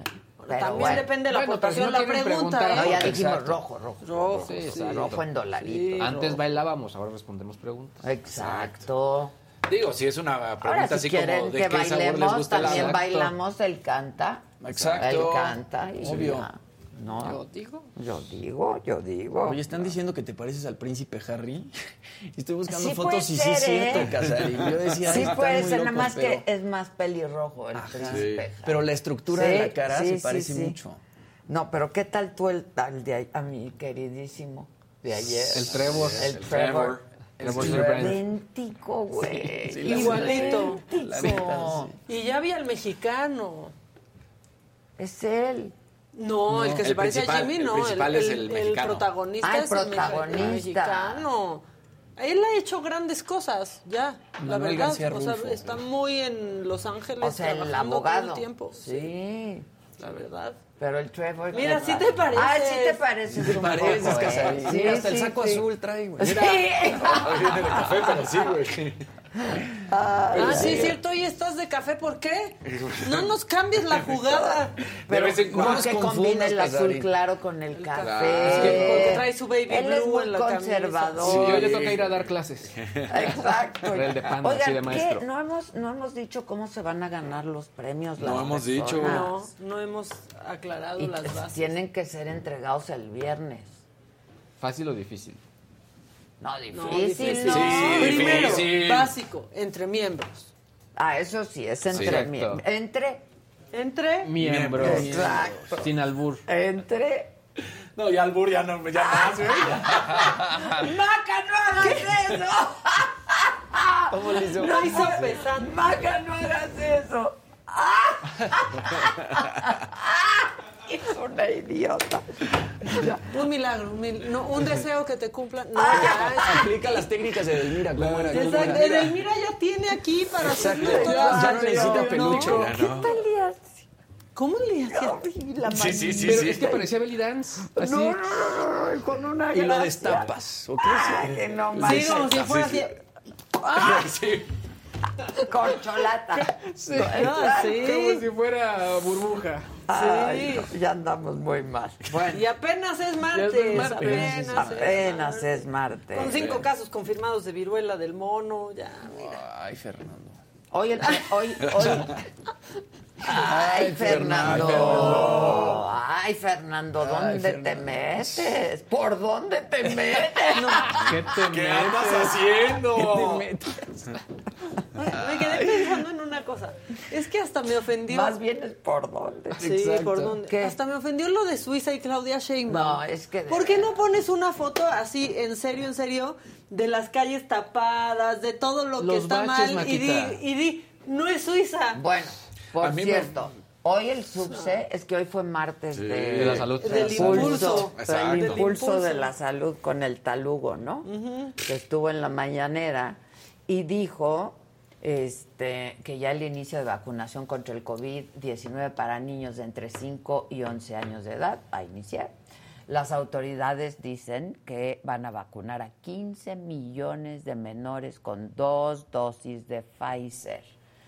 Pero También bueno. depende de la Bueno, aportación pero si de no la quieren pregunta. preguntar, ¿eh? No, ya dijimos Exacto. rojo, rojo. Rojo, Sí, Sí, exacto. rojo en dolarito. Antes bailábamos, ahora respondemos preguntas. Exacto. Digo, si es una pregunta Ahora, si así quieren como de que qué sabor les bailemos, gusta el también helado. bailamos el canta. Exacto. El canta. Y Obvio. ya. No, Yo digo. yo digo, yo digo. Oye, están diciendo que te pareces al príncipe Harry. Estoy buscando Sí puede fotos y sí ser, es cierto, ¿eh? Casarín. Yo decía, Sí "Ay, están puede muy ser, nada locos", más pero- que es más pelirrojo el príncipe. Harry. Pero la estructura Sí, de la cara sí, se sí, parece sí. mucho. No, pero ¿qué tal tú el tal de ahí- a mi queridísimo de ayer? El Trevor. El El Trevor. Trevor Es Silbrand. idéntico, güey. Sí, la Igualito. La neta, sí. Y ya vi al mexicano. Es él. No, el que se el parece a principal- Jimmy, el no. principal es el mexicano. protagonista Ah, el es el mexa- protagonista. el mexicano. Él ha hecho grandes cosas, ya, la Manuel verdad. García O sea, Rulfo. está muy en Los Ángeles O sea, el trabajando abogado. todo el tiempo. Sí. La verdad. Pero el Trevor. Mira, ¿qué sí tal? te pareces. Ah, sí te pareces. Te un pareces, poco, ¿eh? Casarín. Sí, Mira, hasta el sí, saco sí. azul trae, güey. Sí. Viene de café, pero sí, güey. Ah, sí, es cierto. Oye, ¿estás de café? ¿Por qué? No nos cambies la jugada. Pero vez en cuando. no que nos combina confundas, el azul Casarín. claro con el café. Es que porque trae su baby Él es blue muy en la camisa. conservador. Sí, hoy le toca ir a dar clases. Exacto. El de panda, Oigan, así de ¿qué? maestro. No hemos, no hemos dicho cómo se van a ganar los premios. No las hemos dicho. personas. No, no hemos aclarado Y las que bases. tienen que ser entregados el viernes. ¿Fácil o difícil? No, No, difícil, difícil. no. Sí, Primero, difícil. básico, entre miembros. Ah, eso sí, es entre... Exacto. mie- entre... Entre Miembros. Exacto. Sin albur. Entre... No, ya albur ya no, ya más, güey. ¡Maca, no hagas eso! ¿Cómo le hizo? lo hizo pesado. ¡Maca, no hagas eso! Es una idiota. Un milagro, un, mil- no, un deseo que te cumpla. No, ya, es- Aplica las técnicas de Edelmira. ¿Cómo era? ¿Cómo Exacto, era? Edelmira ya tiene aquí para Exacto. hacerle todas Ya las no necesita acciones, peluche. ¿no? Ya ¿Qué no. tal le hace? ¿Cómo le hacía? Ay, la Sí, sí, sí, Pero sí. es que parecía belly dance. Así. No, no, no, no, con una Y lo gracia. destapas. ¿O qué? Ay, que no Sí, manches. como si fuera sí, así. Sí. Corcholata. Sí. Ah, sí. Como si fuera burbuja. Ay, no, ya andamos muy mal. Bueno, Y apenas es martes. Ya es martes. Apenas, apenas es martes. Con cinco casos confirmados de viruela del mono, ya, mira. Ay, Fernando. Hoy, el, hoy, hoy. Ay, Fernando. Fernando. Ay, Fernando, ¿dónde Ay, te Fernando. metes? ¿Por dónde te metes? ¿Qué te ¿Qué andas haciendo? Me quedé pensando en una cosa. Es que hasta me ofendió. Más bien es por dónde. Sí, Exacto. por dónde. ¿Qué? Hasta me ofendió lo de Suiza y Claudia Sheinbaum. No, es que de ¿Por qué no pones una foto así, en serio, en serio, de las calles tapadas, de todo lo que Los está baches, mal y di, Maquita. y di, no es Suiza? Bueno, por A mí me- cierto, hoy el subse, es que hoy fue martes de, De la salud. Del impulso, impulso. Exacto. el Del impulso impulso. de la salud con el talugo, ¿no? Que estuvo en la mañanera y dijo este, que ya el inicio de vacunación contra el COVID diecinueve para niños de entre cinco y once años de edad va a iniciar. Las autoridades dicen que van a vacunar a quince millones de menores con dos dosis de Pfizer.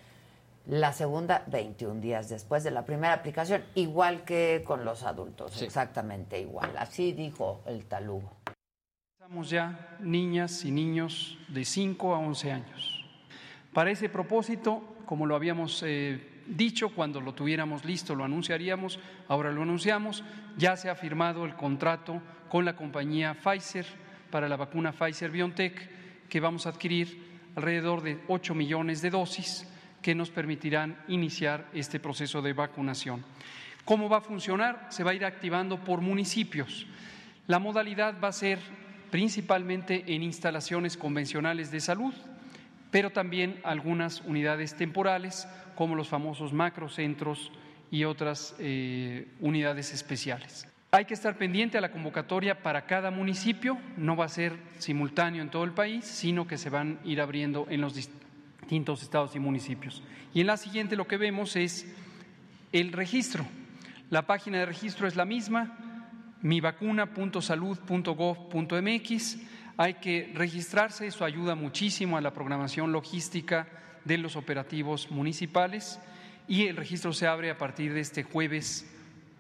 La segunda, veintiún días después de la primera aplicación, igual que con los adultos, Sí. exactamente igual. Así dijo el talugo. Estamos ya niñas y niños de cinco a once años. Para ese propósito, como lo habíamos eh, dicho, cuando lo tuviéramos listo lo anunciaríamos, ahora lo anunciamos, ya se ha firmado el contrato con la compañía Pfizer para la vacuna Pfizer-BioNTech, que vamos a adquirir alrededor de ocho millones de dosis que nos permitirán iniciar este proceso de vacunación. ¿Cómo va a funcionar? Se va a ir activando por municipios. La modalidad va a ser principalmente en instalaciones convencionales de salud, pero también algunas unidades temporales, como los famosos macrocentros y otras eh, unidades especiales. Hay que estar pendiente a la convocatoria para cada municipio, no va a ser simultáneo en todo el país, sino que se van a ir abriendo en los distintos estados y municipios. Y en la siguiente lo que vemos es el registro. La página de registro es la misma, mi vacuna punto salud punto gov punto m x. Hay que registrarse, eso ayuda muchísimo a la programación logística de los operativos municipales y el registro se abre a partir de este jueves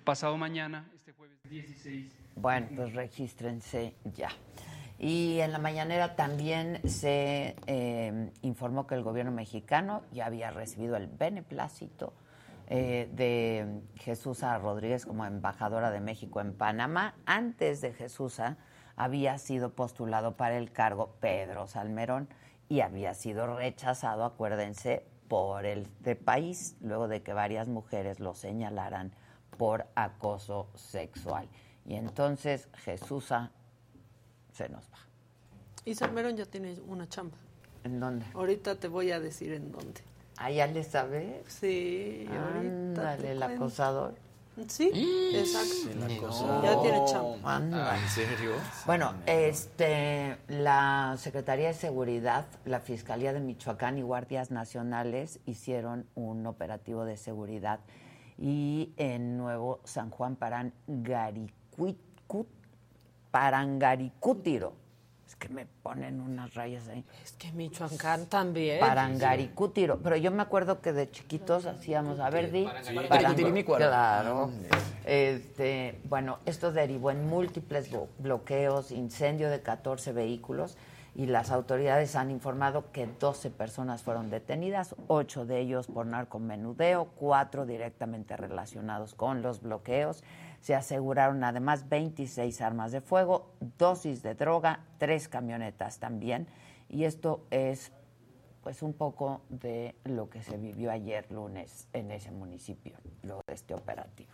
pasado mañana, este jueves dieciséis. Bueno, pues regístrense ya. Y en la mañanera también se eh, informó que el gobierno mexicano ya había recibido el beneplácito eh, de Jesús Rodríguez como embajadora de México en Panamá. Antes de Jesús había sido postulado para el cargo Pedro Salmerón y había sido rechazado, acuérdense, por el de país, luego de que varias mujeres lo señalaran por acoso sexual. Y entonces Jesús se nos va. Y Salmerón ya tiene una chamba. ¿En dónde? Ahorita te voy a decir en dónde. ¿Ah, ya le sabes? Sí, ahorita Ándale, te el cuento. acosador. Sí, exacto. El acosador. Ya tiene chamba. Anda. ¿En serio? Bueno, este, la Secretaría de Seguridad, la Fiscalía de Michoacán y Guardias Nacionales hicieron un operativo de seguridad y en Nuevo San Juan Parangaricut, Parangaricútiro. Es que me ponen unas rayas ahí. Es que Michoacán también. Parangaricútiro. Pero yo me acuerdo que de chiquitos hacíamos, a ver, di. Parangaricútiro. Claro. Este, bueno, esto derivó en múltiples bloqueos, incendio de catorce vehículos y las autoridades han informado que doce personas fueron detenidas, ocho de ellos por narcomenudeo, cuatro directamente relacionados con los bloqueos. Se aseguraron además veintiséis armas de fuego, dosis de droga, tres camionetas también. Y esto es pues un poco de lo que se vivió ayer lunes en ese municipio, luego de este operativo.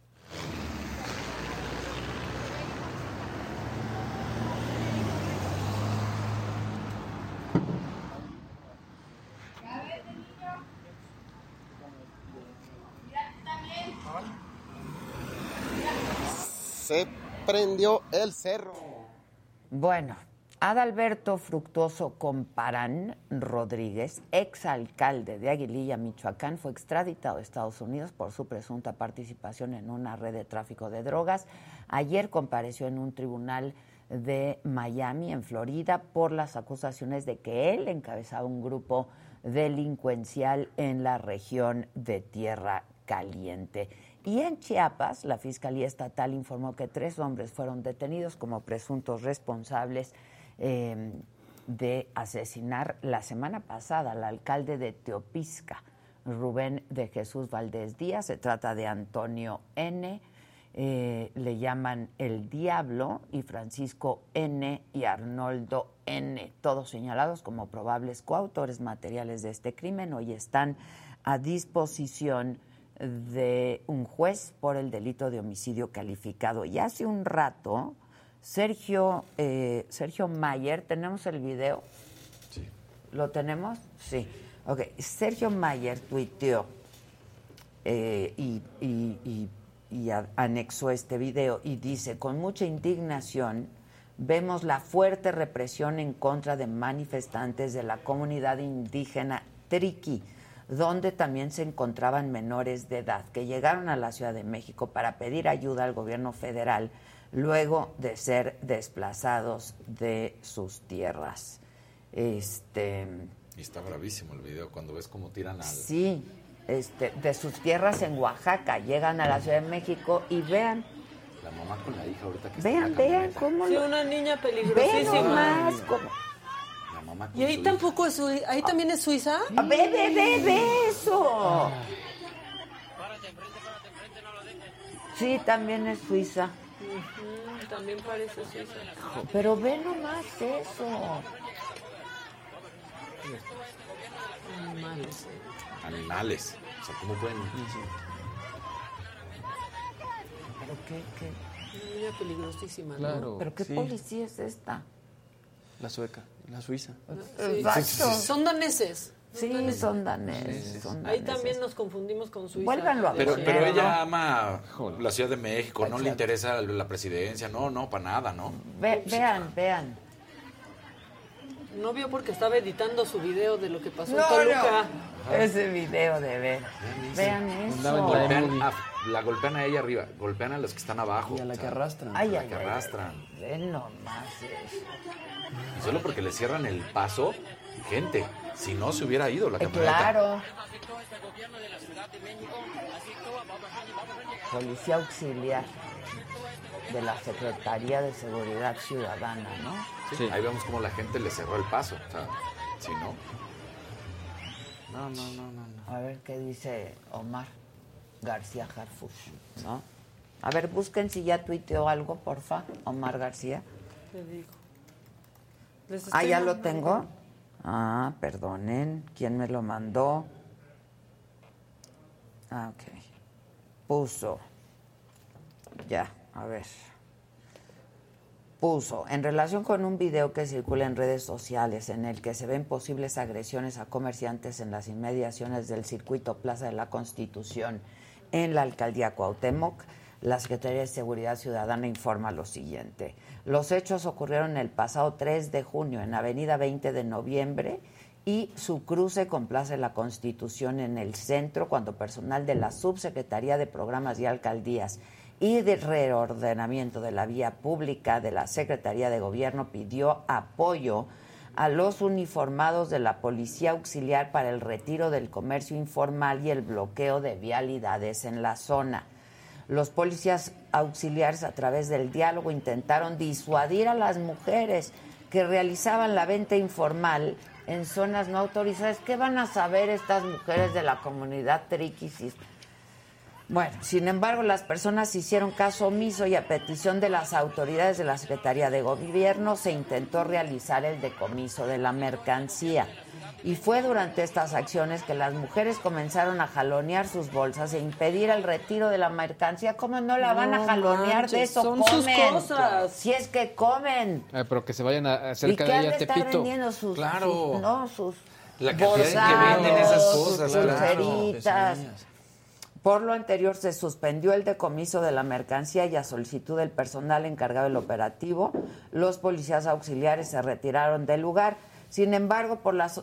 Se prendió el cerro. Bueno, Adalberto Fructuoso Comparán Rodríguez, exalcalde de Aguililla, Michoacán, fue extraditado a Estados Unidos por su presunta participación en una red de tráfico de drogas. Ayer compareció en un tribunal de Miami, en Florida, por las acusaciones de que él encabezaba un grupo delincuencial en la región de Tierra Caliente. Y en Chiapas, la Fiscalía Estatal informó que tres hombres fueron detenidos como presuntos responsables eh, de asesinar la semana pasada al alcalde de Teopisca, Rubén de Jesús Valdés Díaz. Se trata de Antonio N., eh, le llaman El Diablo, y Francisco N. y Arnoldo N., todos señalados como probables coautores materiales de este crimen. Hoy están a disposición de un juez por el delito de homicidio calificado. Y hace un rato, Sergio, eh, Sergio Mayer, ¿tenemos el video? Sí. ¿Lo tenemos? Sí. Ok, Sergio Mayer tuiteó eh, y, y, y, y a, anexó este video y dice: con mucha indignación vemos la fuerte represión en contra de manifestantes de la comunidad indígena Triqui, donde también se encontraban menores de edad que llegaron a la Ciudad de México para pedir ayuda al gobierno federal luego de ser desplazados de sus tierras. Este, y está bravísimo el video cuando ves cómo tiran al... Sí, este, de sus tierras en Oaxaca, llegan a la Ciudad de México y vean. La mamá con la hija ahorita que Vean, está en la vean cómo... Sí, lo... una niña Vean peligrosísima. nomás cómo... La mamá con Y ahí su tampoco es Sui- ahí también es Suiza. ¡Ve, ve, ve, ve eso! Sí, también es Suiza. Ujú, también parece Suiza. Pero ve nomás eso. Animales. Animales. O sea, ¿cómo pueden...? ¿Pero qué, qué? Una niña peligrosísima. ¿no? Claro. ¿Pero qué sí. policía es esta? La sueca, la suiza. Sí. Exacto. Son daneses. Sí, son daneses. Sí, sí, sí. Son Ahí daneses. también nos confundimos con Suiza. Vuélvanlo a Pero, poner, pero ella ¿no? ama la Ciudad de México, no le interesa la presidencia, no, no, para nada, ¿no? Ve- vean, vean. No vio porque estaba editando su video de lo que pasó en No, Toluca. no. Ese video de ver. Vean eso. Golpean a- la golpean a ella arriba, golpean a los que están abajo. Y a la o sea, que arrastran. Ay, a la ay, que ay, arrastran. Ve nomás eso. Solo porque le cierran el paso, gente, si no se hubiera ido la camioneta. Claro. Policía auxiliar de la Secretaría de Seguridad Ciudadana, ¿no? Sí, ahí vemos cómo la gente le cerró el paso. O sea, si no... No, no, no, no, no. A ver qué dice Omar García Harfuch, ¿no? A ver, busquen si ya tuiteó algo, porfa, Omar García. Te digo. Ah, ¿ya lo tengo? Ah, perdonen, ¿quién me lo mandó? Ah, ok. Puso. Ya, a ver. Puso, en relación con un video que circula en redes sociales en el que se ven posibles agresiones a comerciantes en las inmediaciones del circuito Plaza de la Constitución en la alcaldía Cuauhtémoc, la Secretaría de Seguridad Ciudadana informa lo siguiente. Los hechos ocurrieron el pasado tres de junio en Avenida veinte de noviembre y su cruce con Plaza de la Constitución en el centro, cuando personal de la Subsecretaría de Programas y Alcaldías y de Reordenamiento de la Vía Pública de la Secretaría de Gobierno pidió apoyo a los uniformados de la Policía Auxiliar para el retiro del comercio informal y el bloqueo de vialidades en la zona. Los policías auxiliares, a través del diálogo, intentaron disuadir a las mujeres que realizaban la venta informal en zonas no autorizadas. ¿Qué van a saber estas mujeres de la comunidad triquis? Bueno, sin embargo, las personas hicieron caso omiso y a petición de las autoridades de la Secretaría de Gobierno se intentó realizar el decomiso de la mercancía. Y fue durante estas acciones que las mujeres comenzaron a jalonear sus bolsas e impedir el retiro de la mercancía. ¿Cómo no la van No a jalonear? manches, De eso son comen. sus cosas. Si es que comen. Ay, pero que se vayan a ¿Y cerca qué de han ella de estar Tepito. vendiendo sus, Claro. sus, no, sus La cantidad en que borsados, venden esas cosas, sus claro. pulseritas? Por lo anterior, se suspendió el decomiso de la mercancía y a solicitud del personal encargado del operativo, los policías auxiliares se retiraron del lugar. Sin embargo, por las, uh,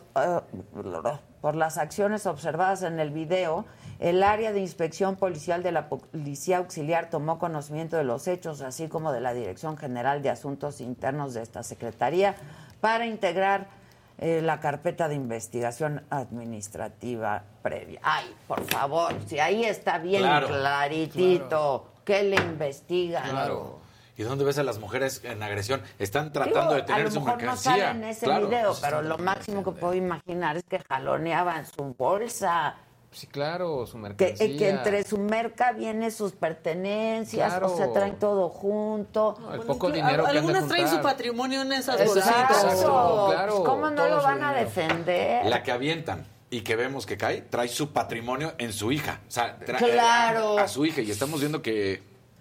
por las acciones observadas en el video, el área de inspección policial de la Policía Auxiliar tomó conocimiento de los hechos, así como de la Dirección General de Asuntos Internos de esta Secretaría, para integrar eh, la carpeta de investigación administrativa previa. Ay, por favor, si ahí está bien Claro, claritito, claro. ¿qué le investigan? Claro. ¿Y dónde ves a las mujeres en agresión? Están tratando Digo, de tener a lo su mejor mercancía. no sale en ese Claro, video, pues pero están lo máximo que puedo imaginar es que jaloneaban su bolsa. Sí, claro, su Que, mercancía. que entre su merca vienen sus pertenencias, Claro. o sea, traen todo junto. No, el poco dinero que han de Algunas traen su juntar. patrimonio en esas Exacto. bolsitas. Exacto, claro. ¿Cómo no todo lo su van a dinero. defender? La que avientan y que vemos que cae, trae su patrimonio en su hija. O sea, tra- Claro. a su hija. Y estamos viendo que...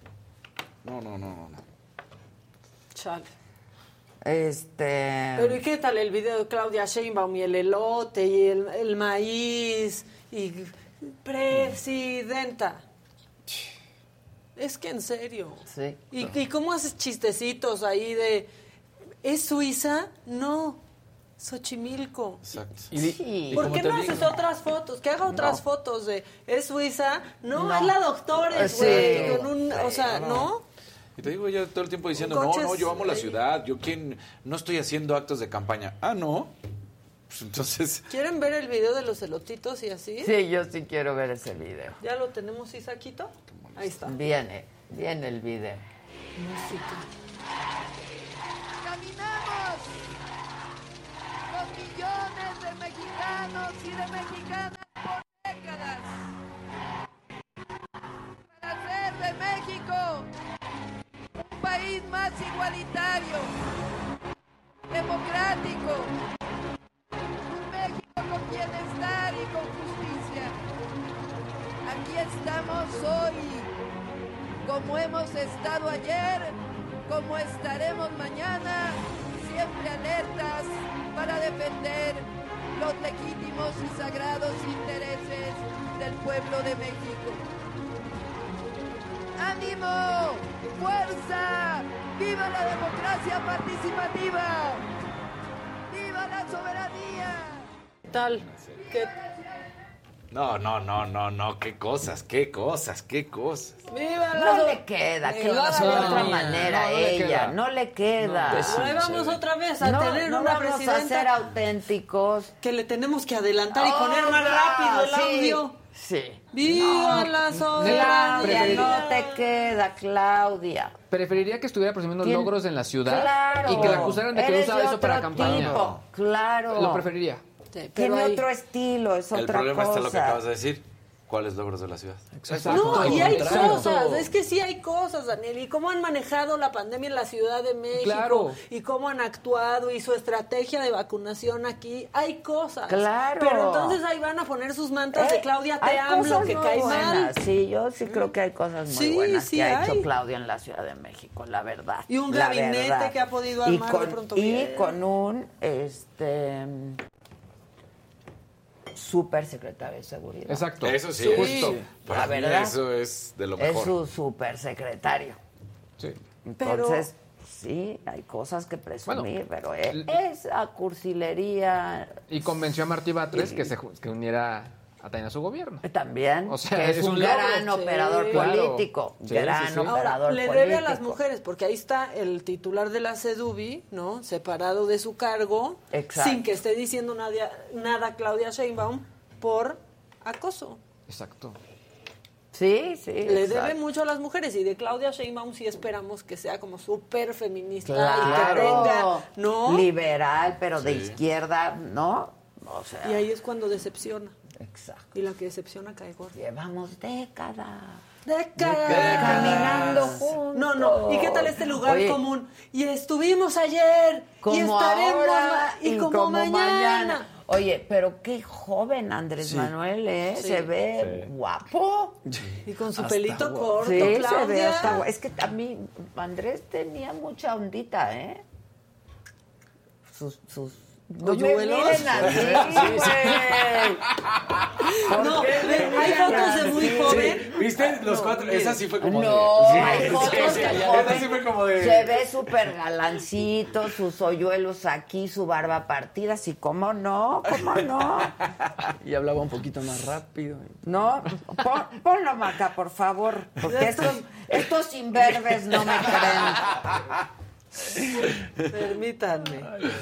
No, no, no, no. no. Chale. Este. Pero ¿y qué tal el video de Claudia Sheinbaum y el elote y el, el maíz y presidenta? Es que en serio. Sí. ¿Y, y cómo haces chistecitos ahí de ¿es Suiza? No. Xochimilco. Exacto. Y di- Sí. y ¿Por como qué te no digo, haces otras fotos? Que haga otras No. fotos de ¿es Suiza? No, No. es la doctora, Sí. güey. Con un, o sea, no. ¿no? Y te digo ella todo el tiempo diciendo, Coches, no, no, yo amo la eh. ciudad. Yo quién, no estoy haciendo actos de campaña. Ah, no. Pues entonces... ¿Quieren ver el video de los elotitos y así? Sí, yo sí quiero ver ese video. ¿Ya lo tenemos, Isaquito? Ahí está. Viene, viene el video. Música. Caminamos con millones de mexicanos y de mexicanas por décadas para hacer de México un país más igualitario, democrático, un México con bienestar y con justicia. Aquí estamos hoy, como hemos estado ayer, como estaremos mañana, siempre alertas para defender los legítimos y sagrados intereses del pueblo de México. ¡Ánimo! ¡Fuerza! ¡Viva la democracia participativa! ¡Viva la soberanía! ¿Qué tal? ¿Qué? No, no, no, no, no, qué cosas, qué cosas, qué cosas. ¡Viva la No le queda, que lo haga de otra manera a ella, no le queda. Pues sí, ahí vamos otra vez a No, tener no una vamos presidenta a ser auténticos. que le tenemos que adelantar y poner más rápido el sí, audio. Sí. ¡Viva No, la Claudia, Preferiría- no te queda, Claudia. Preferiría que estuviera presumiendo ¿Quién? logros en la ciudad Claro. y que la acusaran de que Eres usa de eso para otro campaña. tipo, claro. Lo preferiría. Sí, pero Tiene ahí- otro estilo, es El otra problema cosa. está en lo que acabas de decir. ¿Cuáles logros de la ciudad? No, y hay Exacto. cosas, es que sí hay cosas, Daniel, y cómo han manejado la pandemia en la Ciudad de México, Claro. y cómo han actuado, y su estrategia de vacunación aquí, hay cosas. Claro. Pero entonces ahí van a poner sus mantas Eh, de Claudia hay te amo, cosas que muy cae buenas. mal. Sí, yo sí creo que hay cosas muy Sí, buenas sí que ha hecho hay. Claudia en la Ciudad de México, la verdad. Y un la gabinete verdad. que ha podido Y armar de con- pronto Y bien. con un este super secretario de seguridad. Exacto. Eso sí, Justo. Para La mí verdad. eso es de lo Es mejor. su super secretario. Sí. Entonces, sí, hay cosas que presumir, pero e- esa cursilería Y convenció a Martí Batres que se ju- que uniera a Tania a su gobierno. también, O sea, que es, es un, un logro. gran Sí. operador Claro. político, Sí, gran sí, sí. operador Ahora, le político. debe a las mujeres, porque ahí está el titular de la CEDUBI, ¿no? Separado de su cargo, Exacto. sin que esté diciendo nada, nada Claudia Sheinbaum por acoso. Exacto. Sí, sí. Le exacto. debe mucho a las mujeres y de Claudia Sheinbaum sí esperamos que sea como súper feminista y que Claro, tenga, ¿no? liberal, pero de Sí. izquierda, ¿no? O sea, Y ahí es cuando decepciona. exacto. Y la que decepciona cae gorda. Llevamos décadas ¡Décadas! caminando juntos. No, no. ¿Y qué tal este lugar Oye, común? Y estuvimos ayer como y estaremos ahora ma- y, como, mañana. Oye, pero qué joven Andrés Sí. Manuel, ¿eh? Sí. Se ve guapo. Y con su Hasta pelito guapo. corto, Sí, Claudia. se ve hasta guapo. Es que a mí Andrés tenía mucha ondita, ¿eh? Sus, sus... No me ¿Hoyuelos? miren así, güey. ¿Por No, qué me hay miran fotos de así? muy joven. ¿Viste? Los cuatro. Esa sí fue como No, de. hay Sí, fotos sí, sí, de ya, joven. esa sí fue como de. Se ve súper galancito, sus hoyuelos aquí, su barba partida, así, ¿cómo no? ¿Cómo no? Y hablaba un poquito más rápido. No, pon, ponlo acá, por favor, porque estos, estos imberbes no me creen. Permítanme.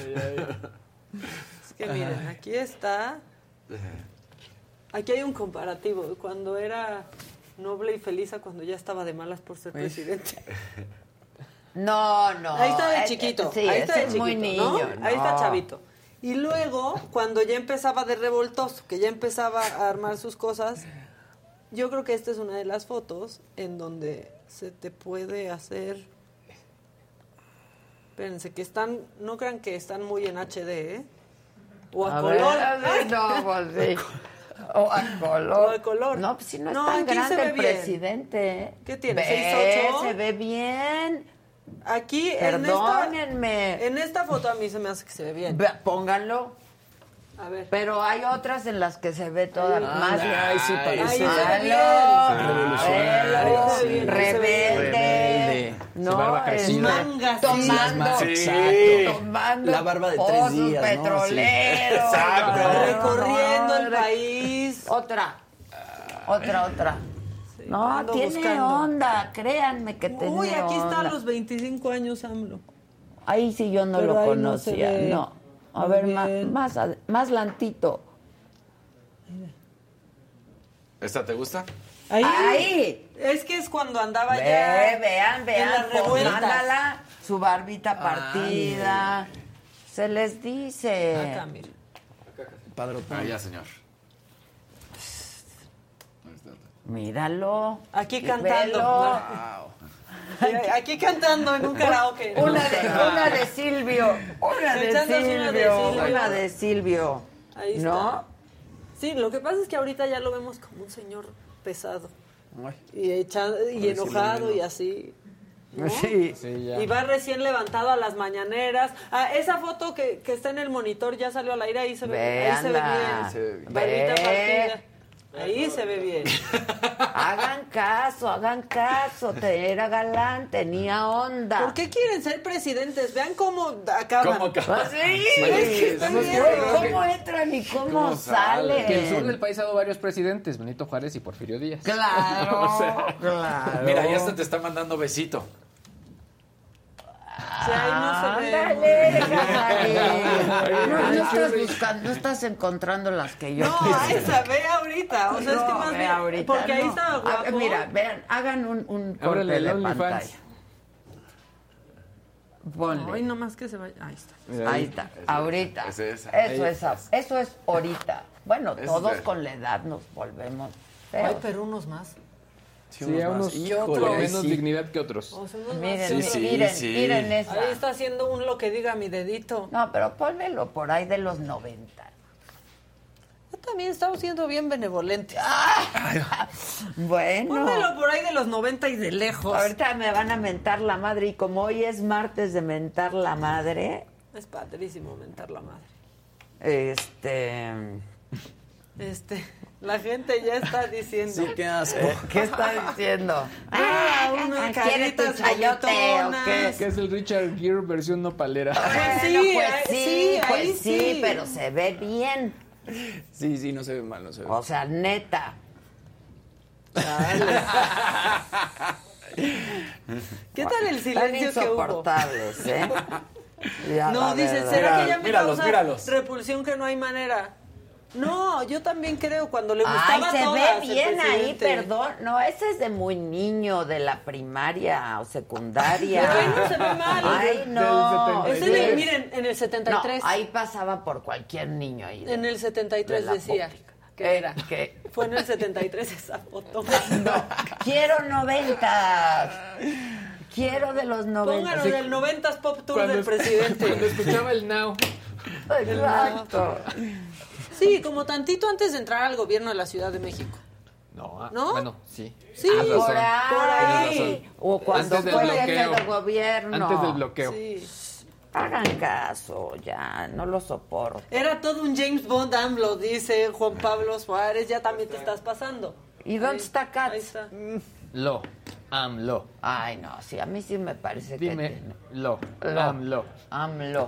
Es que miren, aquí está. Aquí hay un comparativo. Cuando era noble y feliz a cuando ya estaba de malas por ser presidente. No, no. Ahí está de eh, chiquito. Sí, ahí está ese de es chiquito, muy ¿no? niño. Ahí está no. chavito. Y luego, cuando ya empezaba de revoltoso, que ya empezaba a armar sus cosas, yo creo que esta es una de las fotos en donde se te puede hacer... Espérense, que están... No crean que están muy en H D, ¿eh? O a, A color. ver, a ver, no, pues sí. O a color. O a color. No, pues si no es No, tan aquí se grande ve el bien. presidente. ¿eh? ¿Qué tiene? Ve, ¿seis ocho? se ve bien. Aquí, en esta, Perdónenme. en esta foto a mí se me hace que se ve bien. Ve, pónganlo. A ver. Pero hay otras en las que se ve toda Ay, más. ay, sí, parece. Ahí se ve bien. Revolucionario, Ahí se ve sí. bien, ahí se ve bien. Rebelde. No, Su barba es crecida. Mangas, sí. tomando, Sí. exacto, tomando La barba de tres pozos días, ¿no? petroleros. Exacto. No, Recorriendo no, el país. Otra, otra, otra. No, ando tiene buscando. onda, créanme que tiene Uy, aquí onda. están los veinticinco años, AMLO. Ahí sí yo no Pero lo ahí no se conocía, ve. no. A Muy ver, ma- bien. más, ad- más lantito. ¿Esta te gusta? Ahí. Ahí. Es que es cuando andaba Ve, ya. vean, en vean, las pues, revueltas. mándala, su barbita partida. Se les dice. Acá, mira. Padrotón. Ah, ya, señor. Míralo. Aquí y cantando. velo. Mira, Aquí cantando en un karaoke. Una de, una de Silvio. Una de Echándose Silvio. una de Silvio. Una de Silvio. Ahí está. ¿No? Sí, lo que pasa es que ahorita ya lo vemos como un señor pesado. Ay. Y, echa- y decirlo enojado menos. y así. ¿no? Sí. Sí, ya. Y va recién levantado a las mañaneras. Ah, esa foto que, que está en el monitor ya salió al aire, ahí se ve, ahí se ve Véanla. bien. Se ve bien. Barbita Ve. partida. Ahí se ve bien. Hagan caso, hagan caso. Era galán, tenía onda. ¿Por qué quieren ser presidentes? Vean cómo acaban. ¿Cómo acaban? Sí, Sí, es que sí, ¿cómo entran y cómo, ¿Cómo salen? Que el sur del país ha dado varios presidentes, Benito Juárez y Porfirio Díaz. Claro, O sea, claro. Mira, ya hasta te está mandando besito. Sí, ahí no se ve. Ándale, Gabriel. No, no estás buscando, no estás encontrando las que yo No, quiero. a esa, ve ahorita. O sea, es que No, más ve bien. ahorita, Porque ahí no. estaba A ver, guapo. mira, vean, hagan un, un corte Ábrele el de OnlyFans. pantalla. Ponle. Ay, nomás que se vaya. Ahí está. Mira, Ahí ahí. está, ahorita. Es esa. Eso Ahí es, a- eso es ahorita. Bueno, Es todos de- con la edad nos volvemos Ay, feos. pero unos más. Sí, a unos Híjole, con ahí menos sí. dignidad que otros. O sea, unos Miren, más. Sí, sí, miren, sí. miren esa. Ahí está haciendo un lo que diga mi dedito. No, pero pónmelo por ahí de los noventa. Yo también estaba siendo bien benevolente. Bueno. Pónmelo por ahí de los noventa y de lejos. Ahorita me van a mentar la madre y como hoy es martes de mentar la madre, Es padrísimo mentar la madre. este... Este, la gente ya está diciendo. Sí, qué asco. ¿Qué está diciendo? Ah, una ¿quiere tu caritas chayote o vomitonas. qué? Que es el Richard Gere versión nopalera. Bueno, sí, pues ahí- sí, sí, pues ahí sí, sí. pero se ve bien. Sí, sí, no se ve mal, no se ve O sea, neta. ¿Qué tal el Están silencio que hubo? insoportables, ¿eh? Ya, No, la dice, verdad. ¿será que ya me Míralos, causa míralos. repulsión que no hay manera? No, yo también creo, cuando le Ay, gustaba se todas, ve el bien ahí, presidente. perdón. No, ese es de muy niño, de la primaria o secundaria. Ay, no se ve mal. Ay, no. Es en el, miren, en el setenta y No, tres. ahí pasaba por cualquier niño ahí. En el setenta y de tres la decía. pública. ¿Qué era? ¿Qué? Fue en el setenta y tres esa foto. No, quiero noventas. Quiero de los noventas. Pónganlo del noventas Pop Tour Cuando del es- presidente. Cuando escuchaba el Now. Exacto. Sí, como tantito antes de entrar al gobierno de la Ciudad de México. No, ah, ¿No? bueno, sí. Sí, Tienes razón. Por ahí. Tienes razón. O cuando Antes del fue jefe bloqueo. del gobierno. Antes del bloqueo. Sí. Hagan caso, ya, no lo soporto. Era todo un James Bond AMLO, dice Juan Pablo Suárez. Ya también te estás pasando. ¿Y dónde Ahí- está Katz? Ahí está. Lo. AMLO. Ay, no, sí, a mí sí me parece que Dime. tiene. Lo. Lo. AMLO. AMLO.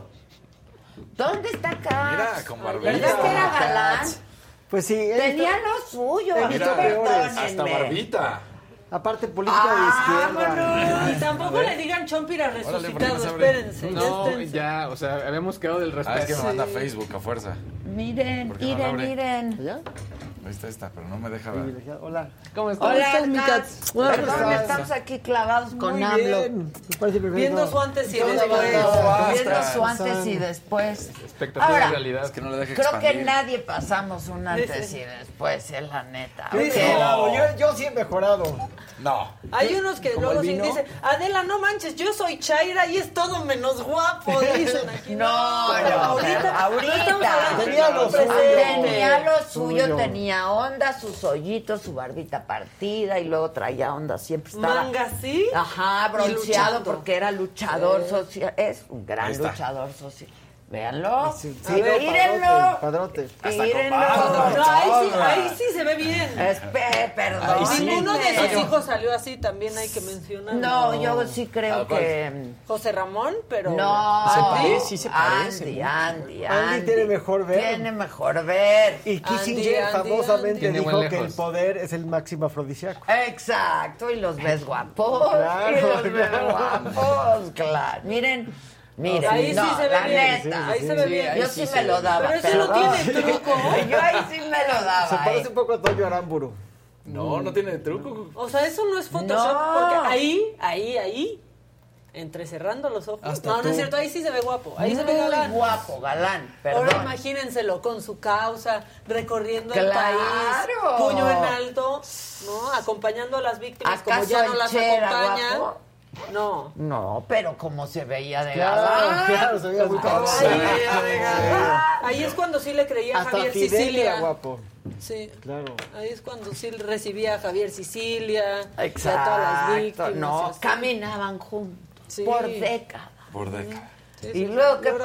¿Dónde está Katz? Mira, con barbita. ¿Verdad que era galán? Pues sí. él Tenía está- lo suyo, He a mí visto peores. Hasta perdónenme. barbita. Aparte, política Ah, de izquierda. Y tampoco le digan chompira ¿por qué no resucitado, se abre? espérense. ya No, esténse. ya, o sea, habíamos quedado del Ah, respeto. es que me manda Facebook a fuerza. Miren, ¿Por qué no la miren, abre? miren. ¿Ya? Ahí está esta, pero no me deja ver. Hola. ¿Cómo estás? Hola, estás, mi Katz. Katz? Perdón, estás? estamos aquí clavados con Muy AMLO. bien. Me parece perfecto. Viendo su antes y ¿Qué onda, después. banda? Viendo su antes y después. Expectativa Ahora, de realidad. Es que no le deja Creo que expandir. nadie pasamos un antes y después, es la neta. ¿Qué ¿ok? dice? No, yo, yo sí he mejorado. No. Hay unos que ¿Como luego el sí vino? dicen, Adela, no manches, yo soy Chaira y es todo menos guapo, dicen aquí. No, no, pero ahorita, ahorita. no estamos hablando de Tenía un lo suyo. presente. Tenía lo suyo, Suyo. tenía onda, sus hoyitos, su barbita partida y luego traía onda, siempre estaba. Manga, ¿sí? Ajá, Y bronceado luchando. porque era luchador Sí. social. Es un gran Ahí está. luchador social. Véanlo. Sí, Sí, padrote, mírenlo. Padrote. Mírenlo. No, ahí sí, ahí sí se ve bien. Espe- perdón. Ahí sí. Ninguno de sus hijos salió así, también hay que mencionar. No, yo sí creo Ah, ¿cuál? que. José Ramón, pero... No, Se parece, sí se parece, Andy, ¿no? Andy, Andy Andy. tiene mejor ver. Tiene mejor ver. Y Kissinger Andy, Andy, famosamente Andy. Tiene dijo buen que el lejos. poder es el máximo afrodisíaco. Exacto, y los ves guapos. Claro, y los ves claro. guapos, claro. Miren, miren. Ahí sí no, se ve la bien. neta. Ahí se ve bien. Yo ahí sí, sí se me ve lo bien. daba. Pero eso no perdón. tiene truco. Yo ahí sí me lo daba. Se parece eh. un poco a Toño Aramburu. No, no tiene truco. O sea, eso no es Photoshop, No. porque ahí, ahí, ahí, entrecerrando los ojos. Hasta no, no tú. es cierto, ahí sí se ve guapo. Ahí se ve Muy galán. guapo, galán. Ahora Perdón. imagínenselo con su causa, recorriendo el Claro. país, puño en alto, ¿no? Acompañando a las víctimas como ¿Acaso ya no el las Che era acompañan. guapo? No. No, pero como se veía de Claro, galán. claro, se veía muy Como cabrón. se veía de galán. Ahí es cuando sí le creía a Hasta Javier Fidel era Sicilia. guapo. Sí. Claro. Ahí es cuando sí recibía a Javier Sicilia, Exacto. y a todas las víctimas. y No, así. caminaban juntos Sí. por décadas. Por década. Sí, ¿Y sí, luego sí. qué ahora- pasó?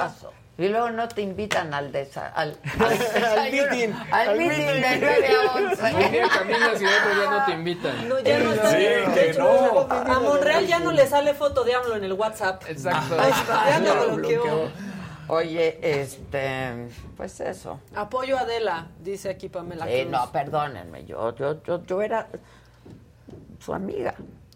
Y luego no te invitan al desa, al, al, Al meeting. al, Al meeting meeting. de nueve a once. Un día caminas y otro día no te invitan. No, ya no está. Sí, de que hecho, no. A Monreal ya no le sale foto de AMLO en el WhatsApp. Exacto. Ya lo bloqueó. Oye, este, pues eso. Apoyo a Adela, dice aquí Pamela Eh, Cruz. no, perdónenme, yo, yo, yo, yo era su amiga.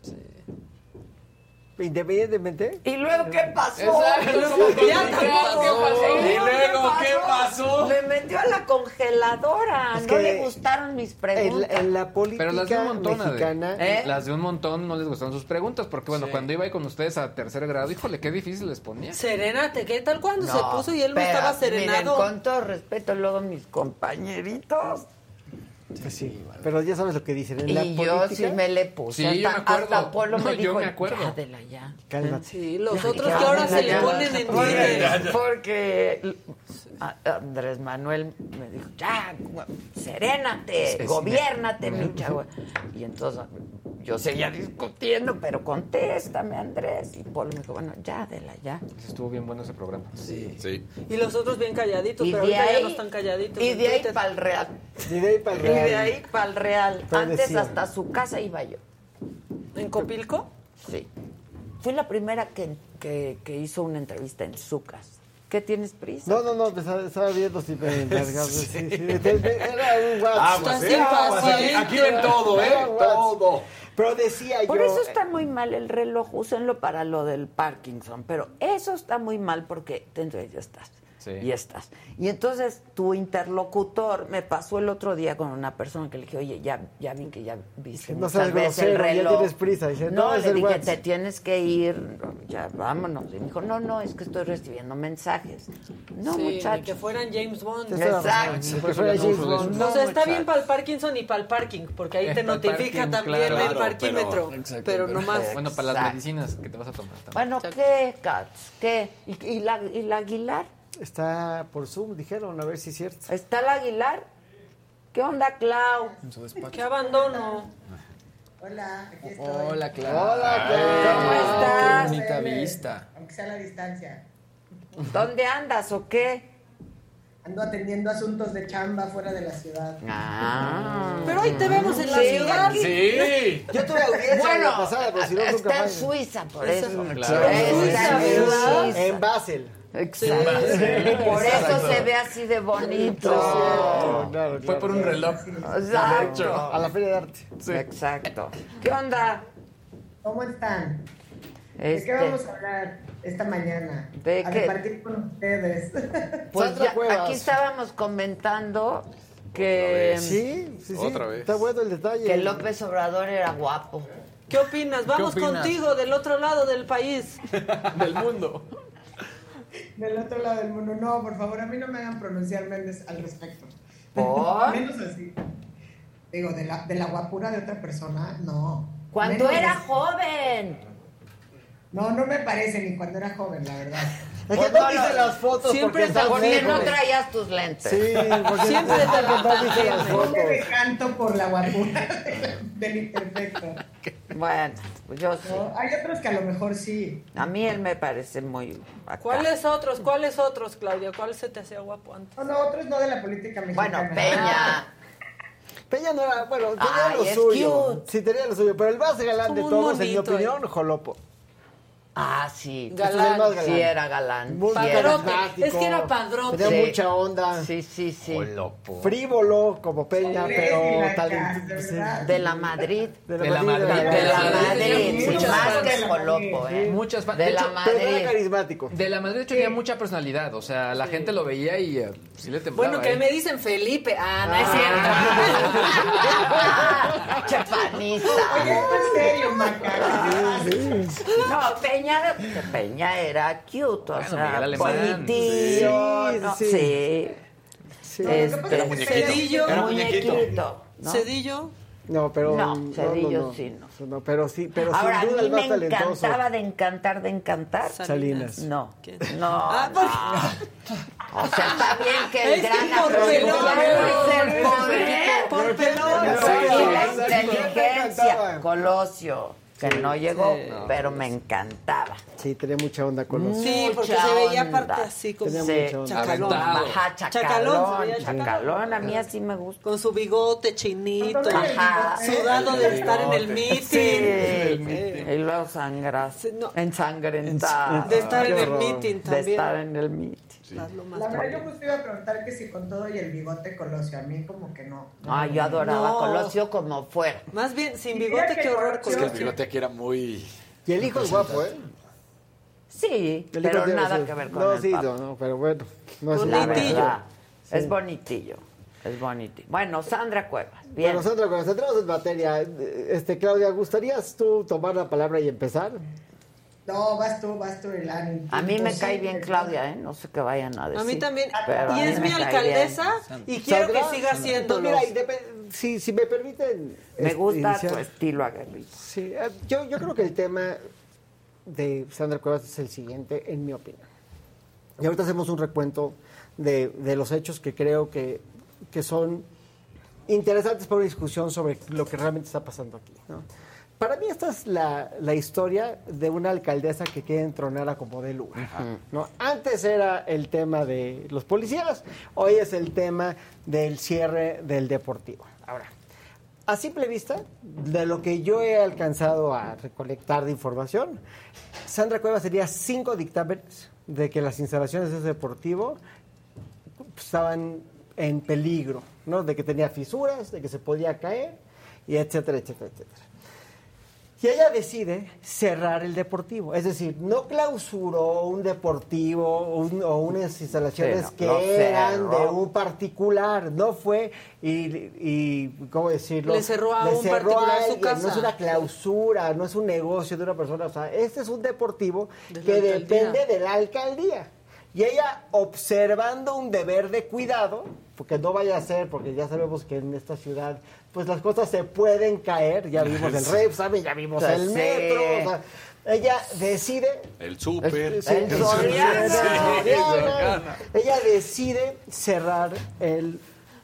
Independientemente. ¿Y luego qué pasó? Exacto, como Ya complicado, tampoco. ¿qué pasó? ¿Y ¿Y luego qué pasó? Me metió a la congeladora. Es No que le gustaron mis En, preguntas. en la política Pero las de un montón, Ade. mexicana. ¿Eh? Las de un montón no les gustaron sus preguntas, porque bueno, Sí. cuando iba ahí con ustedes a tercer grado, híjole, qué difícil les ponía. Serénate, ¿qué tal cuando No, se puso y él no pero, estaba miren, serenado? con todo respeto, luego mis compañeritos. Pues sí, pero ya sabes lo que dicen. En la Y yo política, sí me le puse. Sí, yo hasta, me acuerdo. hasta Polo No, me yo dijo, me acuerdo. ya, Adela, ya. Cálmate. Sí, los Ya, otros ya, que ahora ya, se le ya. ponen en Porque- Twitter. Porque a- Andrés Manuel me dijo, ya, serénate, Sí, sí, gobiérnate, mi chavo. Y entonces yo seguía discutiendo, pero contéstame, Andrés. Y Polo me dijo, bueno, ya, Adela, ya. Estuvo bien bueno ese programa. Sí. Sí. Y los otros bien calladitos, Y pero de ahorita ya ahí- no están calladitos. Y en de ahí Twitter. para el Real. Y de ahí para el Y Real. de ahí para el Real. Pero Antes decía- hasta su casa iba yo. ¿En Copilco? Sí. Fui la primera que, que, que hizo una entrevista en su casa. ¿Qué tienes prisa? No, no, no, estaba, estaba viendo si me encargaba. Sí, sí, de- de- era un WhatsApp. Aguas, Estás ¿eh? Aguas. Aquí, impaciente. aquí ven todo, ¿eh? Era WhatsApp. Todo. Pero decía Por yo. eso está muy mal el reloj, úsenlo para lo del Parkinson, pero eso está muy mal porque dentro de ello estás. Sí. Y estás. Y entonces tu interlocutor me pasó el otro día con una persona que le dije, oye, ya, ya vi que ya viste No muchas seas veces el grosero, ya reloj. tienes prisa. Dice, no, no, es le el dije, WhatsApp. te tienes que ir, ya vámonos. Y me dijo, no, no, es que estoy recibiendo mensajes. No, Sí, ni muchachos. que fueran James Bond. Ya estaba Exacto. razón, que fuera James Bond. No, o sea, está muchachos. bien para el Parkinson y para el parking, porque ahí Eh, te pa'l notifica parking, también claro. el Claro, parquímetro. pero- Pero, exacto, no más. Bueno, para las Exacto. medicinas que te vas a tomar también. Bueno, ¿qué, Katz? ¿Qué? ¿Y, y la, ¿Y la Aguilar? Está por Zoom, dijeron, a ver si es cierto. ¿Está la Aguilar? ¿Qué onda, Clau? ¿Qué abandono? Hola, aquí estoy. Hola, Clara. Hola, ¿Cómo estás? Qué bonita vista. Aunque sea a la distancia. ¿Dónde andas o qué? Ando atendiendo asuntos de chamba fuera de la ciudad. Ah. Pero ahí te vemos en la Sí, ciudad. aquí. Sí. Yo tuve audiencia Bueno, la pasada, pero si no, nunca está en más. Suiza, por Esa- eso. Claro. Está en Suiza, Suiza. En Basel. Exacto. Por eso se ve así de bonito. Claro, claro, Fue por un reloj. Exacto. A la Feria de Arte. Exacto. ¿Qué onda? ¿Cómo están? ¿De Este, qué vamos a hablar esta mañana? ¿De a qué? departir con ustedes. Pues Sandra ya, Cuevas. aquí estábamos comentando que, Sí, sí, sí. Otra vez. Está bueno el detalle. que López Obrador era guapo. ¿Qué opinas? Vamos opinas? contigo del otro lado del país. Del mundo. Del otro lado del mundo. No, por favor, a mí no me hagan pronunciarme al al respecto. ¿Por? Menos así. Digo, de la, de la guapura de otra persona, no. Cuando Menos era así. joven. No, no me parece ni cuando era joven, la verdad. Es Pues que no no, dice no, las fotos siempre porque está están Porque lejos. no traías tus lentes. Sí, porque Siempre es te que no dice las la No fotos. me decanto por la guapura del imperfecto. Bueno, pues yo sí. No, hay otros que a lo mejor sí. A mí él me parece muy acá. ¿Cuáles otros? ¿Cuáles otros, Claudia? ¿Cuál se te hacía guapo antes? No, no, otros no de la política mexicana. Bueno, Peña. Peña no era, bueno, tenía Ay, lo es suyo. cute. Sí, tenía lo suyo, pero el más galán de Como un todos, en mi monito, opinión, Jolopo. Ah, sí. Galán. Este es el más galán. Sí era galán. Muy Sí era. Padrote. carismático. Es que era padrote. Tenía Sí. mucha onda. Sí, sí, sí. Frívolo como Peña, Hombre, pero y la talentoso. casa, sí. ¿verdad? De la Madrid. De De la Madrid, Madrid. De la Madrid. Madrid. Sí, Muchas más fans que de la Jolopo, Madrid. ¿eh? Muchas fan- De de la hecho, Pero era Madrid. carismático. De la Madrid, de hecho, tenía mucha personalidad. O sea, la gente lo veía y eh, sí le temblaba. Bueno, que ¿eh? me dicen Felipe. Ah, no es Chapanista. Oye, en serio, Maca. No, Peña, Peña era cute, o Bueno, sea, Miguel Alemán. bonitillo, Sí, ¿no? sí. Sí. Sí. Este, Era muñequito. Cedillo. Era muñequito, muñequito. ¿no? Cedillo. No, pero. No, no, Cedillo no, no. sí, no. No, pero sí, pero Ahora, sin a duda mí el más me talentoso. encantaba de encantar, de encantar. Salinas. No, ¿Qué? no, Ah, no. O sea, está bien que el Es que gran por aprovechamiento pelón. es el poder Por pelón. y la Exacto, exacto. Me inteligencia. encantaba. Colosio. que Sí, no llegó, sí. pero me encantaba. Sí, tenía mucha onda con los... Sí, porque Mucha se veía onda. parte así como Tenía Sí, mucha onda. chacalón. Ajá, chacalón, Chacalón, se veía chacalón, a mí así me gusta. con su bigote chinito, Ajá. sudado de estar en el meeting. Sí, y luego sangras, ensangrentada. De estar en Qué el horror. meeting De también. estar en el meeting. Hazlo más La verdad, tarde. yo justo iba a preguntar que si con todo y el bigote Colosio, a mí como que no. Ay, yo adoraba No. a Colosio como fuera. Más bien, sin Y bigote, mira qué que horror. Es que el Colosio. bigote aquí era muy... Y el hijo es guapo, ¿eh? Sí, El hijo pero tiene- nada sí. que ver con no, el sí, papá. no, no, pero bueno. No es La Bonitillo. verdad, Sí. es bonitillo, es bonitillo. Bueno, Sandra Cuevas, bien. Bueno, Sandra, cuando entramos en materia, este, Claudia, ¿gustarías tú tomar la palabra y empezar? No, vas tú, vas tú, Ilani. A mí me cae Imposible. bien Claudia, ¿eh? No sé qué vayan a decir. A mí también. pero a Y mí es me mi cae alcaldesa y quiero ¿Sandra? que siga siendo. No, mira, y depe- si, si me permiten... bien. Me este, gusta iniciar- tu estilo aguerrido. Sí, eh, yo, yo creo que el tema de Sandra Cuevas es el siguiente, en mi opinión. Y ahorita hacemos un recuento de, de los hechos que creo que, que son interesantes para una discusión sobre lo que realmente está pasando aquí, ¿no? Para mí esta es la, la historia de una alcaldesa que quiere entronar a como de lugar, ¿no? Antes era el tema de los policías, hoy es el tema del cierre del Deportivo. Ahora, a simple vista, de lo que yo he alcanzado a recolectar de información, Sandra Cuevas tenía cinco dictámenes de que las instalaciones de ese deportivo estaban en peligro, ¿no? De que tenía fisuras, de que se podía caer, y etcétera, etcétera, etcétera. Y ella decide cerrar el deportivo, es decir, no clausuró un deportivo o, un- o unas instalaciones Sí, no, que lo eran cerró. de un particular, no fue y, y ¿cómo decirlo? Le cerró a un cerró particular su alguien, casa. no es una clausura, no es un negocio de una persona, o sea, este es un deportivo De la que alcaldía. depende de la alcaldía. Y ella, observando un deber de cuidado, porque no vaya a ser, porque ya sabemos que en esta ciudad, pues las cosas se pueden caer, ya vimos el Repsamen, ya vimos Pues el sí. metro, o sea, ella decide... El súper. Sí, El sí, Soriana. sí, Sí, Soriana. Soriana. Ella decide cerrar el,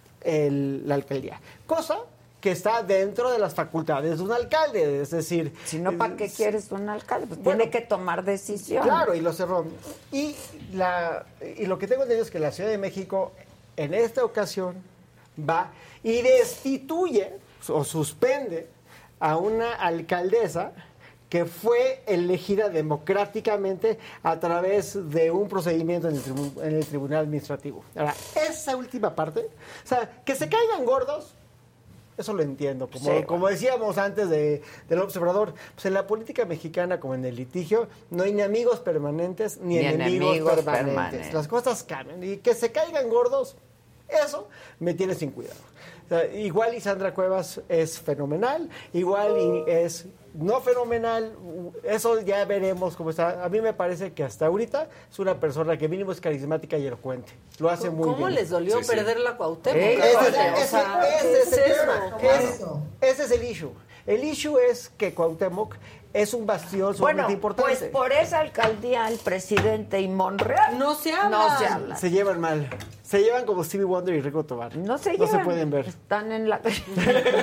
el- la alcaldía, cosa que está dentro de las facultades de un alcalde, es decir... Si no, ¿para qué quieres un alcalde? Pues Bueno, tiene que tomar decisión. Claro, y lo cerró. Y, la, y lo que tengo entendido es que la Ciudad de México en esta ocasión va y destituye o suspende a una alcaldesa que fue elegida democráticamente a través de un procedimiento en el, tribu- en el Tribunal Administrativo. Ahora, esa última parte, o sea, que se caigan gordos, eso lo entiendo. Como, Sí. como decíamos antes de, del observador, pues en la política mexicana, como en el litigio, no hay ni amigos permanentes ni, Ni enemigos, enemigos permanentes. permanentes. Las cosas cambian. Y que se caigan gordos, eso me tiene sin cuidado. O sea, igual y Sandra Cuevas es fenomenal, igual y es no fenomenal, eso ya veremos cómo está. A mí me parece que hasta ahorita es una persona que mínimo es carismática y elocuente. Lo hace muy bien. ¿Cómo les dolió Sí, sí. perder la Cuauhtémoc? Eh, Ese es, O ese- sea, ese es ¿qué el es tema. eso? Es- ese es el issue. El issue es que Cuauhtémoc es un bastión sumamente Bueno, importante. pues por esa alcaldía el presidente y Monreal No se hablan. no se hablan. Se llevan mal. Se llevan como Stevie Wonder y Rico Tobar. No se No llevan. se pueden ver. Están en la... Es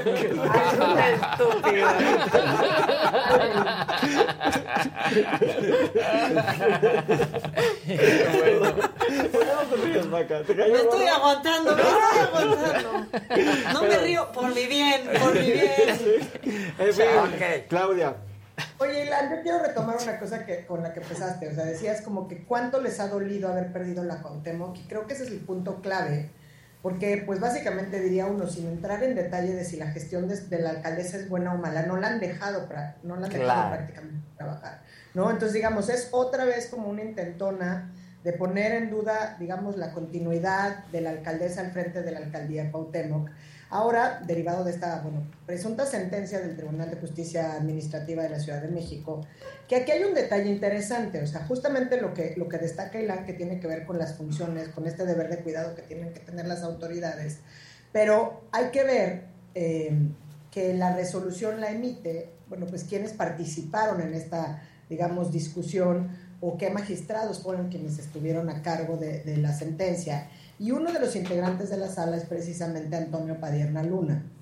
un estúpido. Me estoy aguantando, me estoy aguantando. No me río por mi bien, por mi bien. En fin, Ok. Claudia. Oye, Ilan, yo quiero retomar una cosa que, con la que empezaste. O sea, decías como que cuánto les ha dolido haber perdido la Cuauhtémoc. Y creo que ese es el punto clave. Porque, pues, básicamente diría uno, sin entrar en detalle de si la gestión de, de la alcaldesa es buena o mala, no la han dejado, pra- no la han dejado Claro. prácticamente trabajar, ¿no? Entonces, digamos, es otra vez como una intentona de poner en duda, digamos, la continuidad de la alcaldesa al frente de la alcaldía Cuauhtémoc. Ahora, derivado de esta, bueno, presunta sentencia del Tribunal de Justicia Administrativa de la Ciudad de México, que aquí hay un detalle interesante, o sea, justamente lo que, lo que destaca Ilan, que tiene que ver con las funciones, con este deber de cuidado que tienen que tener las autoridades, pero hay que ver eh, que la resolución la emite, bueno, pues quienes participaron en esta, digamos, discusión, o qué magistrados fueron quienes estuvieron a cargo de, de la sentencia. Y uno de los integrantes de la sala es precisamente Antonio Padierna Luna,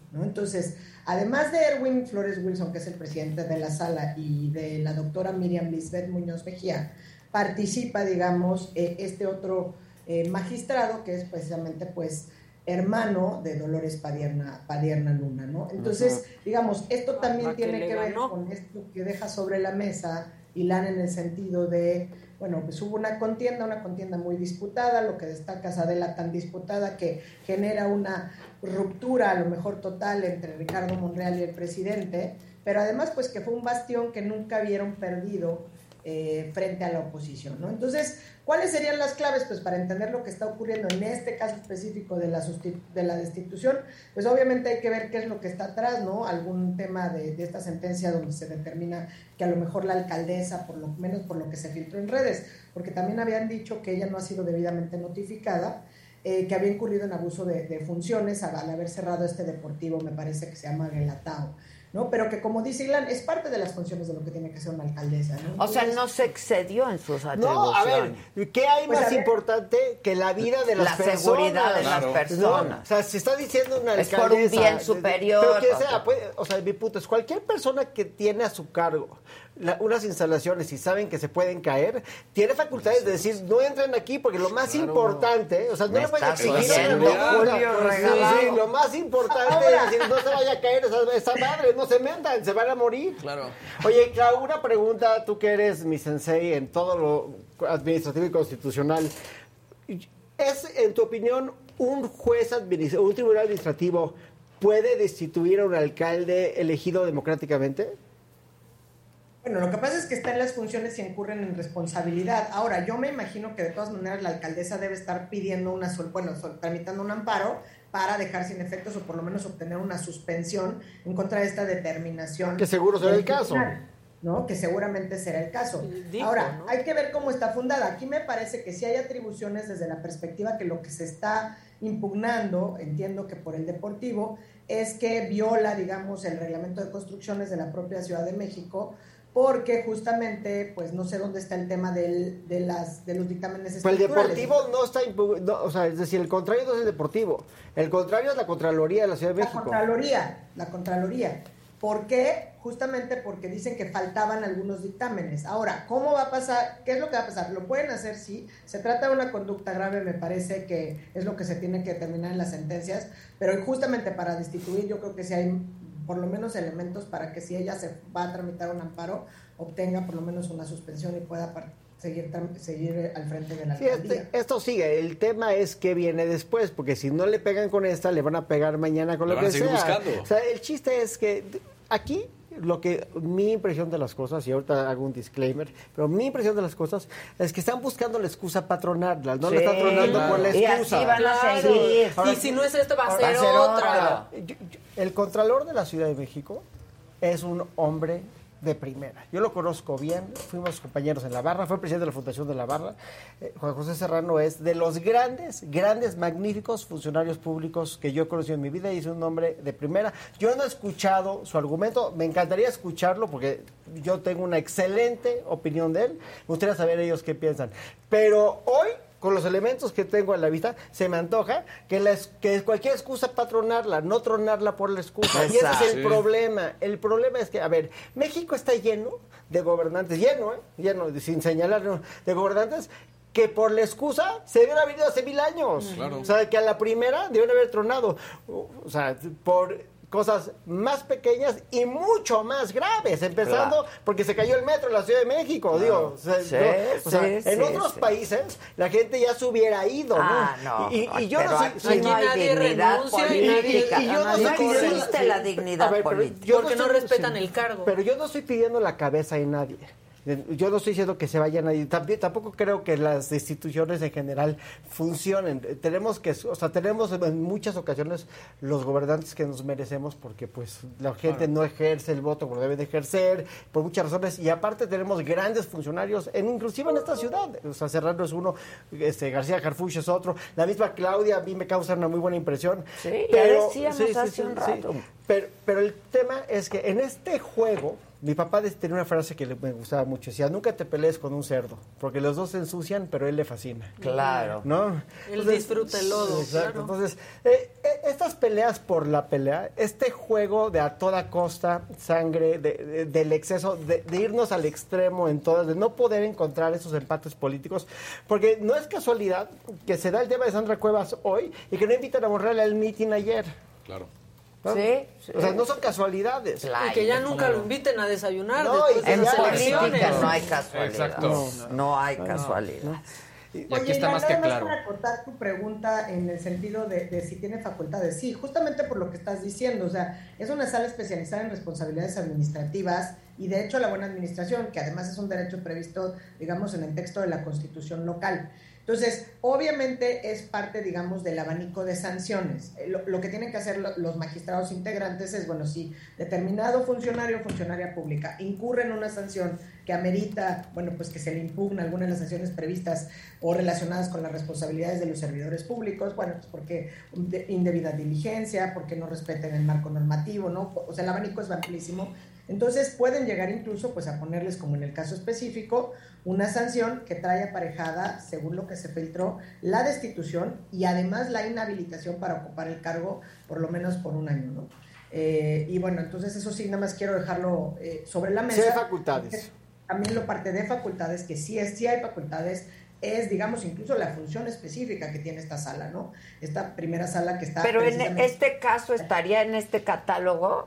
¿no? Entonces, además de Erwin Flores Wilson, que es el presidente de la sala, y de la doctora Miriam Lisbeth Muñoz Mejía, participa, digamos, eh, este otro eh, magistrado, que es precisamente, pues, hermano de Dolores Padierna, Padierna Luna, ¿no? Entonces, uh-huh. digamos, esto también ¿A tiene que que ver ganó? con esto que deja sobre la mesa Ilan, en el sentido de, bueno, pues hubo una contienda, una contienda muy disputada, lo que destaca es Adela, tan disputada que genera una ruptura, a lo mejor total, entre Ricardo Monreal y el presidente, pero además, pues, que fue un bastión que nunca vieron perdido eh, frente a la oposición, ¿no? Entonces, ¿cuáles serían las claves? Pues para entender lo que está ocurriendo en este caso específico de la, sustitu- de la destitución, pues obviamente hay que ver qué es lo que está atrás, ¿no? Algún tema de, de esta sentencia donde se determina que a lo mejor la alcaldesa, por lo menos por lo que se filtró en redes, porque también habían dicho que ella no ha sido debidamente notificada, eh, que había incurrido en abuso de, de funciones al, al haber cerrado este deportivo, me parece que se llama Guelatao, ¿no? Pero que, como dice Ilan, es parte de las funciones de lo que tiene que ser una alcaldesa, ¿no? O sea, Entonces, no se excedió en sus atribuciones. No, a ver, ¿qué hay Pues, más a ver, importante que la vida de las la personas? seguridad de Claro. las personas. No, o sea, si está diciendo una Es alcaldesa... por un bien de- superior. Pero quien o sea, sea. puede- o sea, mi punto es, cualquier persona que tiene a su cargo la- unas instalaciones y saben que se pueden caer, tiene facultades de decir, no entren aquí, porque lo más Claro. importante, o sea, no Me le pueden estás exigir a oyendo, una Julio locura. Regalado. Sí, lo más importante Ahora. es decir, no se vaya a caer esa, esa madre, no se metan, se van a morir. Claro. Oye, Clau, una pregunta, tú que eres mi sensei en todo lo administrativo y constitucional. ¿Es, en tu opinión, un juez administrativo, un tribunal administrativo puede destituir a un alcalde elegido democráticamente? Bueno, lo que pasa es que está en las funciones y incurren en responsabilidad. Ahora, yo me imagino que de todas maneras la alcaldesa debe estar pidiendo una, sol, bueno, sol, tramitando un amparo para dejar sin efectos o por lo menos obtener una suspensión en contra de esta determinación. Que seguro será del el caso. tribunal, ¿no? Que seguramente será el caso. Dijo, Ahora, ¿no? hay que ver cómo está fundada. Aquí me parece que sí hay atribuciones desde la perspectiva que lo que se está impugnando, entiendo que por el deportivo, es que viola, digamos, el reglamento de construcciones de la propia Ciudad de México, porque justamente, pues no sé dónde está el tema del, de, las, de los dictámenes Pues el estructurales. deportivo no está, impu- no, o sea, es decir, el contrario no es el deportivo, el contrario es la Contraloría de la Ciudad de La México. Contraloría, la Contraloría. ¿Por qué? Justamente porque dicen que faltaban algunos dictámenes. Ahora, ¿cómo va a pasar? ¿Qué es lo que va a pasar? Lo pueden hacer, sí. Se trata de una conducta grave, me parece que es lo que se tiene que determinar en las sentencias, pero justamente para destituir yo creo que sí hay por lo menos elementos para que si ella se va a tramitar un amparo, obtenga por lo menos una suspensión y pueda par- seguir, tram- seguir al frente de la Sí, alcaldía. este- esto sigue, el tema es qué viene después, porque si no le pegan con esta, le van a pegar mañana con Le lo van a que seguir sea. buscando. O sea, el chiste es que aquí lo que mi impresión de las cosas, y ahorita hago un disclaimer, pero mi impresión de las cosas es que están buscando la excusa patronarla, no Sí, la están tronando por la y excusa. así van a Claro. seguir. Ahora, Y si no es esta, va a ahora ser va a ser otra. otra. Yo- yo- el Contralor de la Ciudad de México es un hombre de primera. Yo lo conozco bien, fuimos compañeros en la barra, fue presidente de la Fundación de la Barra. Eh, Juan José Serrano es de los grandes, grandes, magníficos funcionarios públicos que yo he conocido en mi vida y es un hombre de primera. Yo no he escuchado su argumento, me encantaría escucharlo porque yo tengo una excelente opinión de él. Me gustaría saber ellos qué piensan. Pero hoy, con los elementos que tengo a la vista, se me antoja que, la, es- que cualquier excusa para tronarla, no tronarla por la excusa. Y ese Exacto. es el Sí. problema. El problema es que, a ver, México está lleno de gobernantes, lleno, ¿eh? Lleno, sin señalar, ¿no? de gobernantes que por la excusa se debieron haber ido hace mil años. Claro. O sea, que a la primera debieron haber tronado. O sea, por cosas más pequeñas y mucho más graves, empezando Claro. porque se cayó el metro en la Ciudad de México, digo. O sea, Sí, no, o sea, sí, en sí, otros sí. países la gente ya se hubiera ido, Ah, ¿no? no. Y, y yo pero no soy... aquí soy- no hay nadie dignidad renuncia y política. y- y yo no no soy- existe la dignidad A ver, pero política. yo Porque no estoy- respetan sí. el cargo. Pero yo no estoy pidiendo la cabeza de nadie. Yo no estoy diciendo que se vaya nadie. También, tampoco creo que las instituciones en general funcionen. Tenemos que, o sea, tenemos en muchas ocasiones los gobernantes que nos merecemos porque pues la gente no ejerce el voto como debe de ejercer, por muchas razones. Y aparte tenemos grandes funcionarios, en, inclusive en esta ciudad. O sea, Serrano es uno, este, García Harfuch es otro. La misma Claudia a mí me causa una muy buena impresión. Sí, ya decíamos hace un rato. Pero, pero el tema es que en este juego Mi papá tenía una frase que me gustaba mucho. Decía, nunca te pelees con un cerdo, porque los dos se ensucian, pero él le fascina. Claro. ¿No? Él disfruta el lodo. Exacto. Claro. Entonces, eh, eh, estas peleas por la pelea, este juego de a toda costa, sangre, de, de, del exceso, de, de irnos al extremo en todas, de no poder encontrar esos empates políticos, porque no es casualidad que se da el tema de Sandra Cuevas hoy y que no invitan a Monreal al meeting ayer. Claro. ¿No? Sí, sí. O sea, no son casualidades. Y que ya nunca lo inviten a desayunar. No, después de En las política elecciones. no hay casualidad. Exacto. No, no hay casualidad. No. Y Oye, aquí está Iván, más que nada más claro. para acotar tu pregunta en el sentido de, de si tiene facultades. Sí, justamente por lo que estás diciendo. O sea, es una sala especializada en responsabilidades administrativas y de hecho la buena administración, que además es un derecho previsto, digamos, en el texto de la Constitución local. Entonces, obviamente es parte, digamos, del abanico de sanciones. Lo, lo que tienen que hacer lo, los magistrados integrantes es, bueno, si determinado funcionario o funcionaria pública incurre en una sanción que amerita, bueno, pues que se le impugna alguna de las sanciones previstas o relacionadas con las responsabilidades de los servidores públicos, bueno, pues porque indebida diligencia, porque no respeten el marco normativo, ¿no? O sea, el abanico es amplísimo. Entonces pueden llegar incluso pues a ponerles, como en el caso específico, una sanción que trae aparejada, según lo que se filtró, la destitución y además la inhabilitación para ocupar el cargo por lo menos por un año, ¿no? Eh, y bueno, entonces eso sí, nada más quiero dejarlo eh, sobre la mesa. Sí hay facultades. También lo parte de facultades, que sí, es, sí hay facultades, es, digamos, incluso la función específica que tiene esta sala, ¿no? Esta primera sala que está... Pero en este caso, ¿estaría en este catálogo?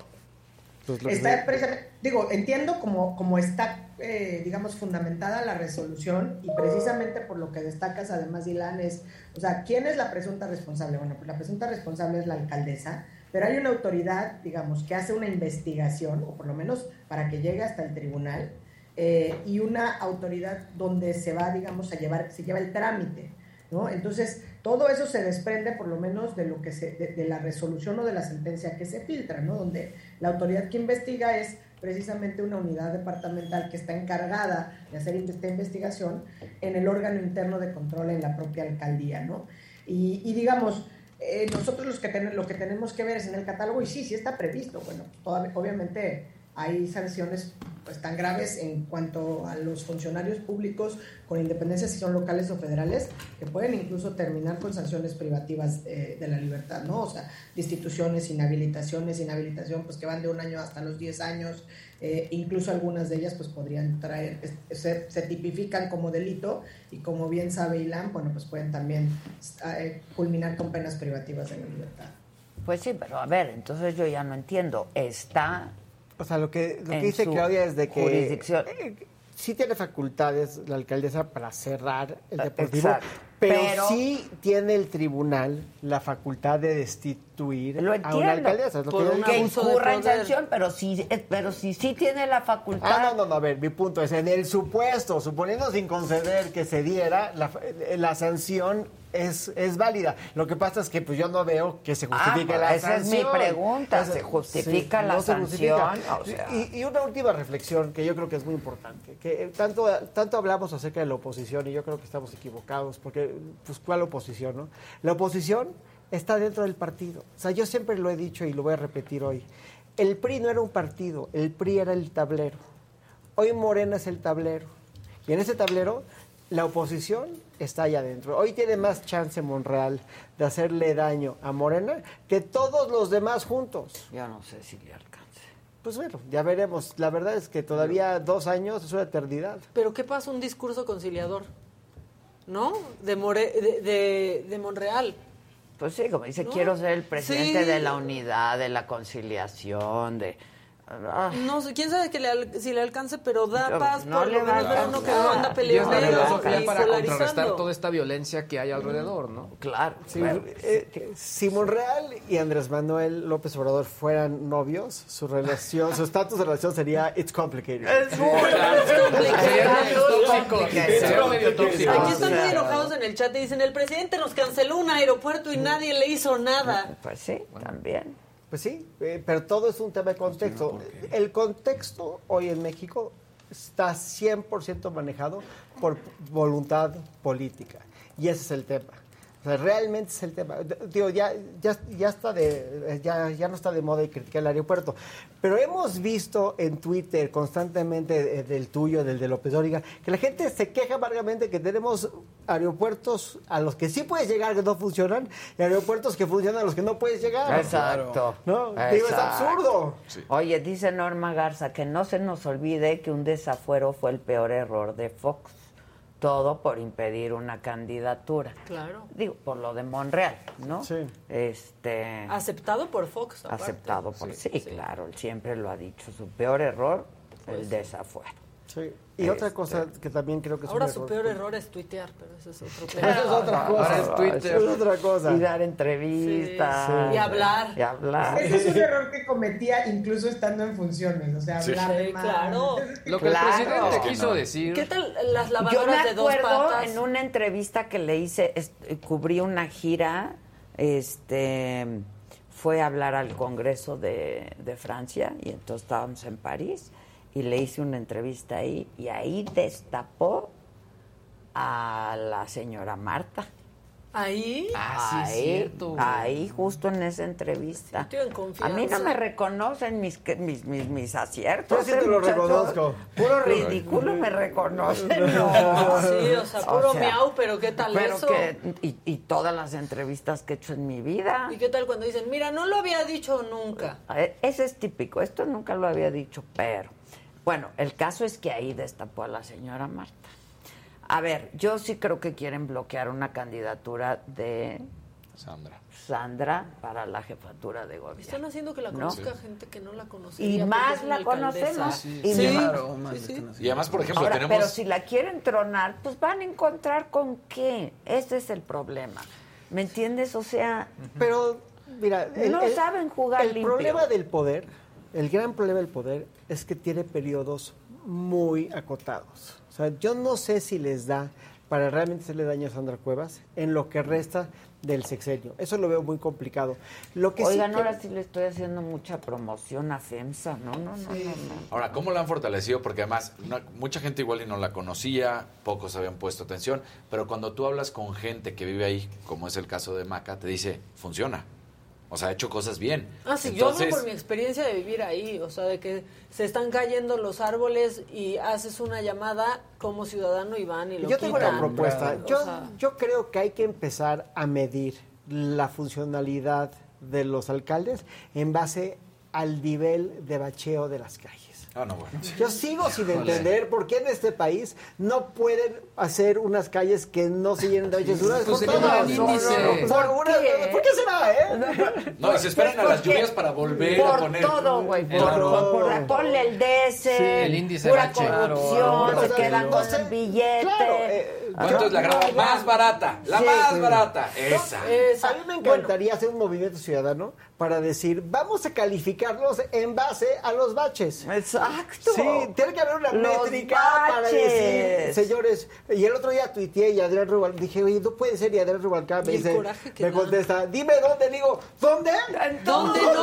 Está precisamente, digo, entiendo como, como está, eh, digamos, fundamentada la resolución y precisamente por lo que destacas, además, Ilan, es, o sea, ¿quién es la presunta responsable? Bueno, pues la presunta responsable es la alcaldesa, pero hay una autoridad, digamos, que hace una investigación, o por lo menos para que llegue hasta el tribunal, eh, y una autoridad donde se va, digamos, a llevar, se lleva el trámite, ¿no? Entonces, todo eso se desprende por lo menos de lo que se, de, de la resolución o de la sentencia que se filtra, ¿no? Donde la autoridad que investiga es precisamente una unidad departamental que está encargada de hacer esta investigación en el órgano interno de control en la propia alcaldía, ¿no? Y, y digamos, eh, nosotros los que ten, lo que tenemos que ver es en el catálogo, y sí, sí está previsto, bueno, toda, obviamente hay sanciones pues tan graves en cuanto a los funcionarios públicos, con independencia si son locales o federales, que pueden incluso terminar con sanciones privativas eh, de la libertad, ¿no? O sea, destituciones, inhabilitaciones, inhabilitación pues que van de un año hasta los diez años, eh, incluso algunas de ellas pues podrían traer, se, se tipifican como delito y como bien sabe Ilan, bueno, pues pueden también eh, culminar con penas privativas de la libertad. Pues sí, pero a ver, entonces yo ya no entiendo, está... O sea, lo que, lo que dice Claudia es de que jurisdicción. Eh, sí tiene facultades la alcaldesa para cerrar el deportivo, Exacto. pero, Pero- sí tiene el tribunal la facultad de destituir Lo a entiendo, una alcaldesa. Es lo que yo digo. que incurra en sanción, pero sí, eh, pero sí, sí tiene la facultad. Ah, no, no, no, a ver, mi punto es, en el supuesto, suponiendo sin conceder que se diera, la, la sanción es, es válida. Lo que pasa es que pues yo no veo que se justifique Ah, la esa es sanción. mi pregunta, Esa- ¿se justifica la se justifica. sanción? O sea. y, y una última reflexión que yo creo que es muy importante, que eh, tanto, tanto hablamos acerca de la oposición y yo creo que estamos equivocados, porque, pues, ¿cuál oposición, no? La oposición está dentro del partido. O sea, yo siempre lo he dicho y lo voy a repetir hoy. El P R I no era un partido, el P R I era el tablero. Hoy Morena es el tablero. Y en ese tablero, la oposición está allá adentro. Hoy tiene más chance Monreal de hacerle daño a Morena que todos los demás juntos. Yo no sé si le alcance. Pues bueno, ya veremos. La verdad es que todavía dos años es una eternidad. Pero ¿qué pasa? Un discurso conciliador, ¿no? De, More, de, de, de Monreal. Pues sí, como dice, ¿No? quiero ser el presidente Sí. de la unidad, de la conciliación, de... Ah. No sé, quién sabe que le al- si le alcance, pero da Yo- paz no por le lo va a menos ver uno que alcanzar. no anda Y es peleando la filosofía y para contrarrestar polarizando. toda esta violencia que hay alrededor, ¿no? Claro. Sí, eh, si Monreal y Andrés Manuel López Obrador fueran novios, su relación, su estatus de relación sería it's complicated. Es muy complicado. Sería medio tóxico. Sería medio tóxico. Aquí están muy O sea, enojados en el chat y dicen, el presidente nos canceló un aeropuerto y nadie le hizo nada. Pues sí, también. Pues sí, eh, pero todo es un tema de contexto. El contexto hoy en México está cien por ciento manejado por voluntad política. Y ese es el tema. O sea, realmente es el tema. Digo, ya, ya, ya, está de, ya, ya no está de moda y criticar el aeropuerto. Pero hemos visto en Twitter constantemente del tuyo, del de López Dóriga, que la gente se queja amargamente que tenemos aeropuertos a los que sí puedes llegar que no funcionan y aeropuertos que funcionan a los que no puedes llegar. Exacto. ¿No? Exacto. Digo, es absurdo. Sí. Oye, dice Norma Garza que no se nos olvide que un desafuero fue el peor error de Fox. Todo por impedir una candidatura. Claro. Digo, por lo de Monreal, ¿no? Sí. Este, Aceptado por Fox, aparte. aceptado por... Sí, Sí, sí, claro, él siempre lo ha dicho. Su peor error, Pues el sí. desafuero. Sí. Y Este- otra cosa que también creo que es Ahora un su error. peor error es tuitear, pero eso es otro Pero eso es otra cosa. Ahora es Twitter. Eso es otra cosa. Y dar entrevistas. Sí. Y hablar. Y hablar. Ese es un error que cometía incluso estando en funciones, o sea, Sí. hablar de Sí, más. claro. Lo que Claro. el presidente Es que quiso no. decir. ¿Qué tal las Yo lavadoras me de dos acuerdo patas? en una entrevista que le hice, est- cubrí una gira, este, fue a hablar al Congreso de, de Francia y entonces estábamos en París y le hice una entrevista ahí y ahí destapó a la señora Marta. Ahí. Ah, sí, es ahí, cierto. ahí justo en esa entrevista. Estoy en confianza. A mí no me reconocen mis que- mis, mis, mis aciertos. Yo sí te ¿eh, lo muchachos? reconozco. Puro ridículo me reconocen. No. Sí, o sea, puro miau, pero ¿qué tal pero eso? que- y, y todas las entrevistas que he hecho en mi vida. ¿Y qué tal cuando dicen, mira, no lo había dicho nunca? Eh, Ese es típico, esto nunca lo había dicho, pero... Bueno, el caso es que ahí destapó a la señora Marta. A ver, yo sí creo que quieren bloquear una candidatura de Sandra. Sandra para la jefatura de gobierno. Están haciendo que la ¿no? conozca gente que no la conocía. Y porque más es una la alcaldesa. conocemos. Sí, Y sí, más- sí, sí. Y además, por ejemplo, Ahora, tenemos... pero si la quieren tronar, pues van a encontrar con qué. Ese es el problema. ¿Me entiendes? O sea, Pero, mira, no saben jugar el limpio. problema del poder, el gran problema del poder es que tiene periodos muy acotados. O sea, yo no sé si les da para realmente hacerle daño a Sandra Cuevas en lo que resta del sexenio. Eso lo veo muy complicado. Lo que Oigan, sí ahora que- sí le estoy haciendo mucha promoción a FEMSA. No, no, no, no, no. Ahora, ¿cómo la han fortalecido? Porque además, una- mucha gente igual y no la conocía, pocos habían puesto atención, pero cuando tú hablas con gente que vive ahí, como es el caso de Maca, te dice, funciona. O sea, ha hecho cosas bien. Ah, sí, yo Entonces, hablo por mi experiencia de vivir ahí, o sea, de que se están cayendo los árboles y haces una llamada como ciudadano y van y lo Yo tengo quitan. una propuesta. O Yo, sea, yo creo que hay que empezar a medir la funcionalidad de los alcaldes en base al nivel de bacheo de las calles. Ah, no, bueno. Yo sigo sin Híjole. entender por qué en este país no pueden hacer unas calles que no se llenen de baches. Una vez Pues por sería un todas. gran índice. O sea, ¿Por una- qué? ¿Por qué será, eh? No, y se esperan a las lluvias para volver por a poner... todo, güey. Por, Claro. por- por- ponle el D S, Sí, el índice pura bache. corrupción, Claro. se quedan con el billete. Claro, eh, ¿Cuánto es la grava más barata? La Sí, más sí. barata. Esa. A mí me encantaría hacer un movimiento ciudadano para decir, vamos a calificarlos en base a los baches. Exacto. Sí, tiene que haber una Los métrica para baches. decir, señores, y el otro día tuiteé y Adrián Rubalcaba, dije, oye, no puede ser, y Adrián Rubalcaba me Y el dice, coraje que me da. contesta, dime dónde, digo, ¿dónde? ¿Dónde no?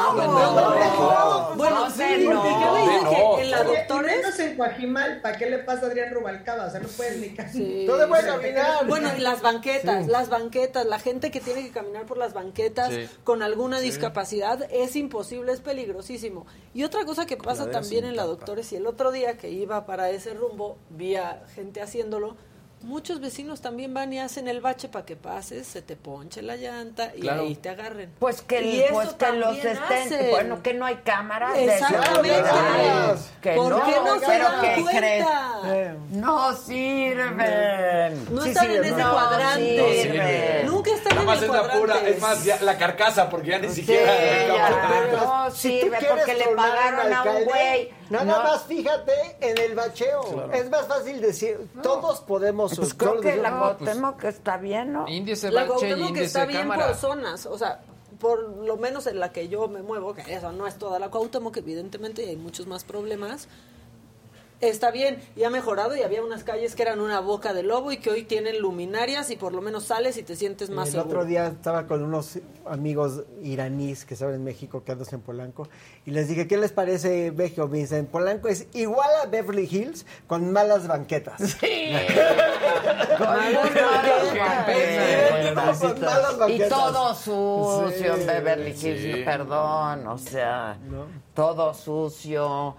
no? Bueno, ¿Dónde sí, porque no? yo le dije No. que en la Oye, y doctores... menos en Coajimalpa, ¿qué le pasa a Adrián Rubalcaba? O sea, no puedes ni caminar. Sí, ¿Dónde puedes sí. caminar? Bueno, y las banquetas, Sí. las banquetas, la gente que tiene que caminar por las banquetas Sí. con alguna discapacidad es imposible, es peligrosísimo. Y otra cosa que pasa Coladera también sin en la tapa. Doctores, y el otro día que iba para ese rumbo, vi a gente haciéndolo, muchos vecinos también van y hacen el bache para que pases, se te ponche la llanta y Claro. ahí te agarren. Pues que, Y el- eso pues que los también estén, hacen. bueno, que no hay cámaras de Exactamente. seguridad. Que ¿Por no, qué no se pero dan ¿qué cuenta? crees? No sirven. No Sí están en sirven. ese No cuadrante. sirven. Nunca están Nada en más el es la cuadrante. pura, es más, ya, la carcasa, porque ya ni Sí, siquiera... ya, no Si tú sirve quieres porque le tronar pagaron al a un alcalde, güey. Nada No. más fíjate en el bacheo. Es más fácil decir, todos podemos... Pues creo todos que la decimos, Cuauhtémoc está bien, ¿no? Índice La bache y Cuauhtémoc índice está bien cámara. por zonas, o sea, por lo menos en la que yo me muevo, que eso no es toda la Cuauhtémoc, evidentemente, y hay muchos más problemas. Está bien, y ha mejorado, y había unas calles que eran una boca de lobo y que hoy tienen luminarias y por lo menos sales y te sientes más El seguro. otro día estaba con unos amigos iraníes que estaban en México, que andan en Polanco, y les dije, ¿qué les parece México? Me dicen, Polanco es igual a Beverly Hills con malas banquetas. Sí. Con malas banquetas. malas Y banquetas. todo sucio Sí, en Beverly Hills, sí. perdón, o sea, No. todo sucio.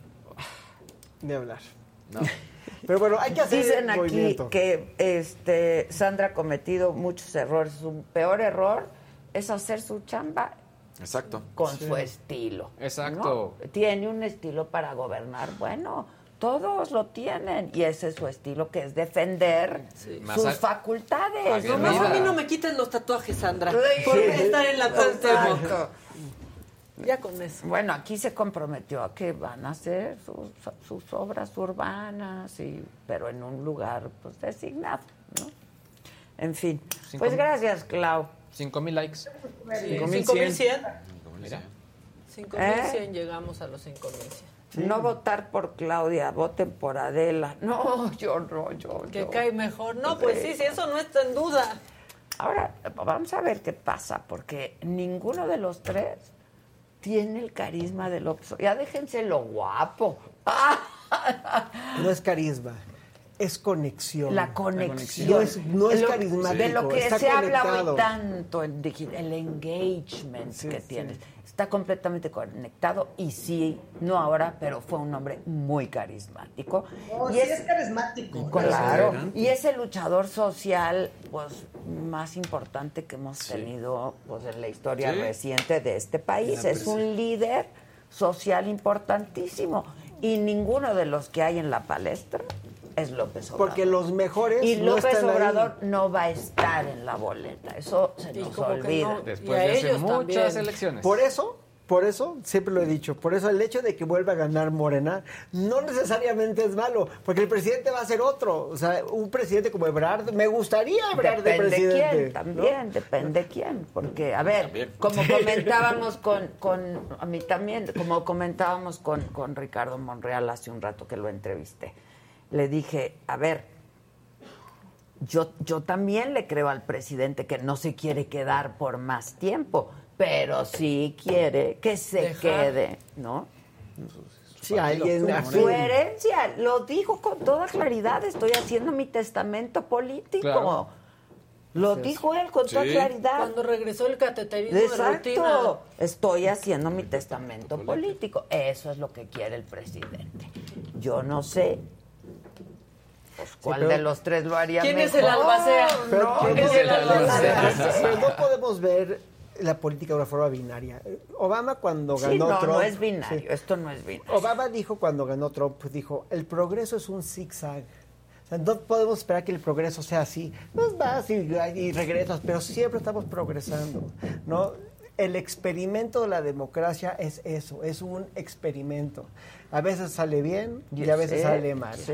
Ni hablar. Pero bueno, hay que hacer Dicen el aquí movimiento. que este Sandra ha cometido muchos errores. Su peor error es hacer su chamba Exacto. con Sí. su estilo. Exacto. ¿no? Tiene un estilo para gobernar. Bueno, todos lo tienen. Y ese es su estilo, que es defender Más sus a- facultades. No, no, a mí no me quiten los tatuajes, Sandra. Sí. Por estar en la Cuauhtémoc. Exacto. Ya con eso. Bueno, aquí se comprometió a que van a hacer sus, sus obras urbanas, y, pero en un lugar pues designado, ¿no? En fin. Cinco Pues mil. gracias, Clau. Cinco mil likes. cinco mil cien. Mira. cinco mil cien llegamos a los cinco mil cien. No votar por Claudia, voten por Adela. No, yo no, yo Que yo. cae mejor. No, pues sí, sí, eso no está en duda. Ahora, vamos a ver qué pasa, porque ninguno de los tres tiene el carisma del López. Ya déjense lo guapo. No es carisma, es conexión. La conexión. No es, no es Lo- carismático. De lo que está se habla conectado. hoy tanto, en digi- el engagement que tienes. Está completamente conectado y sí, no ahora, pero fue un hombre muy carismático. No, y sí es carismático. Claro, y es el luchador social pues más importante que hemos tenido pues, en la historia Sí. reciente de este país. La Es un líder social importantísimo y ninguno de los que hay en la palestra es López Obrador. Porque los mejores Y no López están ahí. Obrador no va a estar en la boleta. Eso se Y nos como que olvida. no. Después Y a de hace ellos muchas también. elecciones. Por eso, por eso, siempre lo he dicho, por eso el hecho de que vuelva a ganar Morena no necesariamente es malo, porque el presidente va a ser otro. O sea, un presidente como Ebrard, me gustaría Ebrard de Depende presidente. quién, también, depende quién. Porque, a ver, como comentábamos con, con, a mí también, como comentábamos con, con Ricardo Monreal hace un rato que lo entrevisté, le dije, a ver, yo, yo también le creo al presidente que no se quiere quedar por más tiempo, pero sí quiere que se Dejar. quede, ¿no? Si alguien Su así- herencia, lo dijo con toda claridad, estoy haciendo mi testamento político. Claro. Lo Sí. dijo él con toda Sí. claridad. Cuando regresó el cateterismo de rutina. Exacto. Estoy haciendo mi testamento político. Eso es lo que quiere el presidente. Yo no sé pues, cuál pero- de los tres lo haría ¿Quién mejor. es el albacea? Pero, No, pero ¿quién no, es el albacea? pero no podemos ver la política de una forma binaria. Obama cuando Sí, ganó no, Trump... no es binario. sí. Esto no es binario. Obama dijo cuando ganó Trump, dijo, el progreso es un zigzag. O sea, no podemos esperar que el progreso sea así. No vas y, y regresas, pero siempre estamos progresando, ¿no? El experimento de la democracia es eso, es un experimento. A veces sale bien y a veces Sí, sale mal. sí.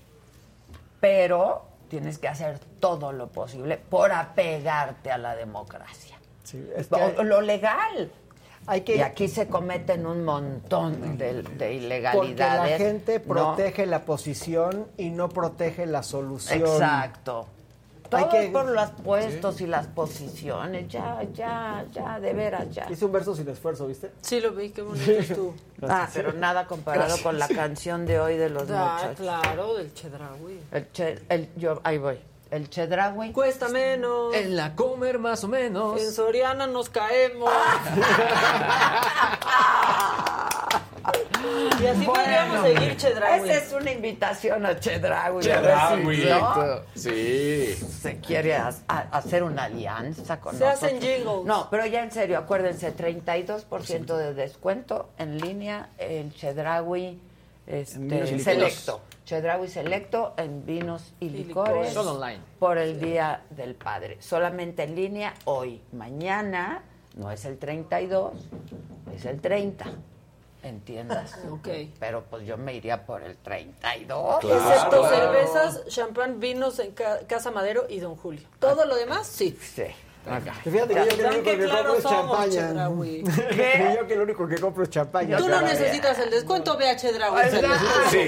Pero tienes que hacer todo lo posible por apegarte a la democracia. Sí, es Lo- que- lo legal. Hay que- Y aquí se cometen un montón de, de Porque ilegalidades. la gente ¿no? protege la posición y no protege la solución. Exacto. Hay Todo que- por los puestos y las posiciones. Ya, ya, ya, de veras, ya. Hice un verso sin esfuerzo, ¿viste? Sí, lo vi, qué bonito estuvo. Ah, pero nada comparado Gracias. con la canción de hoy de los Ah, muchachos. claro, del Chedraui. El, che- el- yo, ahí voy. El Chedraui. Cuesta menos. En la comer más o menos. En Soriana nos caemos. Y así podríamos seguir, Chedraui. Esa es una invitación a Chedraui. Chedraui. ¿no? Sí. Se quiere a- a- hacer una alianza con Se nosotros. hacen jingles. No, pero ya en serio, acuérdense, treinta y dos por ciento de descuento en línea el Chedraui este, En vinos y licores. Selecto. Chedraui Selecto en vinos y, licores. Solo online. Por el Día del Padre. Solamente en línea hoy. Mañana no es el treinta y dos, es el treinta. En tiendas. Ok. Pero pues yo me iría por el treinta y dos. Excepto Claro. cervezas, champán, vinos en Ca- Casa Madero y Don Julio. Todo lo demás, sí. Sí. Que fíjate que yo que lo único que compro es champaña. ¿Qué? Yo que lo único que compro es champaña. Tú no necesitas el descuento, ve a Chedraui. Sí.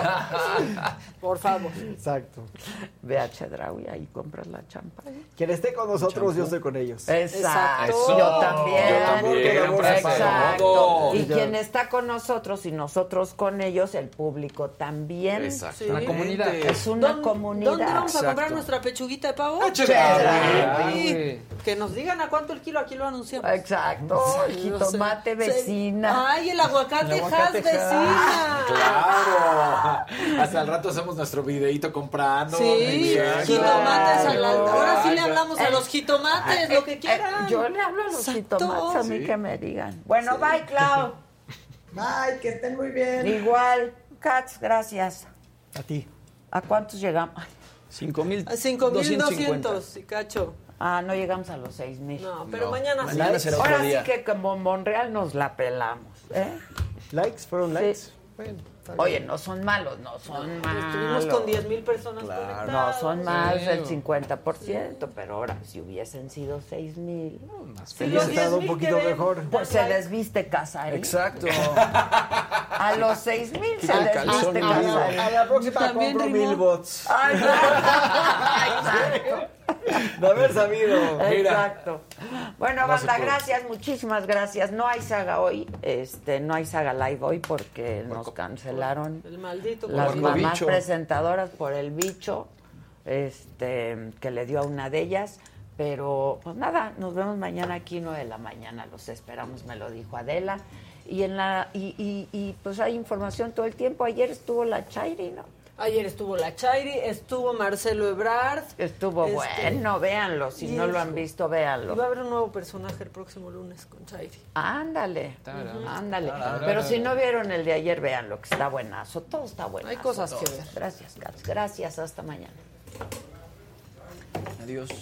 Por favor. Exacto. Ve a Chedraui, ahí compras la champaña. Quien esté con nosotros, yo estoy con ellos. Exacto. Eso. Yo también. Yo también. Exacto. Y Exacto. quien está con nosotros y nosotros con ellos, el público también. Exacto. Una comunidad. Es una ¿Dónde- comunidad. ¿Dónde vamos a comprar Exacto. nuestra pechuguita de pavo? A Chedraui. Sí. Que nos digan a cuánto el kilo, aquí lo anunciamos. Exacto. El jitomate vecina. Ay, el aguacate, El aguacate Has vecina. Claro. Hasta el rato hacemos nuestro videíto comprando. Sí, Exacto. jitomates al Claro. Ahora sí le hablamos a los jitomates, lo que Eh, quieran. Yo le hablo a los Exacto. jitomates, a mí Sí. que me digan. Bueno, bye, Clau. Bye, que estén muy bien. Igual. Katz, gracias. A ti. ¿A cuántos llegamos? Ay, cinco mil cinco mil doscientos cincuenta. doscientos, y cacho. Ah, no llegamos a los seis mil. No, pero mañana sí. Mañana será otro Ahora día. sí que como Monreal nos la pelamos, ¿eh? ¿Likes? ¿Fueron likes? Sí. Bueno, está bien. Oye, no son malos, no son malos. Estuvimos con diez mil personas conectadas. No son más Sí. del cincuenta por ciento, pero ahora, si hubiesen sido seis mil, Sí, Hubiese los estado un diez mil poquito que ven. mejor. pues se desviste Casarín. Exacto. A los seis mil se el calzón desviste y digo, Casarín. A la próxima También compro rimó. mil bots. Ay, no. Exacto. De haber sabido. Exacto. Bueno, No se banda, puede. gracias, muchísimas gracias. No hay saga hoy, este, no hay saga live hoy porque nos cancelaron El maldito las COVID. mamás bicho. presentadoras por el bicho, este, que le dio a una de ellas. Pero, pues nada, nos vemos mañana aquí, nueve de la mañana, los esperamos, me lo dijo Adela. Y en la, y, y, y pues hay información todo el tiempo. Ayer estuvo la Chairi, ¿no? Ayer estuvo la Chairi, estuvo Marcelo Ebrard. Estuvo Este, bueno, véanlo, si y no lo eso. han visto, Y véanlo. va a haber un nuevo personaje el próximo lunes con Chairi. Ándale, Tarán. ándale. Tarán. Pero si no vieron el de ayer, véanlo, que está buenazo. Todo está buenazo. Hay cosas que todo. ver. Gracias, Katz. Gracias, hasta mañana. Adiós.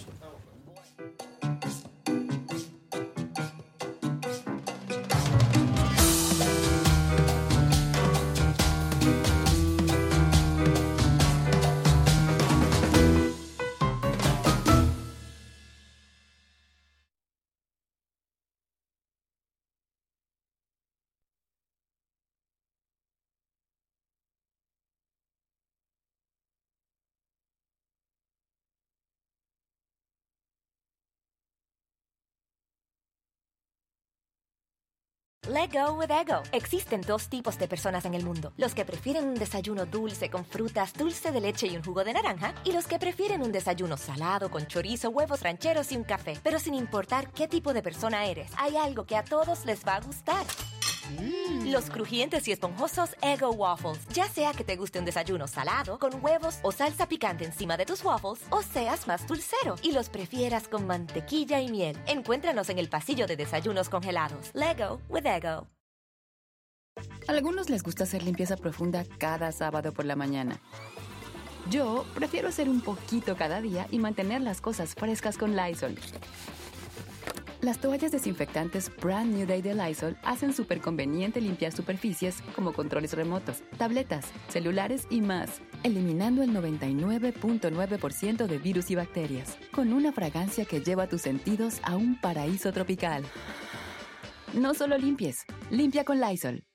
Let go with ego. Existen dos tipos de personas en el mundo. Los que prefieren un desayuno dulce con frutas, dulce de leche y un jugo de naranja. Y los que prefieren un desayuno salado con chorizo, huevos rancheros y un café. Pero sin importar qué tipo de persona eres, hay algo que a todos les va a gustar. Mm. Los crujientes y esponjosos Eggo Waffles. Ya sea que te guste un desayuno salado, con huevos o salsa picante encima de tus waffles, o seas más dulcero y los prefieras con mantequilla y miel. Encuéntranos en el pasillo de desayunos congelados. Lego with Eggo. A algunos les gusta hacer limpieza profunda cada sábado por la mañana. Yo prefiero hacer un poquito cada día y mantener las cosas frescas con Lysol. Las toallas desinfectantes Brand New Day de Lysol hacen súper conveniente limpiar superficies como controles remotos, tabletas, celulares y más, eliminando el noventa y nueve punto nueve por ciento de virus y bacterias, con una fragancia que lleva tus sentidos a un paraíso tropical. No solo limpies, limpia con Lysol.